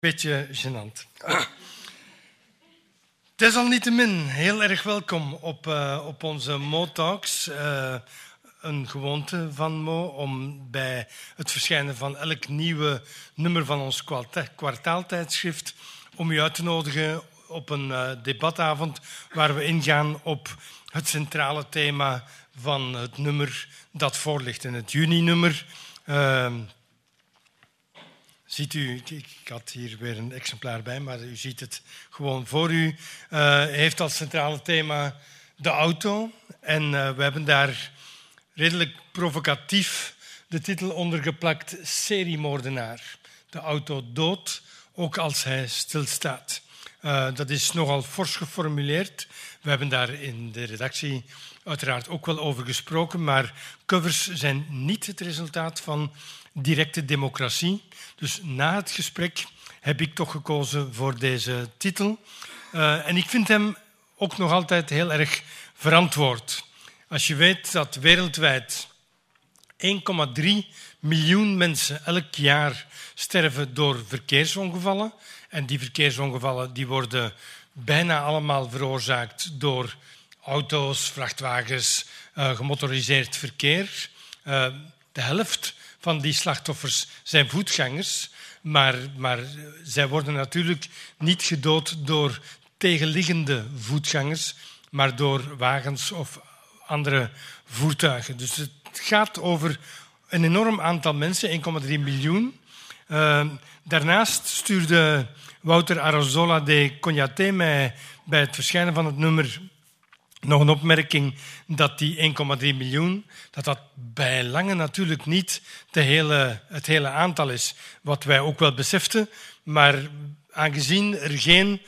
Beetje gênant. Desalniettemin, heel erg welkom op onze Mo Talks. Een gewoonte van Mo om bij het verschijnen van elk nieuwe nummer van ons kwartaaltijdschrift om u uit te nodigen op een debatavond waar we ingaan op het centrale thema van het nummer dat voor ligt. In het juni-nummer ziet u, ik had hier weer een exemplaar bij, maar u ziet het gewoon voor u, heeft als centrale thema de auto. En we hebben daar redelijk provocatief de titel onder geplakt, seriemoordenaar. De auto dood, ook als hij stilstaat. Dat is nogal fors geformuleerd. We hebben daar in de redactie uiteraard ook wel over gesproken, maar covers zijn niet het resultaat van directe democratie. Dus na het gesprek heb ik toch gekozen voor deze titel. En ik vind hem ook nog altijd heel erg verantwoord. Als je weet dat wereldwijd 1,3 miljoen mensen elk jaar sterven door verkeersongevallen. En die verkeersongevallen die worden bijna allemaal veroorzaakt door auto's, vrachtwagens, gemotoriseerd verkeer. De helft van die slachtoffers zijn voetgangers, maar zij worden natuurlijk niet gedood door tegenliggende voetgangers, maar door wagens of andere voertuigen. Dus het gaat over een enorm aantal mensen, 1,3 miljoen. Daarnaast stuurde Wouter Arrazola de Cognaté mij bij het verschijnen van het nummer nog een opmerking dat die 1,3 miljoen, dat bij lange natuurlijk niet het hele aantal is. Wat wij ook wel beseften, maar aangezien er geen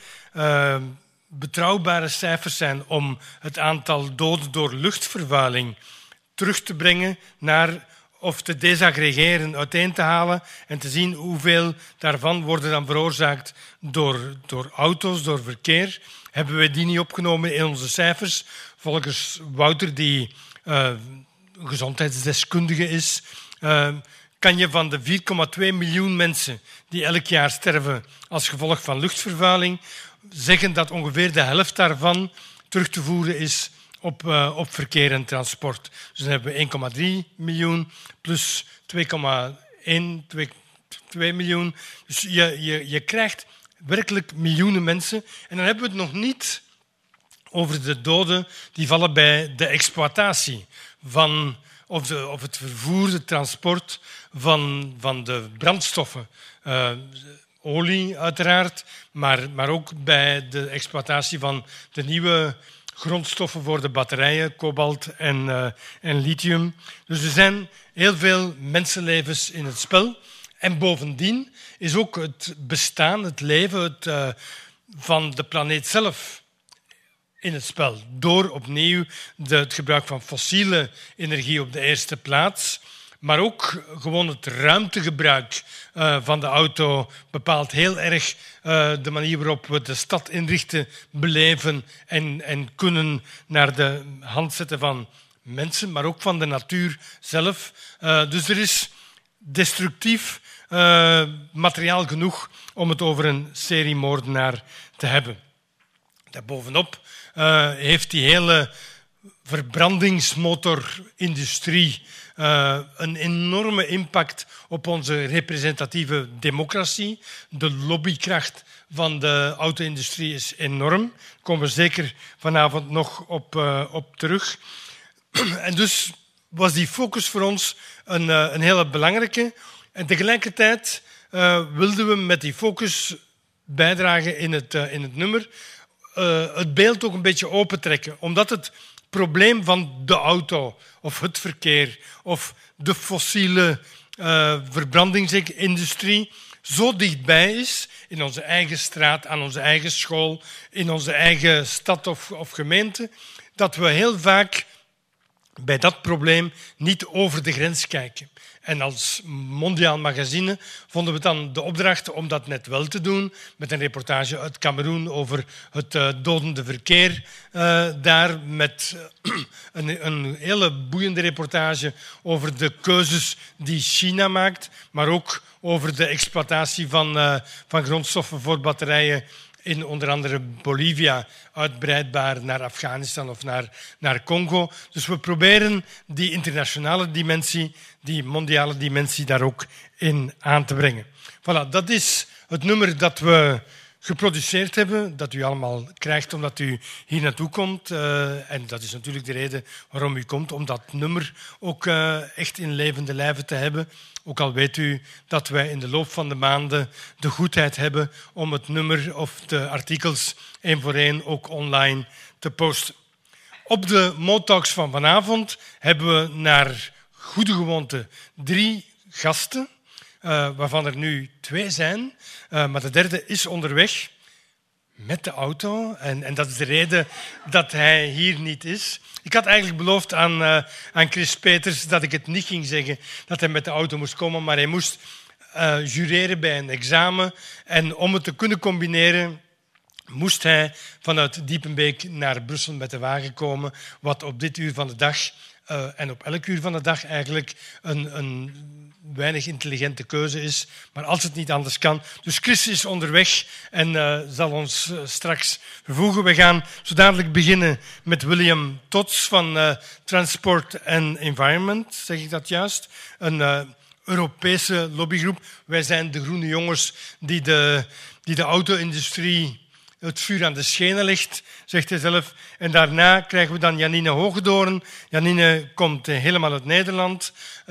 betrouwbare cijfers zijn om het aantal doden door luchtvervuiling terug te brengen naar of te desaggregeren, uiteen te halen en te zien hoeveel daarvan worden dan veroorzaakt door auto's, door verkeer, hebben we die niet opgenomen in onze cijfers. Volgens Wouter, die gezondheidsdeskundige is, kan je van de 4,2 miljoen mensen die elk jaar sterven als gevolg van luchtvervuiling zeggen dat ongeveer de helft daarvan terug te voeren is op verkeer en transport. Dus dan hebben we 1,3 miljoen plus 2,2 miljoen. Dus je krijgt werkelijk miljoenen mensen. En dan hebben we het nog niet over de doden die vallen bij de exploitatie van of het vervoer, het transport van de brandstoffen. Olie uiteraard, maar ook bij de exploitatie van de nieuwe grondstoffen voor de batterijen, kobalt en lithium. Dus er zijn heel veel mensenlevens in het spel. En bovendien is ook het bestaan, het leven van de planeet zelf in het spel. Door opnieuw het gebruik van fossiele energie op de eerste plaats, maar ook gewoon het ruimtegebruik van de auto bepaalt heel erg de manier waarop we de stad inrichten, beleven en kunnen naar de hand zetten van mensen, maar ook van de natuur zelf. Dus er is destructief materiaal genoeg om het over een seriemoordenaar te hebben. Daarbovenop heeft die hele verbrandingsmotorindustrie een enorme impact op onze representatieve democratie. De lobbykracht van de auto-industrie is enorm. Daar komen we zeker vanavond nog op terug. En dus was die focus voor ons een hele belangrijke. En tegelijkertijd wilden we met die focus bijdragen in het nummer het beeld ook een beetje opentrekken. Omdat het probleem van de auto of het verkeer of de fossiele verbrandingsindustrie zo dichtbij is in onze eigen straat, aan onze eigen school, in onze eigen stad of gemeente, dat we heel vaak bij dat probleem niet over de grens kijken. En als mondiaal magazine vonden we dan de opdracht om dat net wel te doen, met een reportage uit Kameroen over het dodende verkeer daar, met een hele boeiende reportage over de keuzes die China maakt, maar ook over de exploitatie van grondstoffen voor batterijen in onder andere Bolivia, uitbreidbaar naar Afghanistan of naar Congo. Dus we proberen die internationale dimensie, die mondiale dimensie daar ook in aan te brengen. Voilà, dat is het nummer dat we geproduceerd hebben, dat u allemaal krijgt omdat u hier naartoe komt. En dat is natuurlijk de reden waarom u komt, om dat nummer ook echt in levende lijven te hebben. Ook al weet u dat wij in de loop van de maanden de goedheid hebben om het nummer of de artikels één voor één ook online te posten. Op de Motalks van vanavond hebben we naar goede gewoonte 3 gasten, waarvan er nu 2 zijn, maar de derde is onderweg met de auto. En dat is de reden dat hij hier niet is. Ik had eigenlijk beloofd aan Chris Peters dat ik het niet ging zeggen dat hij met de auto moest komen, maar hij moest jureren bij een examen. En om het te kunnen combineren moest hij vanuit Diepenbeek naar Brussel met de wagen komen, wat op dit uur van de dag en op elk uur van de dag eigenlijk een weinig intelligente keuze is. Maar als het niet anders kan. Dus Chris is onderweg en zal ons straks vervoegen. We gaan zo dadelijk beginnen met William Tots van Transport and Environment, zeg ik dat juist? Een Europese lobbygroep. Wij zijn de groene jongens die de auto-industrie het vuur aan de schenen ligt, zegt hij zelf. En daarna krijgen we dan Janine Hogedoorn. Janine komt helemaal uit Nederland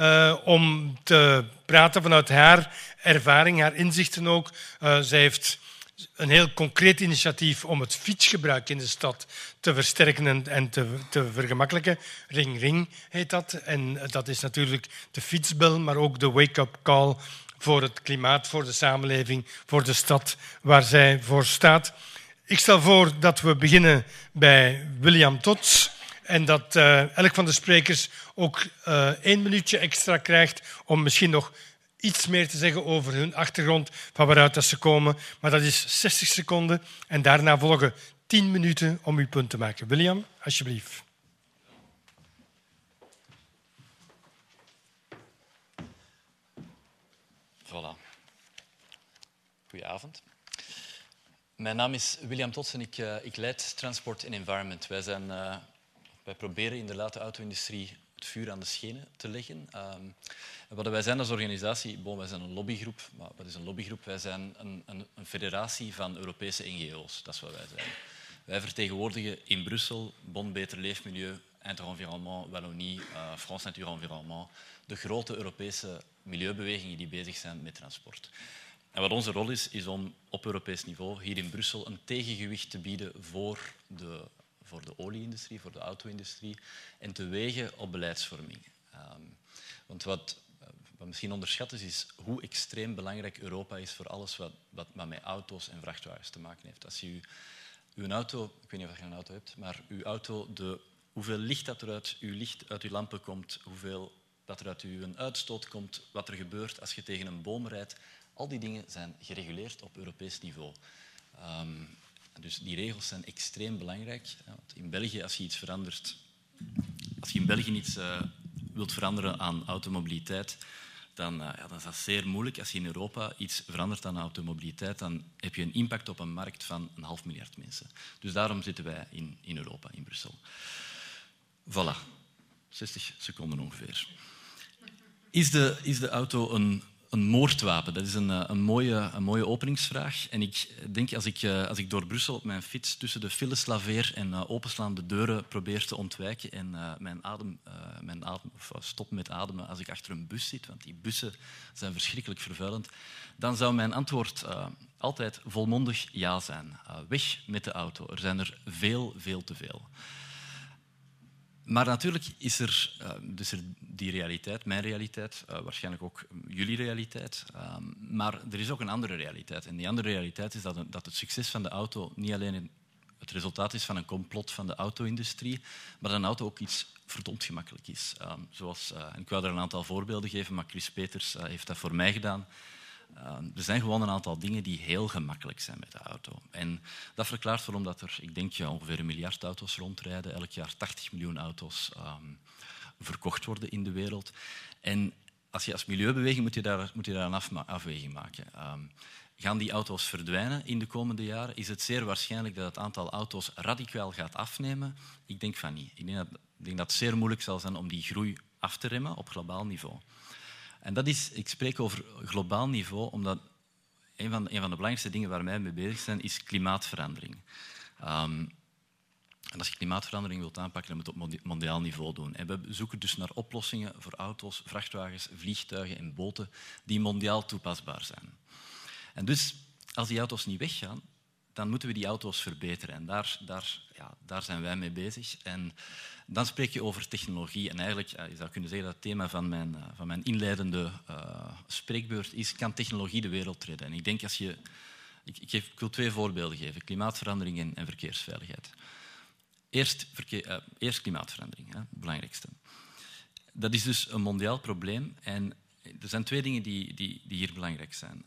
om te praten vanuit haar ervaring, haar inzichten ook. Zij heeft een heel concreet initiatief om het fietsgebruik in de stad te versterken en te vergemakkelijken. Ring Ring heet dat. En dat is natuurlijk de fietsbel, maar ook de wake-up call voor het klimaat, voor de samenleving, voor de stad waar zij voor staat. Ik stel voor dat we beginnen bij William Tots en dat elk van de sprekers ook 1 minuutje extra krijgt om misschien nog iets meer te zeggen over hun achtergrond, van waaruit dat ze komen. Maar dat is 60 seconden en daarna volgen 10 minuten om uw punt te maken. William, alsjeblieft. Voilà. Goedenavond. Mijn naam is William Tots en ik leid Transport and Environment. Wij proberen inderdaad de auto-industrie het vuur aan de schenen te leggen. Wat wij zijn als organisatie, wij zijn een lobbygroep. Maar wat is een lobbygroep? Wij zijn een federatie van Europese NGO's. Dat is wat wij zijn. Wij vertegenwoordigen in Brussel Bon Beter Leefmilieu, Interenvironnement, Wallonie, France Nature Environnement, de grote Europese milieubewegingen die bezig zijn met transport. En wat onze rol is om op Europees niveau hier in Brussel een tegengewicht te bieden voor de olie-industrie, voor de auto-industrie en te wegen op beleidsvorming. Want wat misschien onderschat is hoe extreem belangrijk Europa is voor alles wat met auto's en vrachtwagens te maken heeft. Als je uw auto, ik weet niet of je een auto hebt, maar uw auto, hoeveel licht dat er uit uw lampen komt, hoeveel dat er uit uw uitstoot komt, wat er gebeurt als je tegen een boom rijdt, al die dingen zijn gereguleerd op Europees niveau. Dus die regels zijn extreem belangrijk. Want in België, als je in België iets wilt veranderen aan automobiliteit, dan is dat zeer moeilijk. Als je in Europa iets verandert aan automobiliteit, dan heb je een impact op een markt van 500 miljoen mensen. Dus daarom zitten wij in Europa, in Brussel. Voilà. 60 seconden ongeveer. Is de auto een moordwapen? Dat is een mooie openingsvraag. En ik denk, als ik door Brussel op mijn fiets tussen de files laveer en openslaande deuren probeer te ontwijken en mijn adem stop met ademen als ik achter een bus zit, want die bussen zijn verschrikkelijk vervuilend, dan zou mijn antwoord altijd volmondig ja zijn. Weg met de auto. Er zijn er veel te veel. Maar natuurlijk is er die realiteit, mijn realiteit, waarschijnlijk ook jullie realiteit. Maar er is ook een andere realiteit. En die andere realiteit is dat het succes van de auto niet alleen het resultaat is van een complot van de auto-industrie, maar dat een auto ook iets verdomd gemakkelijk is. En ik wou er een aantal voorbeelden geven, maar Chris Peters heeft dat voor mij gedaan. Er zijn gewoon een aantal dingen die heel gemakkelijk zijn met de auto. En dat verklaart waarom dat er, ik denk, ongeveer 1 miljard auto's rondrijden. Elk jaar 80 miljoen auto's verkocht worden in de wereld. En als milieubeweging moet je daar een afweging maken. Gaan die auto's verdwijnen in de komende jaren? Is het zeer waarschijnlijk dat het aantal auto's radicaal gaat afnemen? Ik denk van niet. Ik denk dat het zeer moeilijk zal zijn om die groei af te remmen op globaal niveau. En ik spreek over globaal niveau, omdat een van de belangrijkste dingen waar wij mee bezig zijn, is klimaatverandering. En als je klimaatverandering wilt aanpakken, dan moet je het op mondiaal niveau doen. En we zoeken dus naar oplossingen voor auto's, vrachtwagens, vliegtuigen en boten die mondiaal toepasbaar zijn. En dus, als die auto's niet weggaan, dan moeten we die auto's verbeteren. En daar zijn wij mee bezig. En dan spreek je over technologie. En eigenlijk, je zou kunnen zeggen dat het thema van mijn inleidende spreekbeurt is, kan technologie de wereld redden? En ik denk, ik wil 2 voorbeelden geven. Klimaatverandering en verkeersveiligheid. Eerst klimaatverandering, het belangrijkste. Dat is dus een mondiaal probleem. En er zijn 2 dingen die hier belangrijk zijn.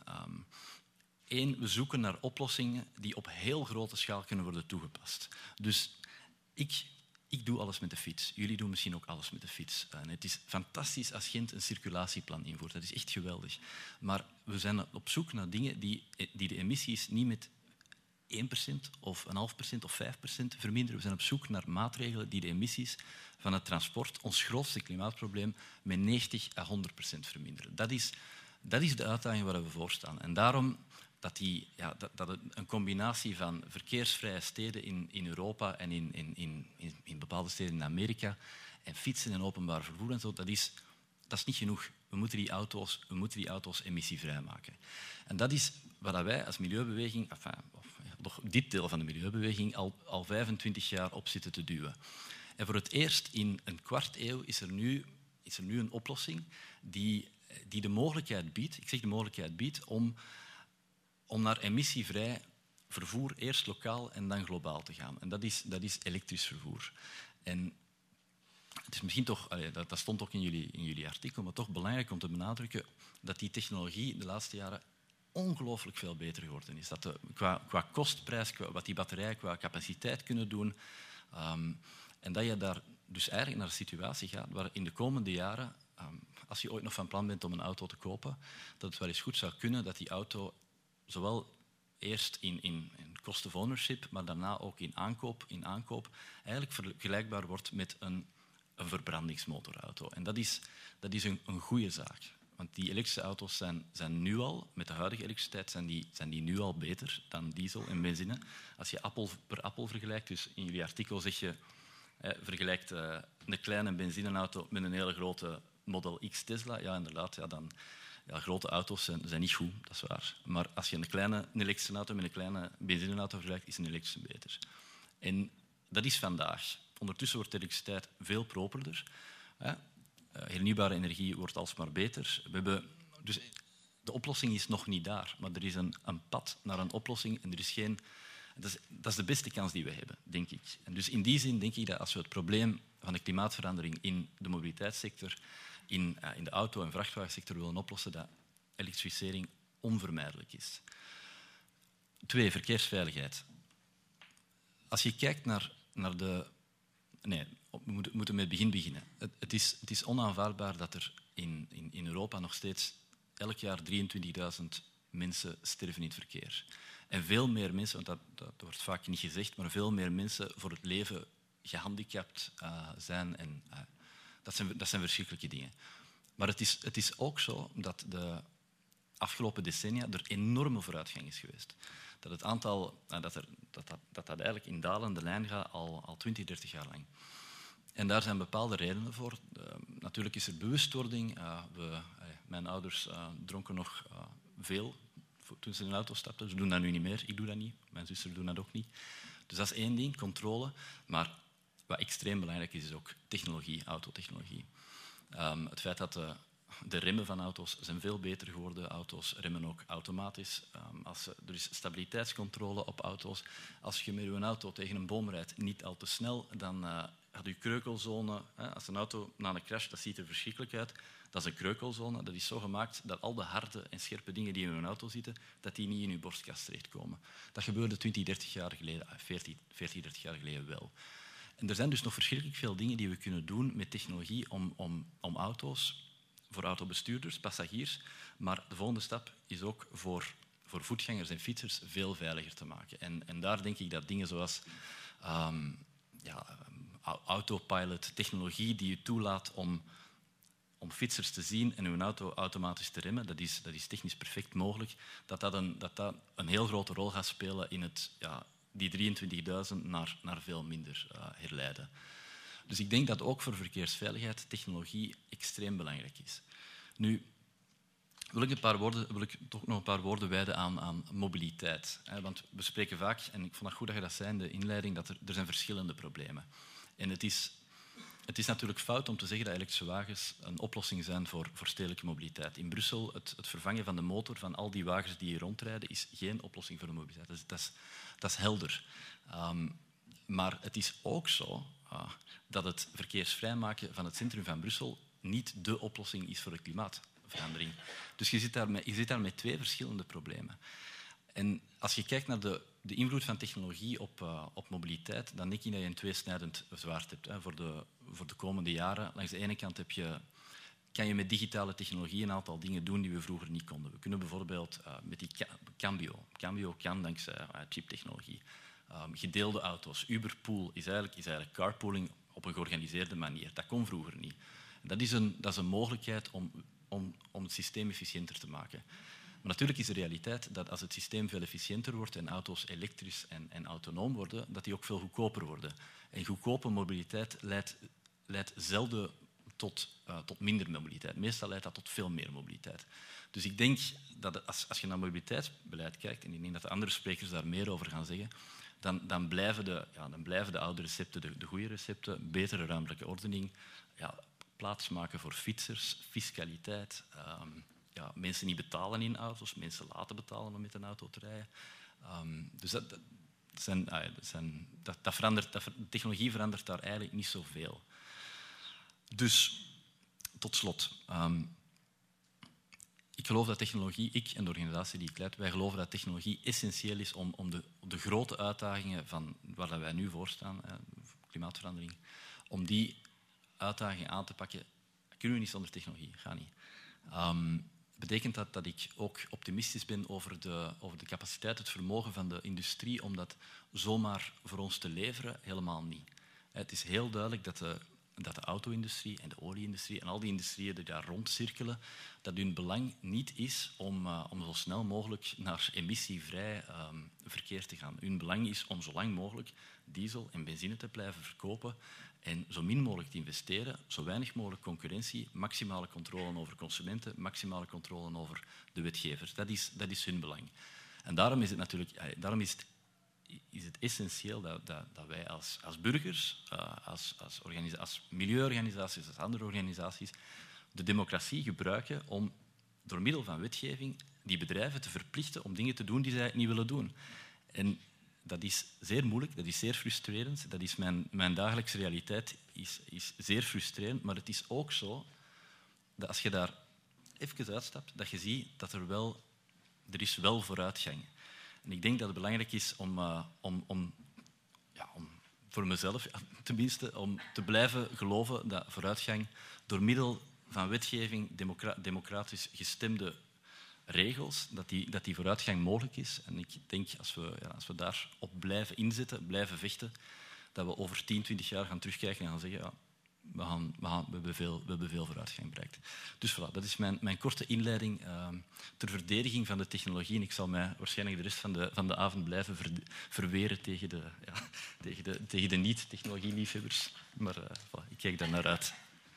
1, we zoeken naar oplossingen die op heel grote schaal kunnen worden toegepast. Dus ik doe alles met de fiets. Jullie doen misschien ook alles met de fiets. En het is fantastisch als Gent een circulatieplan invoert. Dat is echt geweldig. Maar we zijn op zoek naar dingen die de emissies niet met 1% of 0,5% of 5% verminderen. We zijn op zoek naar maatregelen die de emissies van het transport, ons grootste klimaatprobleem, met 90 à 100% verminderen. Dat is de uitdaging waar we voor staan. En daarom dat een combinatie van verkeersvrije steden in Europa en in bepaalde steden in Amerika en fietsen en openbaar vervoer en zo, dat is niet genoeg. We moeten die auto's emissievrij maken. En dat is waar wij als milieubeweging, toch dit deel van de milieubeweging, al 25 jaar op zitten te duwen. En voor het eerst in een kwart eeuw is er nu een oplossing die de mogelijkheid biedt, ik zeg de mogelijkheid biedt, om naar emissievrij vervoer eerst lokaal en dan globaal te gaan. En dat is elektrisch vervoer. En het is misschien toch, dat stond ook in jullie artikel, maar toch belangrijk om te benadrukken dat die technologie de laatste jaren ongelooflijk veel beter geworden is. Dat qua kostprijs, wat die batterijen qua capaciteit kunnen doen, en dat je daar dus eigenlijk naar een situatie gaat waar in de komende jaren, als je ooit nog van plan bent om een auto te kopen, dat het wel eens goed zou kunnen dat die auto zowel eerst in cost of ownership, maar daarna ook in aankoop eigenlijk vergelijkbaar wordt met een verbrandingsmotorauto. En dat is een goede zaak. Want die elektrische auto's zijn nu al, met de huidige elektriciteit, zijn die nu al beter dan diesel en benzine. Als je appel per appel vergelijkt, dus in jullie artikel zeg je, vergelijkt een kleine benzineauto met een hele grote Model X Tesla. Ja, inderdaad, grote auto's zijn niet goed, dat is waar. Maar als je een elektrische auto met een kleine benzineauto vergelijkt, is een elektrische beter. En dat is vandaag. Ondertussen wordt de elektriciteit veel properder. Hernieuwbare energie wordt alsmaar beter. Dus de oplossing is nog niet daar, maar er is een pad naar een oplossing en er is geen... Dat is de beste kans die we hebben, denk ik. En dus in die zin denk ik dat als we het probleem van de klimaatverandering in de mobiliteitssector, in de auto- en vrachtwagensector willen oplossen, dat elektrificering onvermijdelijk is. 2, verkeersveiligheid. Als je kijkt naar de... Nee, we moeten met het begin beginnen. Het is onaanvaardbaar dat er in Europa nog steeds elk jaar 23.000 mensen sterven in het verkeer. En veel meer mensen, want dat wordt vaak niet gezegd, maar veel meer mensen voor het leven gehandicapt zijn. En, dat zijn verschrikkelijke dingen. Maar het is ook zo dat de afgelopen decennia er enorme vooruitgang is geweest. Dat het aantal, dat eigenlijk in dalende lijn gaat al 20, 30 jaar lang. En daar zijn bepaalde redenen voor. Natuurlijk is er bewustwording. Mijn ouders dronken nog veel toen ze in de auto stapten. Ze doen dat nu niet meer. Ik doe dat niet. Mijn zussen doen dat ook niet. Dus dat is 1 ding, controle. Maar wat extreem belangrijk is ook technologie, autotechnologie. Het feit dat de remmen van auto's zijn veel beter geworden. Auto's remmen ook automatisch. Er is stabiliteitscontrole op auto's. Als je met je auto tegen een boom rijdt, niet al te snel, dan had je kreukelzone. Als een auto na een crash, dat ziet er verschrikkelijk uit. Dat is een kreukelzone. Dat is zo gemaakt dat al de harde en scherpe dingen die in een auto zitten, dat die niet in je borstkast terechtkomen. Dat gebeurde 20, 30 jaar geleden, 40, 30 jaar geleden wel. En er zijn dus nog verschrikkelijk veel dingen die we kunnen doen met technologie om auto's, voor autobestuurders, passagiers. Maar de volgende stap is ook voor voetgangers en fietsers veel veiliger te maken. En daar denk ik dat dingen zoals autopilot, technologie die je toelaat om fietsers te zien en hun auto automatisch te remmen, dat is technisch perfect mogelijk, dat een heel grote rol gaat spelen in het die 23.000 naar veel minder herleiden. Dus ik denk dat ook voor verkeersveiligheid technologie extreem belangrijk is. Nu wil ik toch nog een paar woorden wijden aan mobiliteit. Want we spreken vaak, en ik vond het goed dat je dat zei in de inleiding, dat er zijn verschillende problemen. En het is natuurlijk fout om te zeggen dat elektrische wagens een oplossing zijn voor stedelijke mobiliteit. In Brussel, het vervangen van de motor van al die wagens die hier rondrijden, is geen oplossing voor de mobiliteit. Dat is helder. Maar het is ook zo dat het verkeersvrijmaken van het centrum van Brussel niet dé oplossing is voor de klimaatverandering. Dus je zit daar met twee verschillende problemen. En als je kijkt naar de invloed van technologie op mobiliteit, dan denk ik dat je een tweesnijdend zwaard hebt voor de komende jaren. Langs de ene kant kan je met digitale technologie een aantal dingen doen die we vroeger niet konden. We kunnen bijvoorbeeld met die Cambio kan dankzij chiptechnologie. Gedeelde auto's. Uberpool is eigenlijk carpooling op een georganiseerde manier. Dat kon vroeger niet. Dat is een mogelijkheid om het systeem efficiënter te maken. Maar natuurlijk is de realiteit dat als het systeem veel efficiënter wordt en auto's elektrisch en autonoom worden, dat die ook veel goedkoper worden. En goedkope mobiliteit leidt zelden tot minder mobiliteit. Meestal leidt dat tot veel meer mobiliteit. Dus ik denk dat als je naar mobiliteitsbeleid kijkt, en ik denk dat de andere sprekers daar meer over gaan zeggen, dan blijven de oude recepten de goede recepten, betere ruimtelijke ordening, plaatsmaken voor fietsers, fiscaliteit, mensen niet betalen in auto's, mensen laten betalen om met een auto te rijden. Dus de technologie verandert daar eigenlijk niet zoveel. Dus, tot slot. Ik geloof dat technologie, ik en de organisatie die ik leid, wij geloven dat technologie essentieel is om de grote uitdagingen van waar wij nu voor staan, klimaatverandering, om die uitdagingen aan te pakken, kunnen we niet zonder technologie. Gaat niet. Betekent dat ik ook optimistisch ben over de capaciteit, het vermogen van de industrie om dat zomaar voor ons te leveren? Helemaal niet. Het is heel duidelijk dat de auto-industrie en de olie-industrie en al die industrieën die daar rondcirkelen, dat hun belang niet is om zo snel mogelijk naar emissievrij verkeer te gaan. Hun belang is om zo lang mogelijk diesel en benzine te blijven verkopen en zo min mogelijk te investeren, zo weinig mogelijk concurrentie, maximale controle over consumenten, maximale controle over de wetgevers. Dat is hun belang. En daarom is het natuurlijk, is het essentieel dat wij als burgers, als milieuorganisaties, als andere organisaties, de democratie gebruiken om door middel van wetgeving die bedrijven te verplichten om dingen te doen die zij niet willen doen. En dat is zeer moeilijk, dat is zeer frustrerend. Dat is mijn dagelijkse realiteit is zeer frustrerend, maar het is ook zo dat als je daar even uitstapt, dat je ziet dat er is wel vooruitgang. En ik denk dat het belangrijk is om voor mezelf tenminste, om te blijven geloven dat vooruitgang door middel van wetgeving, democratisch gestemde regels, dat die vooruitgang mogelijk is. En ik denk, als we daarop blijven inzetten, blijven vechten, dat we over 10, 20 jaar gaan terugkijken en gaan zeggen, we hebben veel vooruitgang bereikt. Dus voilà, dat is mijn korte inleiding ter verdediging van de technologie. En ik zal mij waarschijnlijk de rest van de avond blijven verweren tegen de niet-technologieliefhebbers. Maar voilà, ik kijk daar naar uit.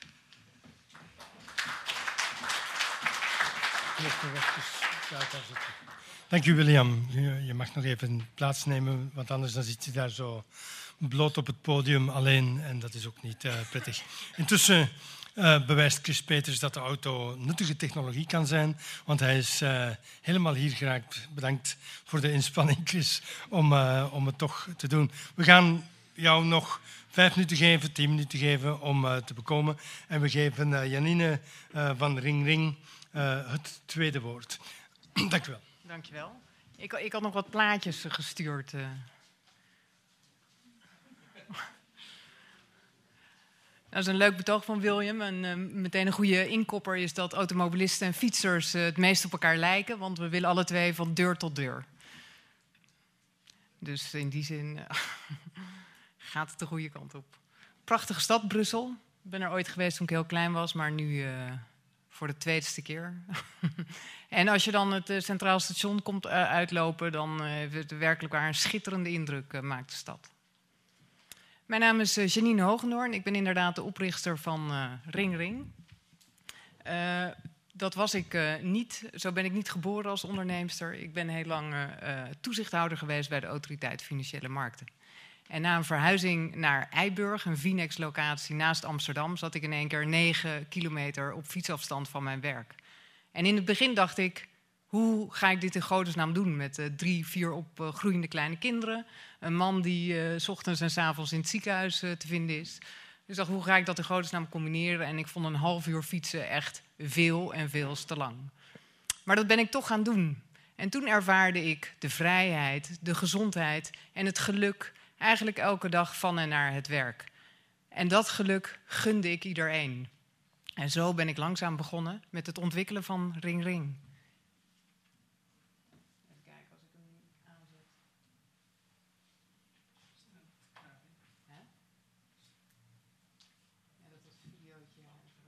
Dank u, William. Je mag nog even plaatsnemen, want anders dan zit je daar zo bloot op het podium alleen en dat is ook niet prettig. Intussen bewijst Chris Peters dat de auto nuttige technologie kan zijn. Want hij is helemaal hier geraakt. Bedankt voor de inspanning, Chris, om het toch te doen. We gaan jou nog 5 minuten geven, 10 minuten geven om te bekomen. En we geven Janine van Ring Ring het tweede woord. Dank u wel. Dank je wel. Ik had nog wat plaatjes gestuurd. Dat is een leuk betoog van William. En meteen een goede inkopper is dat automobilisten en fietsers het meest op elkaar lijken. Want we willen alle twee van deur tot deur. Dus in die zin gaat het de goede kant op. Prachtige stad, Brussel. Ik ben er ooit geweest toen ik heel klein was, maar nu voor de tweede keer. En als je dan het Centraal Station komt uitlopen, dan heeft het werkelijk waar een schitterende indruk maakt de stad. Mijn naam is Janine Hogendoorn. Ik ben inderdaad de oprichter van Ring Ring. Dat was ik niet. Zo ben ik niet geboren als onderneemster. Ik ben heel lang toezichthouder geweest bij de Autoriteit Financiële Markten. En na een verhuizing naar Eiburg, een Vinex-locatie naast Amsterdam, zat ik in één keer 9 kilometer op fietsafstand van mijn werk. En in het begin dacht ik, hoe ga ik dit in godesnaam doen met 3, 4 opgroeiende kleine kinderen? Een man die 's ochtends en 's avonds in het ziekenhuis te vinden is. Dus ik dacht, hoe ga ik dat in godesnaam combineren? En ik vond een half uur fietsen echt veel en veel te lang. Maar dat ben ik toch gaan doen. En toen ervaarde ik de vrijheid, de gezondheid en het geluk eigenlijk elke dag van en naar het werk. En dat geluk gunde ik iedereen. En zo ben ik langzaam begonnen met het ontwikkelen van Ring Ring. Even kijken als ik hem aanzet. Hè? Ja, dat was een videootje.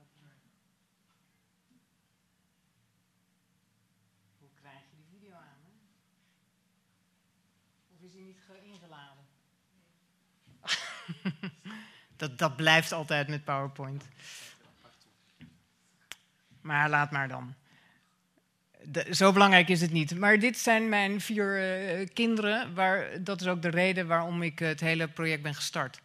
Hoe krijg je die video aan? Hè? Of is die niet ingeladen? Dat blijft altijd met PowerPoint. Maar laat maar dan. Zo belangrijk is het niet. Maar dit zijn mijn 4 kinderen. Dat is ook de reden waarom ik het hele project ben gestart.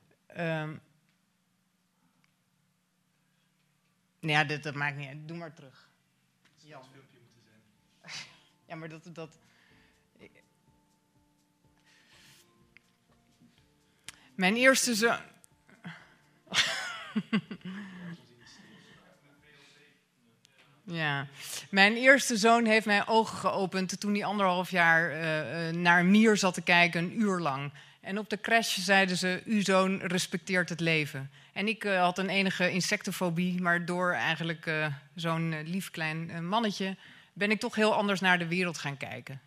Ja, dat maakt niet uit. Doe maar terug. Jan. Ja, maar dat... Mijn eerste zoon... Ja. Mijn eerste zoon heeft mijn ogen geopend toen hij 1,5 jaar naar een mier zat te kijken, 1 uur lang. En op de crash zeiden ze, uw zoon respecteert het leven. En ik had een enige insectofobie, maar door eigenlijk zo'n lief klein mannetje ben ik toch heel anders naar de wereld gaan kijken.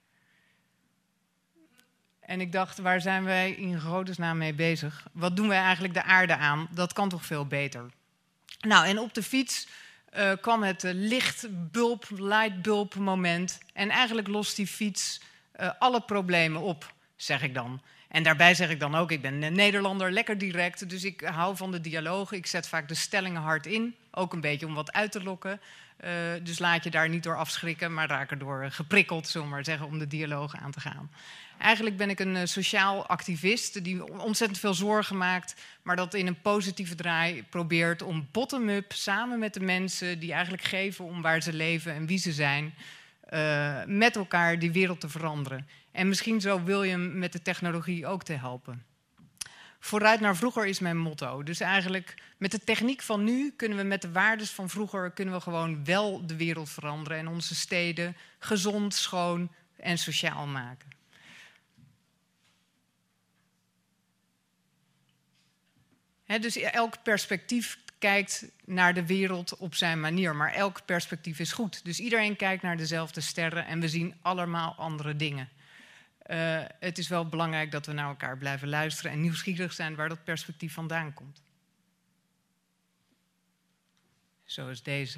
En ik dacht, waar zijn wij in godesnaam mee bezig? Wat doen wij eigenlijk de aarde aan? Dat kan toch veel beter? Nou, en op de fiets kwam het lightbulb moment. En eigenlijk lost die fiets alle problemen op, zeg ik dan. En daarbij zeg ik dan ook, ik ben een Nederlander, lekker direct. Dus ik hou van de dialoog. Ik zet vaak de stellingen hard in. Ook een beetje om wat uit te lokken. Dus laat je daar niet door afschrikken, maar raak erdoor geprikkeld, zullen we maar zeggen, om de dialoog aan te gaan. Eigenlijk ben ik een sociaal activist die ontzettend veel zorgen maakt, maar dat in een positieve draai probeert om bottom-up samen met de mensen die eigenlijk geven om waar ze leven en wie ze zijn, met elkaar die wereld te veranderen. En misschien zo William met de technologie ook te helpen. Vooruit naar vroeger is mijn motto. Dus eigenlijk met de techniek van nu kunnen we met de waardes van vroeger kunnen we gewoon wel de wereld veranderen en onze steden gezond, schoon en sociaal maken. Dus elk perspectief kijkt naar de wereld op zijn manier, maar elk perspectief is goed. Dus iedereen kijkt naar dezelfde sterren en we zien allemaal andere dingen. Het is wel belangrijk dat we naar elkaar blijven luisteren en nieuwsgierig zijn waar dat perspectief vandaan komt. Zoals deze.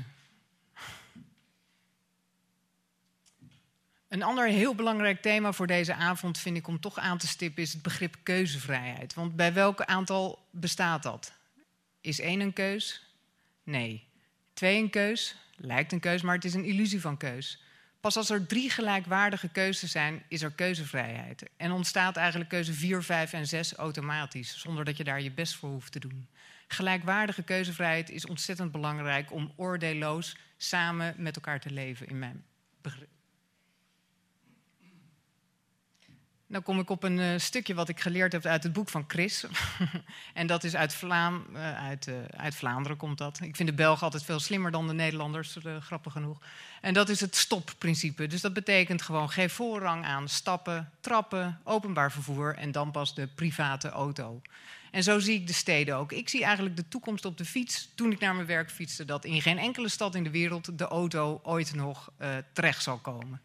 Een ander heel belangrijk thema voor deze avond vind ik om toch aan te stippen is het begrip keuzevrijheid. Want bij welk aantal bestaat dat? Is 1 een keus? Nee. 2 een keus? Lijkt een keus, maar het is een illusie van keus. Pas als er 3 gelijkwaardige keuzes zijn, is er keuzevrijheid. En ontstaat eigenlijk keuze 4, 5 en 6 automatisch, zonder dat je daar je best voor hoeft te doen. Gelijkwaardige keuzevrijheid is ontzettend belangrijk om oordeelloos samen met elkaar te leven, in mijn begrip. Dan kom ik op een stukje wat ik geleerd heb uit het boek van Chris. En dat is uit Vlaanderen komt dat. Ik vind de Belgen altijd veel slimmer dan de Nederlanders, grappig genoeg. En dat is het stopprincipe. Dus dat betekent gewoon geef voorrang aan stappen, trappen, openbaar vervoer en dan pas de private auto. En zo zie ik de steden ook. Ik zie eigenlijk de toekomst op de fiets. Toen ik naar mijn werk fietste, dat in geen enkele stad in de wereld de auto ooit nog terecht zal komen.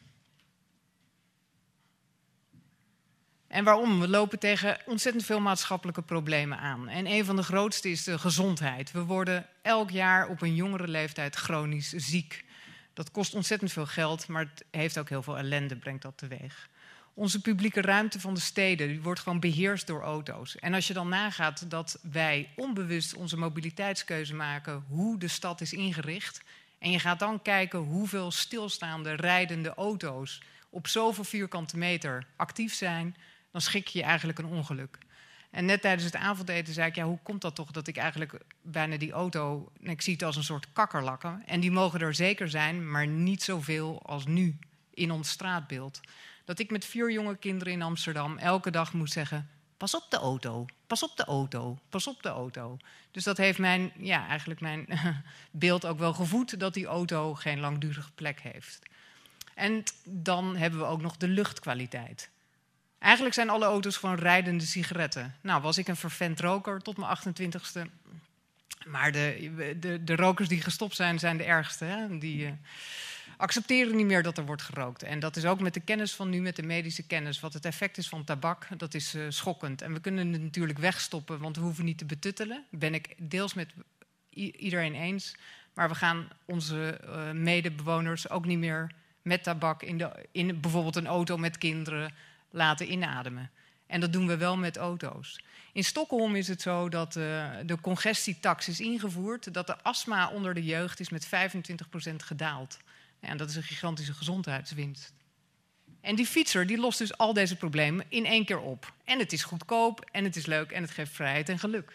En waarom? We lopen tegen ontzettend veel maatschappelijke problemen aan. En een van de grootste is de gezondheid. We worden elk jaar op een jongere leeftijd chronisch ziek. Dat kost ontzettend veel geld, maar het heeft ook heel veel ellende, brengt dat teweeg. Onze publieke ruimte van de steden die wordt gewoon beheerst door auto's. En als je dan nagaat dat wij onbewust onze mobiliteitskeuze maken hoe de stad is ingericht, en je gaat dan kijken hoeveel stilstaande, rijdende auto's op zoveel vierkante meter actief zijn, dan schik je eigenlijk een ongeluk. En net tijdens het avondeten zei ik, ja, hoe komt dat toch dat ik eigenlijk bijna die auto, ik zie het als een soort kakkerlakken. En die mogen er zeker zijn, maar niet zoveel als nu in ons straatbeeld. Dat ik met 4 jonge kinderen in Amsterdam elke dag moet zeggen, pas op de auto, pas op de auto, pas op de auto. Dus dat heeft mijn beeld ook wel gevoed dat die auto geen langdurige plek heeft. En dan hebben we ook nog de luchtkwaliteit. Eigenlijk zijn alle auto's gewoon rijdende sigaretten. Nou, was ik een fervent roker tot mijn 28e. Maar de rokers die gestopt zijn de ergste. Hè? Die accepteren niet meer dat er wordt gerookt. En dat is ook met de kennis van nu, met de medische kennis. Wat het effect is van tabak, dat is schokkend. En we kunnen het natuurlijk wegstoppen, want we hoeven niet te betuttelen. Ben ik deels met iedereen eens. Maar we gaan onze medebewoners ook niet meer met tabak in bijvoorbeeld een auto met kinderen laten inademen. En dat doen we wel met auto's. In Stockholm is het zo dat de congestietax is ingevoerd, dat de astma onder de jeugd is met 25% gedaald. En dat is een gigantische gezondheidswinst. En die fietser die lost dus al deze problemen in 1 keer op. En het is goedkoop, en het is leuk, en het geeft vrijheid en geluk.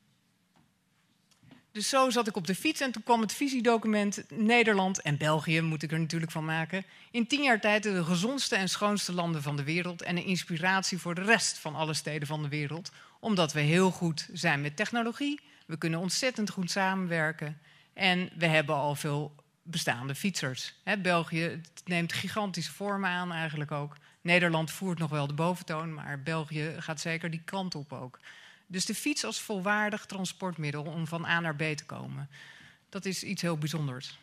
Dus zo zat ik op de fiets en toen kwam het visiedocument Nederland en België, moet ik er natuurlijk van maken, in 10 jaar tijd de gezondste en schoonste landen van de wereld en een inspiratie voor de rest van alle steden van de wereld, omdat we heel goed zijn met technologie, we kunnen ontzettend goed samenwerken en we hebben al veel bestaande fietsers. België neemt gigantische vormen aan eigenlijk ook. Nederland voert nog wel de boventoon, maar België gaat zeker die kant op ook. Dus de fiets als volwaardig transportmiddel om van A naar B te komen. Dat is iets heel bijzonders.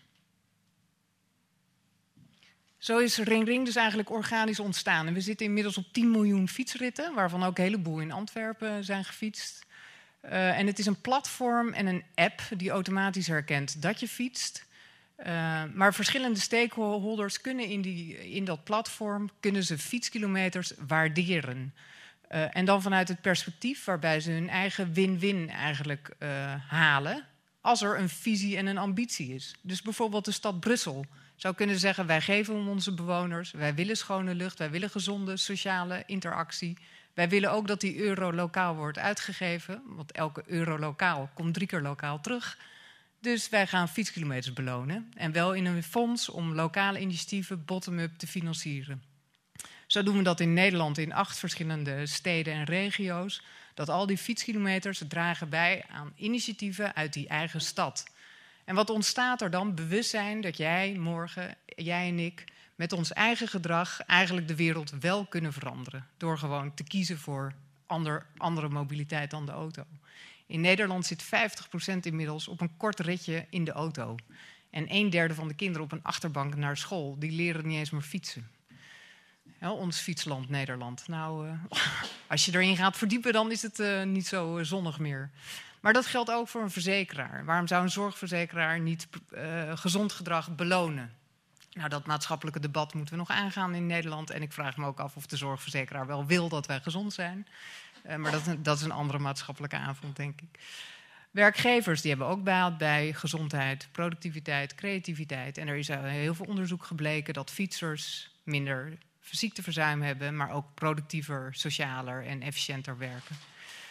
Zo is Ring Ring dus eigenlijk organisch ontstaan. En we zitten inmiddels op 10 miljoen fietsritten, waarvan ook een heleboel in Antwerpen zijn gefietst. En het is een platform en een app die automatisch herkent dat je fietst. Maar verschillende stakeholders kunnen in dat platform kunnen ze fietskilometers waarderen. En dan vanuit het perspectief waarbij ze hun eigen win-win eigenlijk halen, als er een visie en een ambitie is. Dus bijvoorbeeld de stad Brussel zou kunnen zeggen, wij geven om onze bewoners, wij willen schone lucht, wij willen gezonde sociale interactie. Wij willen ook dat die euro lokaal wordt uitgegeven, want elke euro lokaal komt 3 keer lokaal terug. Dus wij gaan fietskilometers belonen en wel in een fonds om lokale initiatieven bottom-up te financieren. Zo doen we dat in Nederland in 8 verschillende steden en regio's. Dat al die fietskilometers dragen bij aan initiatieven uit die eigen stad. En wat ontstaat er dan? Bewustzijn dat jij morgen, jij en ik, met ons eigen gedrag eigenlijk de wereld wel kunnen veranderen. Door gewoon te kiezen voor andere mobiliteit dan de auto. In Nederland zit 50% inmiddels op een kort ritje in de auto. En 1/3 van de kinderen op een achterbank naar school. Die leren niet eens meer fietsen. Ons fietsland Nederland. Nou, als je erin gaat verdiepen, dan is het niet zo zonnig meer. Maar dat geldt ook voor een verzekeraar. Waarom zou een zorgverzekeraar niet gezond gedrag belonen? Nou, dat maatschappelijke debat moeten we nog aangaan in Nederland. En ik vraag me ook af of de zorgverzekeraar wel wil dat wij gezond zijn. Maar dat is een andere maatschappelijke avond, denk ik. Werkgevers die hebben ook baat bij gezondheid, productiviteit, creativiteit. En er is heel veel onderzoek gebleken dat fietsers minder ziekteverzuim hebben, maar ook productiever, socialer en efficiënter werken.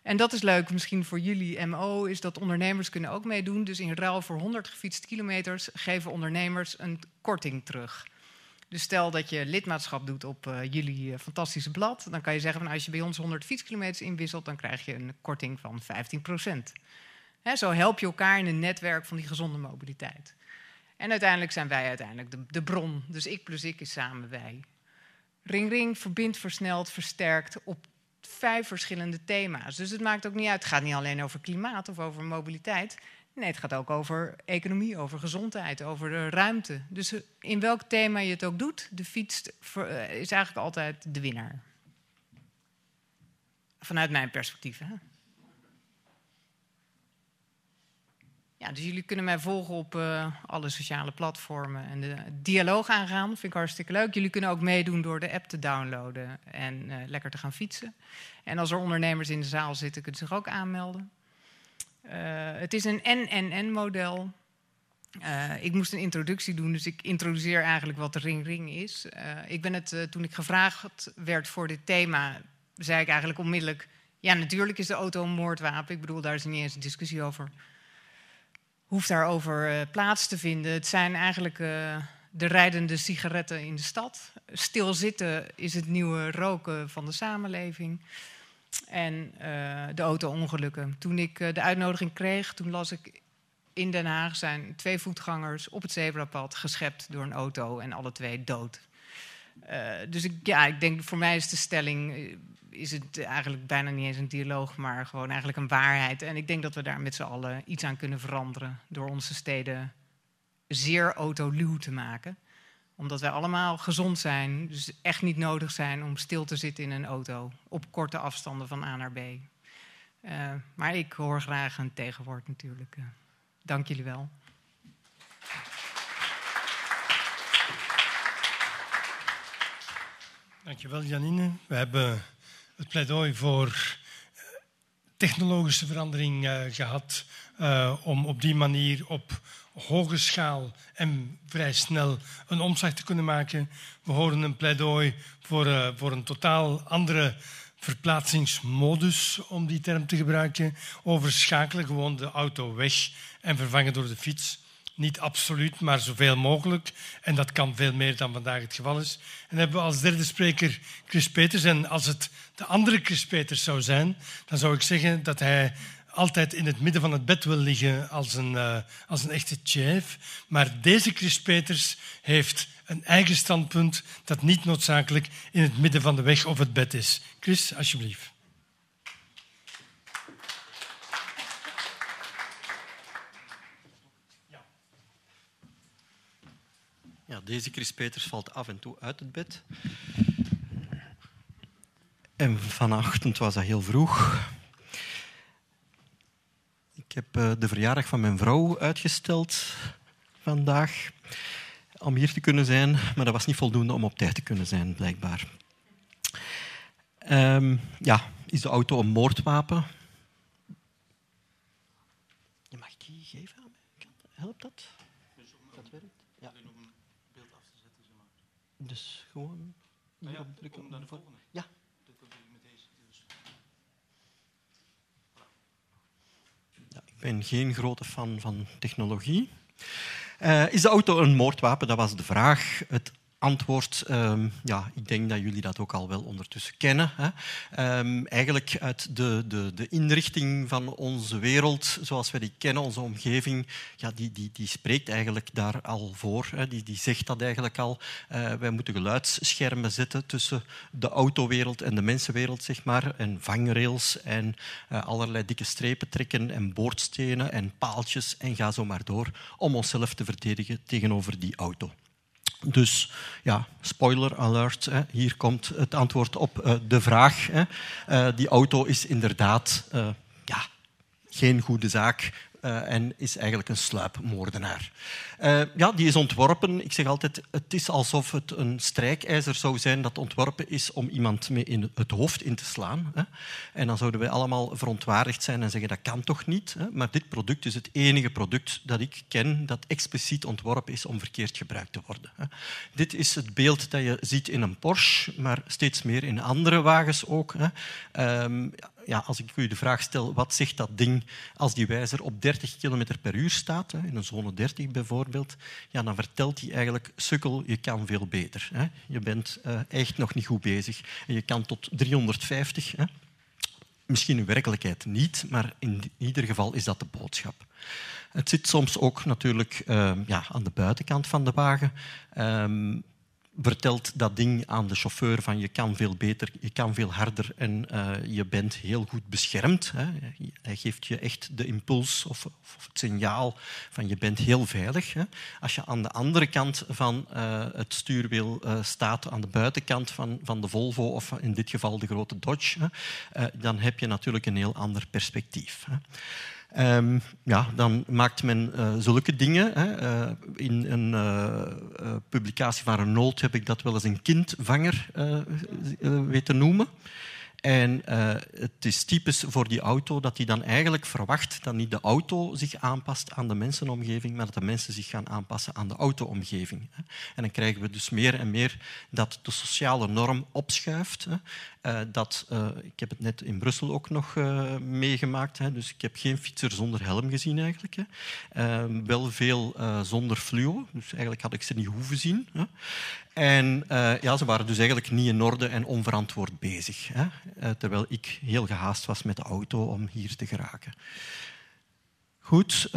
En dat is leuk misschien voor jullie MO, is dat ondernemers kunnen ook meedoen. Dus in ruil voor 100 gefietst kilometers geven ondernemers een korting terug. Dus stel dat je lidmaatschap doet op jullie fantastische blad. Dan kan je zeggen, van, als je bij ons 100 fietskilometers inwisselt, dan krijg je een korting van 15%. Zo help je elkaar in een netwerk van die gezonde mobiliteit. En uiteindelijk zijn wij de bron. Dus ik plus ik is samen wij. Ring Ring verbindt, versnelt, versterkt op 5 verschillende thema's. Dus het maakt ook niet uit. Het gaat niet alleen over klimaat of over mobiliteit. Nee, het gaat ook over economie, over gezondheid, over de ruimte. Dus in welk thema je het ook doet, de fiets is eigenlijk altijd de winnaar. Vanuit mijn perspectief, hè? Ja, dus jullie kunnen mij volgen op alle sociale platformen en de dialoog aangaan. Dat vind ik hartstikke leuk. Jullie kunnen ook meedoen door de app te downloaden en lekker te gaan fietsen. En als er ondernemers in de zaal zitten, kunnen ze zich ook aanmelden. Het is een NNN-model. Ik moest een introductie doen, dus ik introduceer eigenlijk wat de Ring Ring is. Toen ik gevraagd werd voor dit thema, zei ik eigenlijk onmiddellijk, ja, natuurlijk is de auto een moordwapen. Ik bedoel, daar is niet eens een discussie over. Hoeft daarover plaats te vinden. Het zijn eigenlijk de rijdende sigaretten in de stad. Stilzitten is het nieuwe roken van de samenleving. En de auto-ongelukken. Toen ik de uitnodiging kreeg, toen las ik in Den Haag zijn 2 voetgangers op het zebrapad geschept door een auto en alle 2 dood. Dus ik denk, voor mij is de stelling, is het eigenlijk bijna niet eens een dialoog, maar gewoon eigenlijk een waarheid. En ik denk dat we daar met z'n allen iets aan kunnen veranderen door onze steden zeer autoluw te maken. Omdat wij allemaal gezond zijn, dus echt niet nodig zijn om stil te zitten in een auto op korte afstanden van A naar B. Maar ik hoor graag een tegenwoord natuurlijk. Dank jullie wel. Dankjewel, Janine. We hebben het pleidooi voor technologische verandering gehad om op die manier op hoge schaal en vrij snel een omslag te kunnen maken. We horen een pleidooi voor een totaal andere verplaatsingsmodus, om die term te gebruiken. Overschakelen gewoon de auto weg en vervangen door de fiets. Niet absoluut, maar zoveel mogelijk. En dat kan veel meer dan vandaag het geval is. En dan hebben we als derde spreker Chris Peters. En als het de andere Chris Peters zou zijn, dan zou ik zeggen dat hij altijd in het midden van het bed wil liggen als een echte chef. Maar deze Chris Peters heeft een eigen standpunt dat niet noodzakelijk in het midden van de weg of het bed is. Chris, alsjeblieft. Ja, deze Chris Peters valt af en toe uit het bed. En vanochtend was dat heel vroeg. Ik heb de verjaardag van mijn vrouw uitgesteld vandaag om hier te kunnen zijn, maar dat was niet voldoende om op tijd te kunnen zijn, blijkbaar. Is de auto een moordwapen? Je mag die geven aan mij. Helpt dat? Dat werkt? Ja. Dus gewoon... Om naar de volgende. Ja. Ja, ik ben geen grote fan van technologie. Is de auto een moordwapen? Dat was de vraag. Het antwoord, ik denk dat jullie dat ook al wel ondertussen kennen. Hè. Eigenlijk uit de inrichting van onze wereld, zoals we die kennen, onze omgeving, ja, die spreekt eigenlijk daar al voor. Hè. Die zegt dat eigenlijk al. Wij moeten geluidsschermen zetten tussen de autowereld en de mensenwereld, zeg maar. En vangrails en allerlei dikke strepen trekken en boordstenen en paaltjes en ga zo maar door om onszelf te verdedigen tegenover die auto. Dus ja, spoiler alert, hè. Hier komt het antwoord op de vraag. Hè. Die auto is inderdaad geen goede zaak en is eigenlijk een sluipmoordenaar. Die is ontworpen. Ik zeg altijd, het is alsof het een strijkijzer zou zijn dat ontworpen is om iemand mee in het hoofd in te slaan. Hè. En dan zouden wij allemaal verontwaardigd zijn en zeggen, dat kan toch niet? Hè. Maar dit product is het enige product dat ik ken dat expliciet ontworpen is om verkeerd gebruikt te worden. Hè. Dit is het beeld dat je ziet in een Porsche, maar steeds meer in andere wagens ook. Hè. als ik u de vraag stel, wat zegt dat ding als die wijzer op 30 km per uur staat, in een zone 30 bijvoorbeeld, ja, dan vertelt hij eigenlijk, sukkel, je kan veel beter. Hè. Je bent echt nog niet goed bezig. En je kan tot 350. Hè. Misschien in werkelijkheid niet, maar in ieder geval is dat de boodschap. Het zit soms ook natuurlijk aan de buitenkant van de wagen. Vertelt dat ding aan de chauffeur van je kan veel beter, je kan veel harder en je bent heel goed beschermd. Hè. Hij geeft je echt de impuls of het signaal van je bent heel veilig. Hè. Als je aan de andere kant van het stuurwiel staat, aan de buitenkant van de Volvo of in dit geval de grote Dodge, dan heb je natuurlijk een heel ander perspectief. Hè. Dan maakt men zulke dingen. Hè. In een publicatie van Renault heb ik dat wel eens een kindvanger weten noemen. En het is typisch voor die auto dat hij dan eigenlijk verwacht dat niet de auto zich aanpast aan de mensenomgeving, maar dat de mensen zich gaan aanpassen aan de auto-omgeving. En dan krijgen we dus meer en meer dat de sociale norm opschuift. Ik heb het net in Brussel ook nog meegemaakt, dus ik heb geen fietser zonder helm gezien eigenlijk. Wel veel zonder fluo, dus eigenlijk had ik ze niet hoeven zien. En ze waren dus eigenlijk niet in orde en onverantwoord bezig. Terwijl ik heel gehaast was met de auto om hier te geraken. Goed,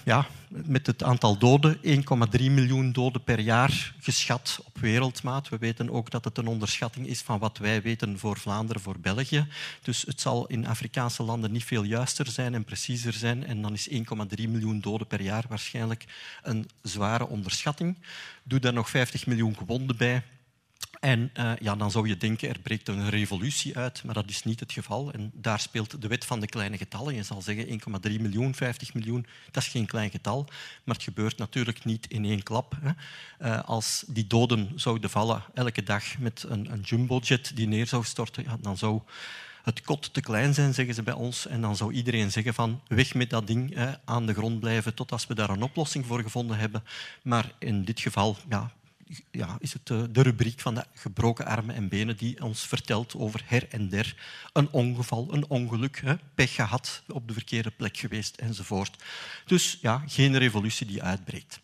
met het aantal doden, 1,3 miljoen doden per jaar geschat op wereldmaat. We weten ook dat het een onderschatting is van wat wij weten voor Vlaanderen, voor België. Dus het zal in Afrikaanse landen niet veel juister zijn en preciezer zijn. En dan is 1,3 miljoen doden per jaar waarschijnlijk een zware onderschatting. Doe daar nog 50 miljoen gewonden bij. En dan zou je denken, er breekt een revolutie uit, maar dat is niet het geval. En daar speelt de wet van de kleine getallen. Je zal zeggen 1,3 miljoen, 50 miljoen, dat is geen klein getal. Maar het gebeurt natuurlijk niet in één klap. Hè. Als die doden zouden vallen elke dag met een jumbojet die neer zou storten, dan zou het kot te klein zijn, zeggen ze bij ons. En dan zou iedereen zeggen van weg met dat ding, aan de grond blijven tot als we daar een oplossing voor gevonden hebben. Maar in dit geval is het de rubriek van de gebroken armen en benen die ons vertelt over her en der een ongeval, een ongeluk, pech gehad, op de verkeerde plek geweest enzovoort. Dus geen revolutie die uitbreekt.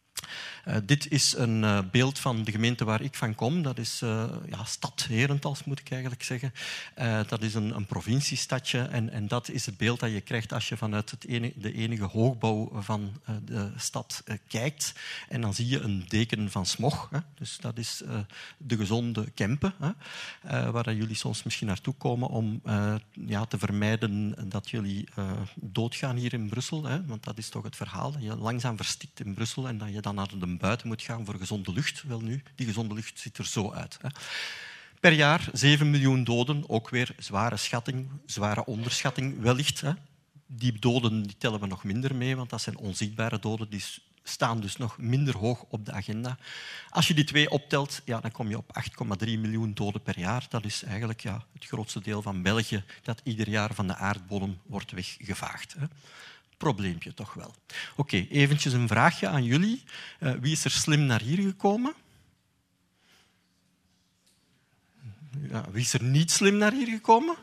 Dit is een beeld van de gemeente waar ik van kom. Dat is stad Herentals, moet ik eigenlijk zeggen. Dat is een provinciestadje en dat is het beeld dat je krijgt als je vanuit de enige hoogbouw van de stad kijkt. En dan zie je een deken van smog. Dus dat is de gezonde Kempen, waar jullie soms misschien naartoe komen om te vermijden dat jullie doodgaan hier in Brussel. Want dat is toch het verhaal, dat je langzaam verstikt in Brussel en dat je dan naar de buiten moet gaan voor gezonde lucht. Wel nu, die gezonde lucht ziet er zo uit. Per jaar 7 miljoen doden, ook weer zware schatting, zware onderschatting wellicht. Die doden die tellen we nog minder mee, want dat zijn onzichtbare doden, die staan dus nog minder hoog op de agenda. Als je die twee optelt, dan kom je op 8,3 miljoen doden per jaar. Dat is eigenlijk het grootste deel van België dat ieder jaar van de aardbodem wordt weggevaagd. Probleempje toch wel. Oké, eventjes een vraagje aan jullie. Wie is er slim naar hier gekomen? Wie is er niet slim naar hier gekomen?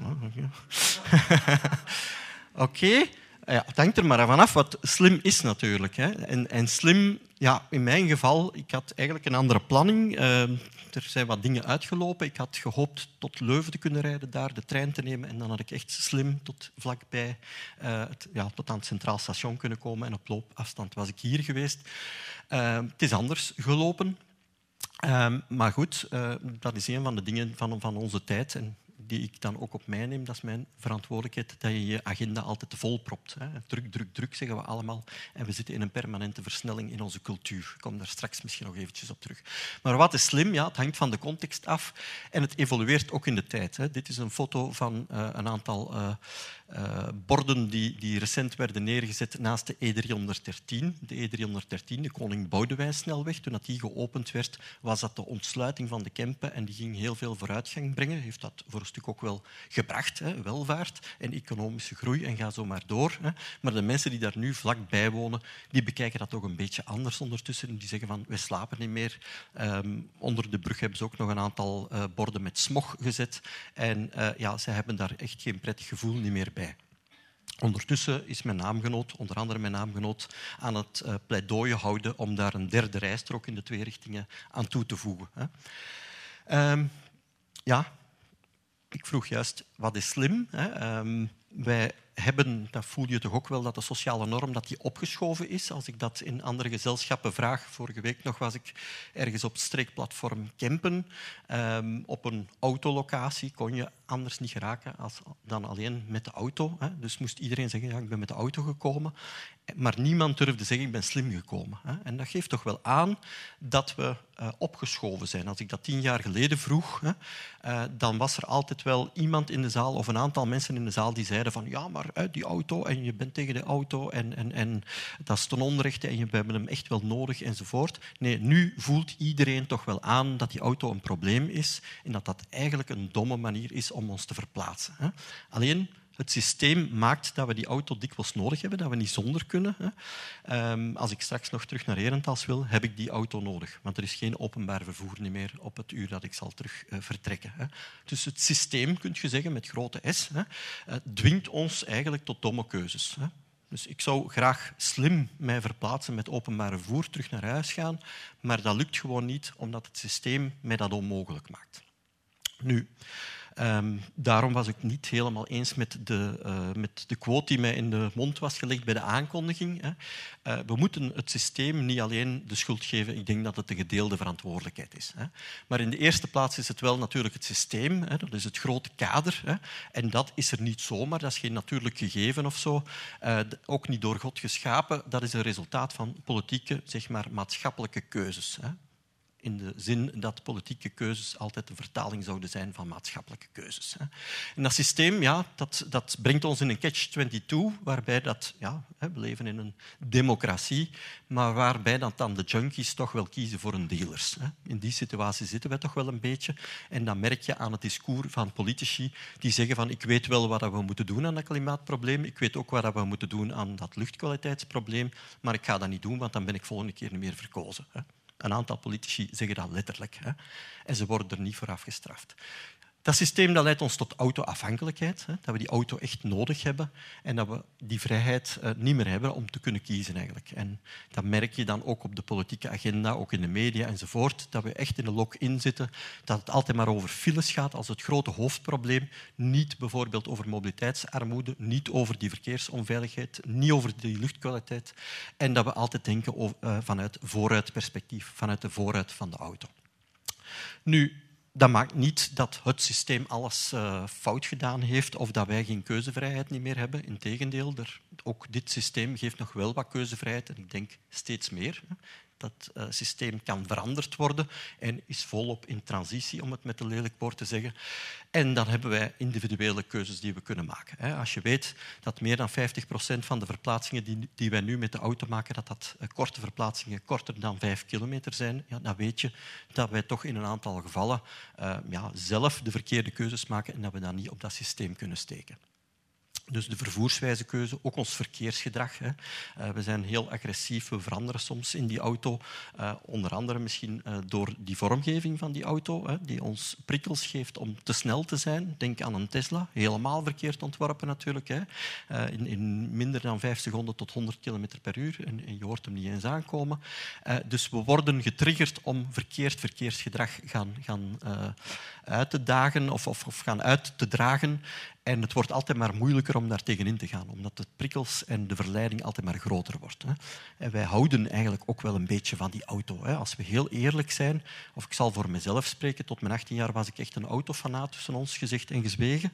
Oké. Het hangt er maar vanaf wat slim is natuurlijk. En slim, in mijn geval, ik had eigenlijk een andere planning. Er zijn wat dingen uitgelopen. Ik had gehoopt tot Leuven te kunnen rijden, daar de trein te nemen. En dan had ik echt slim tot vlakbij, tot aan het Centraal Station kunnen komen. En op loopafstand was ik hier geweest. Het is anders gelopen. Maar goed, dat is een van de dingen van onze tijd. En die ik dan ook op mij neem, dat is mijn verantwoordelijkheid, dat je je agenda altijd volpropt. Druk, druk, druk, zeggen we allemaal. En we zitten in een permanente versnelling in onze cultuur. Ik kom daar straks misschien nog eventjes op terug. Maar wat is slim? Het hangt van de context af en het evolueert ook in de tijd. Dit is een foto van een aantal borden die recent werden neergezet naast de E313. De E313, de Koning Boudewijnsnelweg, toen die geopend werd, was dat de ontsluiting van de Kempen en die ging heel veel vooruitgang brengen. Heeft dat voor een natuurlijk ook wel gebracht. Hè, welvaart en economische groei en ga zo maar door. Hè. Maar de mensen die daar nu vlakbij wonen, die bekijken dat toch een beetje anders ondertussen. Die zeggen van, we slapen niet meer. Onder de brug hebben ze ook nog een aantal borden met smog gezet. En ze hebben daar echt geen prettig gevoel niet meer bij. Ondertussen is mijn naamgenoot, onder andere mijn naamgenoot, aan het pleidooien houden om daar een derde rijstrook in de twee richtingen aan toe te voegen. Ik vroeg juist, wat is slim? Wij hebben, dat voel je toch ook wel, dat de sociale norm dat die opgeschoven is. Als ik dat in andere gezelschappen vraag, vorige week nog was ik ergens op het streekplatform Kempen. Op een autolocatie kon je anders niet geraken dan alleen met de auto. Dus moest iedereen zeggen, ja, ik ben met de auto gekomen. Maar niemand durfde zeggen, ik ben slim gekomen. En dat geeft toch wel aan dat we opgeschoven zijn. Als ik dat 10 jaar geleden vroeg, dan was er altijd wel iemand in de zaal of een aantal mensen in de zaal die zeiden van ja, maar die auto en je bent tegen de auto en dat is ten onrechte en we hebben hem echt wel nodig enzovoort. Nee, nu voelt iedereen toch wel aan dat die auto een probleem is en dat dat eigenlijk een domme manier is om ons te verplaatsen. Alleen, het systeem maakt dat we die auto dikwijls nodig hebben, dat we niet zonder kunnen. Als ik straks nog terug naar Herentals wil, heb ik die auto nodig. Want er is geen openbaar vervoer meer op het uur dat ik zal terug vertrekken. Dus het systeem, kun je zeggen, met grote S, dwingt ons eigenlijk tot domme keuzes. Dus ik zou graag slim mij verplaatsen met openbaar vervoer, terug naar huis gaan, maar dat lukt gewoon niet, omdat het systeem mij dat onmogelijk maakt. Nu, daarom was ik niet helemaal eens met de quote die mij in de mond was gelegd bij de aankondiging. We moeten het systeem niet alleen de schuld geven. Ik denk dat het een gedeelde verantwoordelijkheid is. Maar in de eerste plaats is het wel natuurlijk het systeem. Dat is het grote kader. En dat is er niet zomaar. Dat is geen natuurlijk gegeven of zo. Ook niet door God geschapen. Dat is een resultaat van politieke, zeg maar, maatschappelijke keuzes. In de zin dat politieke keuzes altijd een vertaling zouden zijn van maatschappelijke keuzes. En dat systeem, ja, dat brengt ons in een catch-22, waarbij we leven in een democratie, maar waarbij dan de junkies toch wel kiezen voor hun dealers. In die situatie zitten we toch wel een beetje. En dan merk je aan het discours van politici die zeggen van ik weet wel wat we moeten doen aan dat klimaatprobleem, ik weet ook wat we moeten doen aan dat luchtkwaliteitsprobleem, maar ik ga dat niet doen, want dan ben ik volgende keer niet meer verkozen. Een aantal politici zeggen dat letterlijk. En ze worden er niet voor afgestraft. Dat systeem dat leidt ons tot auto-afhankelijkheid. Dat we die auto echt nodig hebben en dat we die vrijheid niet meer hebben om te kunnen kiezen. Eigenlijk. En dat merk je dan ook op de politieke agenda, ook in de media enzovoort. Dat we echt in de lock-in zitten. Dat het altijd maar over files gaat als het grote hoofdprobleem. Niet bijvoorbeeld over mobiliteitsarmoede, niet over die verkeersonveiligheid, niet over die luchtkwaliteit. En dat we altijd denken vanuit vooruitperspectief, vanuit de vooruit van de auto. Nu, dat maakt niet dat het systeem alles fout gedaan heeft of dat wij geen keuzevrijheid niet meer hebben. Integendeel, ook dit systeem geeft nog wel wat keuzevrijheid en ik denk steeds meer. Dat systeem kan veranderd worden en is volop in transitie, om het met een lelijk woord te zeggen. En dan hebben wij individuele keuzes die we kunnen maken. Als je weet dat meer dan 50% van de verplaatsingen die wij nu met de auto maken, dat korte verplaatsingen korter dan 5 kilometer zijn, dan weet je dat wij toch in een aantal gevallen zelf de verkeerde keuzes maken en dat we dat niet op dat systeem kunnen steken. Dus de vervoerswijzekeuze, ook ons verkeersgedrag. We zijn heel agressief, we veranderen soms in die auto. Onder andere misschien door die vormgeving van die auto, die ons prikkels geeft om te snel te zijn. Denk aan een Tesla, helemaal verkeerd ontworpen natuurlijk. In minder dan 5 seconden tot 100 km per uur. En je hoort hem niet eens aankomen. Dus we worden getriggerd om verkeersgedrag gaan uit te dagen of gaan uit te dragen. En het wordt altijd maar moeilijker om daar tegenin te gaan, omdat de prikkels en de verleiding altijd maar groter wordt. En wij houden eigenlijk ook wel een beetje van die auto. Als we heel eerlijk zijn, of ik zal voor mezelf spreken, tot mijn 18 jaar was ik echt een autofanaat, tussen ons gezegd en gezwegen.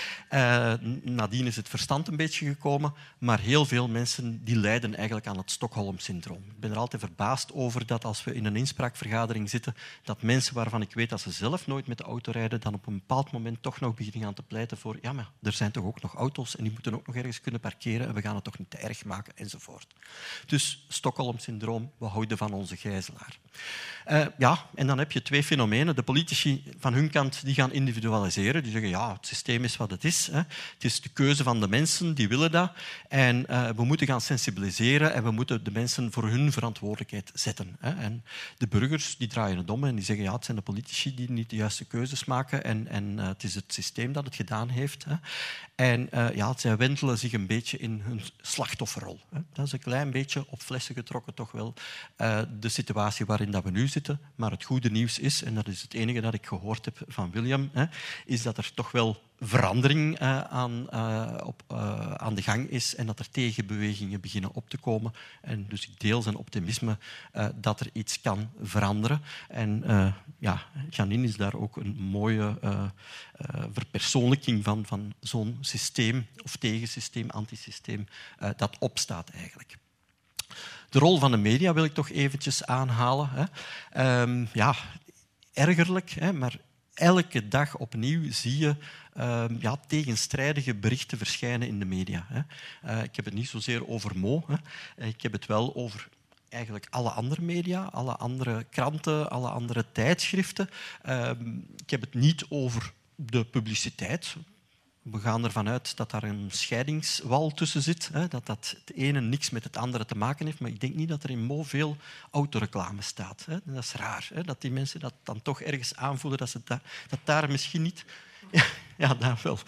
Nadien is het verstand een beetje gekomen, maar heel veel mensen die lijden eigenlijk aan het Stockholm-syndroom. Ik ben er altijd verbaasd over dat als we in een inspraakvergadering zitten, dat mensen waarvan ik weet dat ze zelf nooit met de auto rijden, dan op een bepaald moment toch nog beginnen aan te pleiten voor ja, maar er zijn toch ook nog auto's auto's en die moeten ook nog ergens kunnen parkeren en we gaan het toch niet te erg maken, enzovoort. Dus Stockholm-syndroom, we houden van onze gijzelaar. En dan heb je twee fenomenen. De politici van hun kant die gaan individualiseren. Die zeggen, ja, het systeem is wat het is. Hè. Het is de keuze van de mensen, die willen dat. En we moeten gaan sensibiliseren en we moeten de mensen voor hun verantwoordelijkheid zetten. Hè. En de burgers die draaien het om en die zeggen, ja, het zijn de politici die niet de juiste keuzes maken en het is het systeem dat het gedaan heeft. Hè. En zij wentelen zich een beetje in hun slachtofferrol. Hè. Dat is een klein beetje op flessen getrokken toch wel de situatie waarin dat we nu zitten. Maar het goede nieuws is, en dat is het enige dat ik gehoord heb van William, is dat er toch wel verandering aan de gang is en dat er tegenbewegingen beginnen op te komen. En dus ik deel zijn optimisme dat er iets kan veranderen. En Janine is daar ook een mooie verpersoonlijking van zo'n systeem of tegensysteem, antisysteem, dat opstaat eigenlijk. De rol van de media wil ik toch eventjes aanhalen. Hè. Ergerlijk, hè, maar elke dag opnieuw zie je tegenstrijdige berichten verschijnen in de media. Hè. Ik heb het niet zozeer over Mo. Hè. Ik heb het wel over eigenlijk alle andere media, alle andere kranten, alle andere tijdschriften. Ik heb het niet over de publiciteit. We gaan ervan uit dat daar een scheidingswal tussen zit, hè, dat het ene niks met het andere te maken heeft. Maar ik denk niet dat er in Mo veel autoreclame staat. Hè. Dat is raar, hè, dat die mensen dat dan toch ergens aanvoelen, dat daar misschien niet... Ja, daar wel.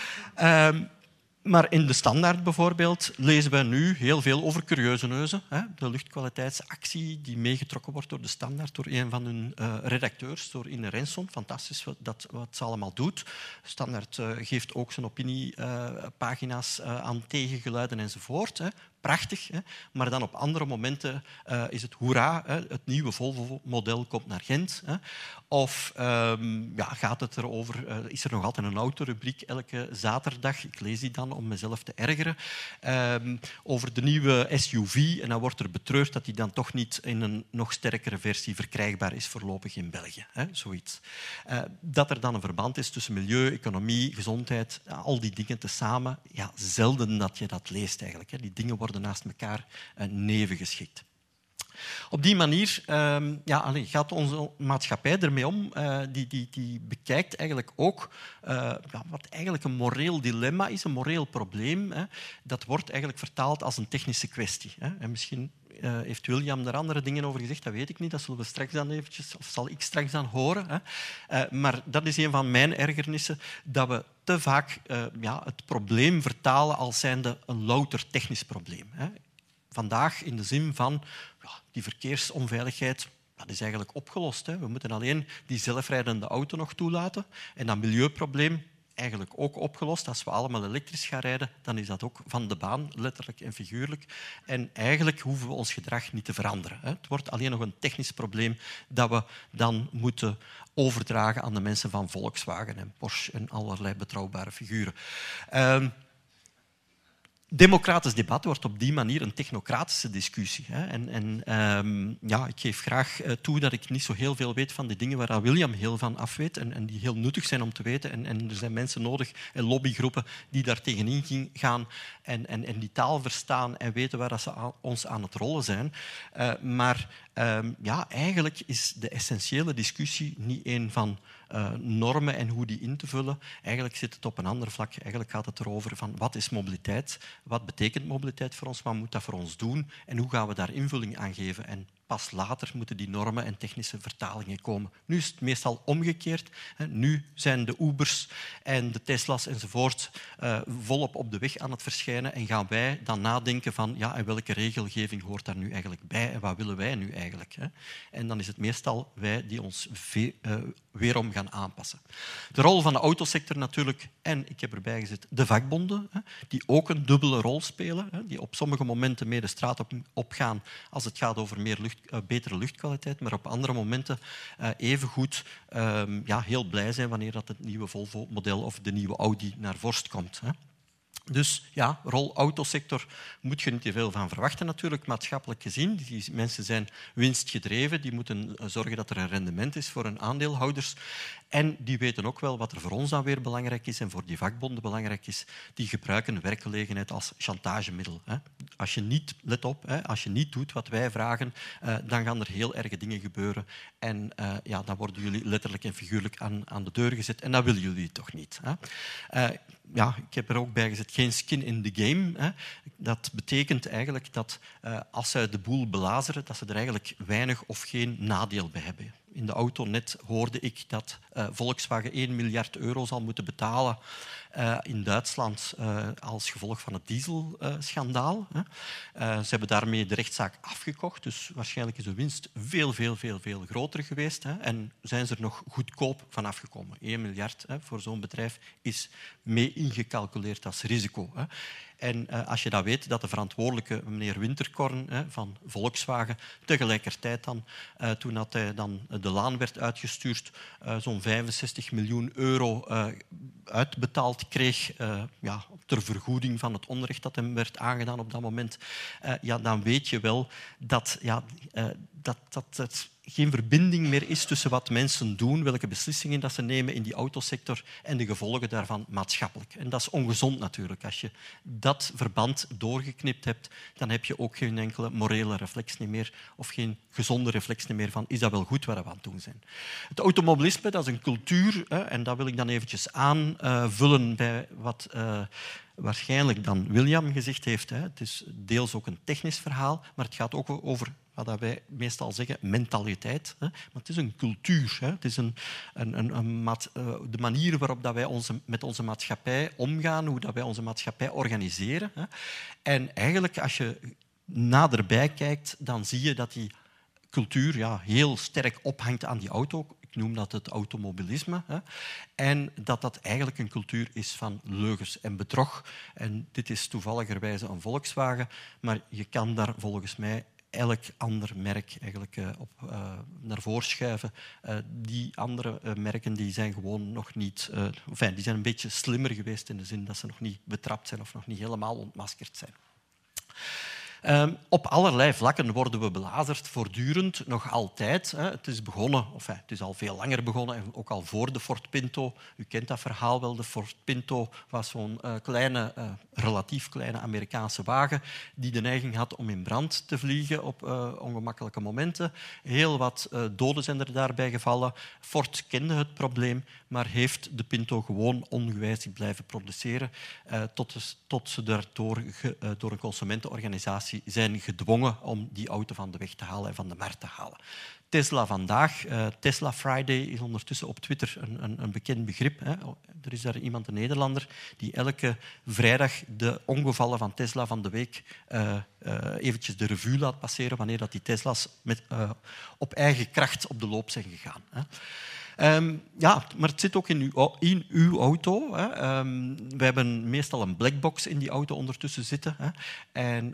Maar in de Standaard bijvoorbeeld lezen we nu heel veel over Curieuze Neuzen. De luchtkwaliteitsactie die meegetrokken wordt door de Standaard, door een van hun redacteurs, door Ine Renson. Fantastisch wat ze allemaal doet. Standaard geeft ook zijn opiniepagina's aan tegengeluiden enzovoort. Prachtig, hè? Maar dan op andere momenten is het hoera, hè? Het nieuwe Volvo-model komt naar Gent. Hè? Of gaat het erover, is er nog altijd een autorubriek elke zaterdag, ik lees die dan om mezelf te ergeren, over de nieuwe SUV en dan wordt er betreurd dat die dan toch niet in een nog sterkere versie verkrijgbaar is voorlopig in België. Hè? Zoiets. Dat er dan een verband is tussen milieu, economie, gezondheid, al die dingen tezamen, zelden dat je dat leest eigenlijk. Hè? Die dingen worden naast elkaar neven geschikt. Op die manier gaat onze maatschappij ermee om. Die bekijkt eigenlijk ook wat eigenlijk een moreel dilemma is, een moreel probleem. Hè. Dat wordt eigenlijk vertaald als een technische kwestie. Hè. En misschien heeft William daar andere dingen over gezegd, dat weet ik niet. Dat zullen we straks dan eventjes, of zal ik straks dan horen. Hè. Maar dat is een van mijn ergernissen, dat we te vaak het probleem vertalen als zijnde een louter technisch probleem. Hè. Vandaag in de zin van die verkeersonveiligheid, dat is eigenlijk opgelost. Hè. We moeten alleen die zelfrijdende auto nog toelaten. En dat milieuprobleem eigenlijk ook opgelost. Als we allemaal elektrisch gaan rijden, dan is dat ook van de baan, letterlijk en figuurlijk. En eigenlijk hoeven we ons gedrag niet te veranderen. Hè. Het wordt alleen nog een technisch probleem dat we dan moeten overdragen aan de mensen van Volkswagen en Porsche en allerlei betrouwbare figuren. Democratisch debat wordt op die manier een technocratische discussie. Ik geef graag toe dat ik niet zo heel veel weet van de dingen waar William heel van af weet en die heel nuttig zijn om te weten. En er zijn mensen nodig en lobbygroepen die daar tegenin gaan en die taal verstaan en weten waar ze ons aan het rollen zijn. Eigenlijk is de essentiële discussie niet een van normen en hoe die in te vullen. Eigenlijk zit het op een ander vlak. Eigenlijk gaat het erover van wat is mobiliteit, wat betekent mobiliteit voor ons, wat moet dat voor ons doen en hoe gaan we daar invulling aan geven. En pas later moeten die normen en technische vertalingen komen. Nu is het meestal omgekeerd. Nu zijn de Ubers en de Tesla's enzovoort volop op de weg aan het verschijnen en gaan wij dan nadenken van en welke regelgeving hoort daar nu eigenlijk bij en wat willen wij nu eigenlijk. En dan is het meestal wij die ons weerom gaan aanpassen. De rol van de autosector natuurlijk, en ik heb erbij gezet de vakbonden, die ook een dubbele rol spelen, die op sommige momenten mee de straat op gaan als het gaat over betere luchtkwaliteit, maar op andere momenten evengoed heel blij zijn wanneer dat het nieuwe Volvo-model of de nieuwe Audi naar vorst komt. Dus ja, rol autosector moet je niet te veel van verwachten natuurlijk, maatschappelijk gezien. Die mensen zijn winstgedreven, die moeten zorgen dat er een rendement is voor hun aandeelhouders. En die weten ook wel wat er voor ons dan weer belangrijk is en voor die vakbonden belangrijk is. Die gebruiken werkgelegenheid als chantagemiddel. Als je niet, let op, als je niet doet wat wij vragen, dan gaan er heel erge dingen gebeuren. En dan worden jullie letterlijk en figuurlijk aan de deur gezet. En dat willen jullie toch niet. Ik heb er ook bij gezet, geen skin in the game. Dat betekent eigenlijk dat als zij de boel belazeren, dat ze er eigenlijk weinig of geen nadeel bij hebben. In de auto net hoorde ik dat Volkswagen 1 miljard euro zal moeten betalen in Duitsland als gevolg van het dieselschandaal. Ze hebben daarmee de rechtszaak afgekocht, dus waarschijnlijk is de winst veel groter geweest. En zijn ze er nog goedkoop van afgekomen. 1 miljard voor zo'n bedrijf is mee ingecalculeerd als risico. En als je dat weet, dat de verantwoordelijke meneer Winterkorn van Volkswagen tegelijkertijd dan, toen dat hij dan de laan werd uitgestuurd, zo'n 65 miljoen euro uitbetaald kreeg ter vergoeding van het onrecht dat hem werd aangedaan op dat moment, dan weet je wel dat het geen verbinding meer is tussen wat mensen doen, welke beslissingen dat ze nemen in die autosector en de gevolgen daarvan maatschappelijk. En dat is ongezond natuurlijk. Als je dat verband doorgeknipt hebt, dan heb je ook geen enkele morele reflex meer of geen gezonde reflex meer van is dat wel goed wat we aan het doen zijn. Het automobilisme, dat is een cultuur en dat wil ik dan eventjes aanvullen bij wat waarschijnlijk dan William gezegd heeft. Het is deels ook een technisch verhaal, maar het gaat ook over wat wij meestal zeggen, mentaliteit. Maar het is een cultuur. Het is de manier waarop dat wij met onze maatschappij omgaan, hoe dat wij onze maatschappij organiseren. En eigenlijk, als je naderbij kijkt, dan zie je dat die cultuur heel sterk ophangt aan die auto. Ik noem dat het automobilisme. En dat eigenlijk een cultuur is van leugens en bedrog. En dit is toevalligerwijze een Volkswagen, maar je kan daar volgens mij elk ander merk eigenlijk naar voren schuiven. Die andere merken die zijn gewoon nog niet... die zijn een beetje slimmer geweest in de zin dat ze nog niet betrapt zijn of nog niet helemaal ontmaskerd zijn. Op allerlei vlakken worden we belazerd, voortdurend, nog altijd. Het is begonnen, het is al veel langer begonnen, en ook al voor de Ford Pinto. U kent dat verhaal wel. De Ford Pinto was zo'n relatief kleine Amerikaanse wagen die de neiging had om in brand te vliegen op ongemakkelijke momenten. Heel wat doden zijn er daarbij gevallen. Ford kende het probleem, maar heeft de Pinto gewoon ongewijzigd blijven produceren tot ze daardoor door een consumentenorganisatie zijn gedwongen om die auto van de weg te halen en van de markt te halen. Tesla vandaag, Tesla Friday, is ondertussen op Twitter een bekend begrip. Er is daar iemand, een Nederlander, die elke vrijdag de ongevallen van Tesla van de week eventjes de revue laat passeren wanneer dat die Tesla's op eigen kracht op de loop zijn gegaan. Maar het zit ook in uw auto. We hebben meestal een blackbox in die auto ondertussen zitten. En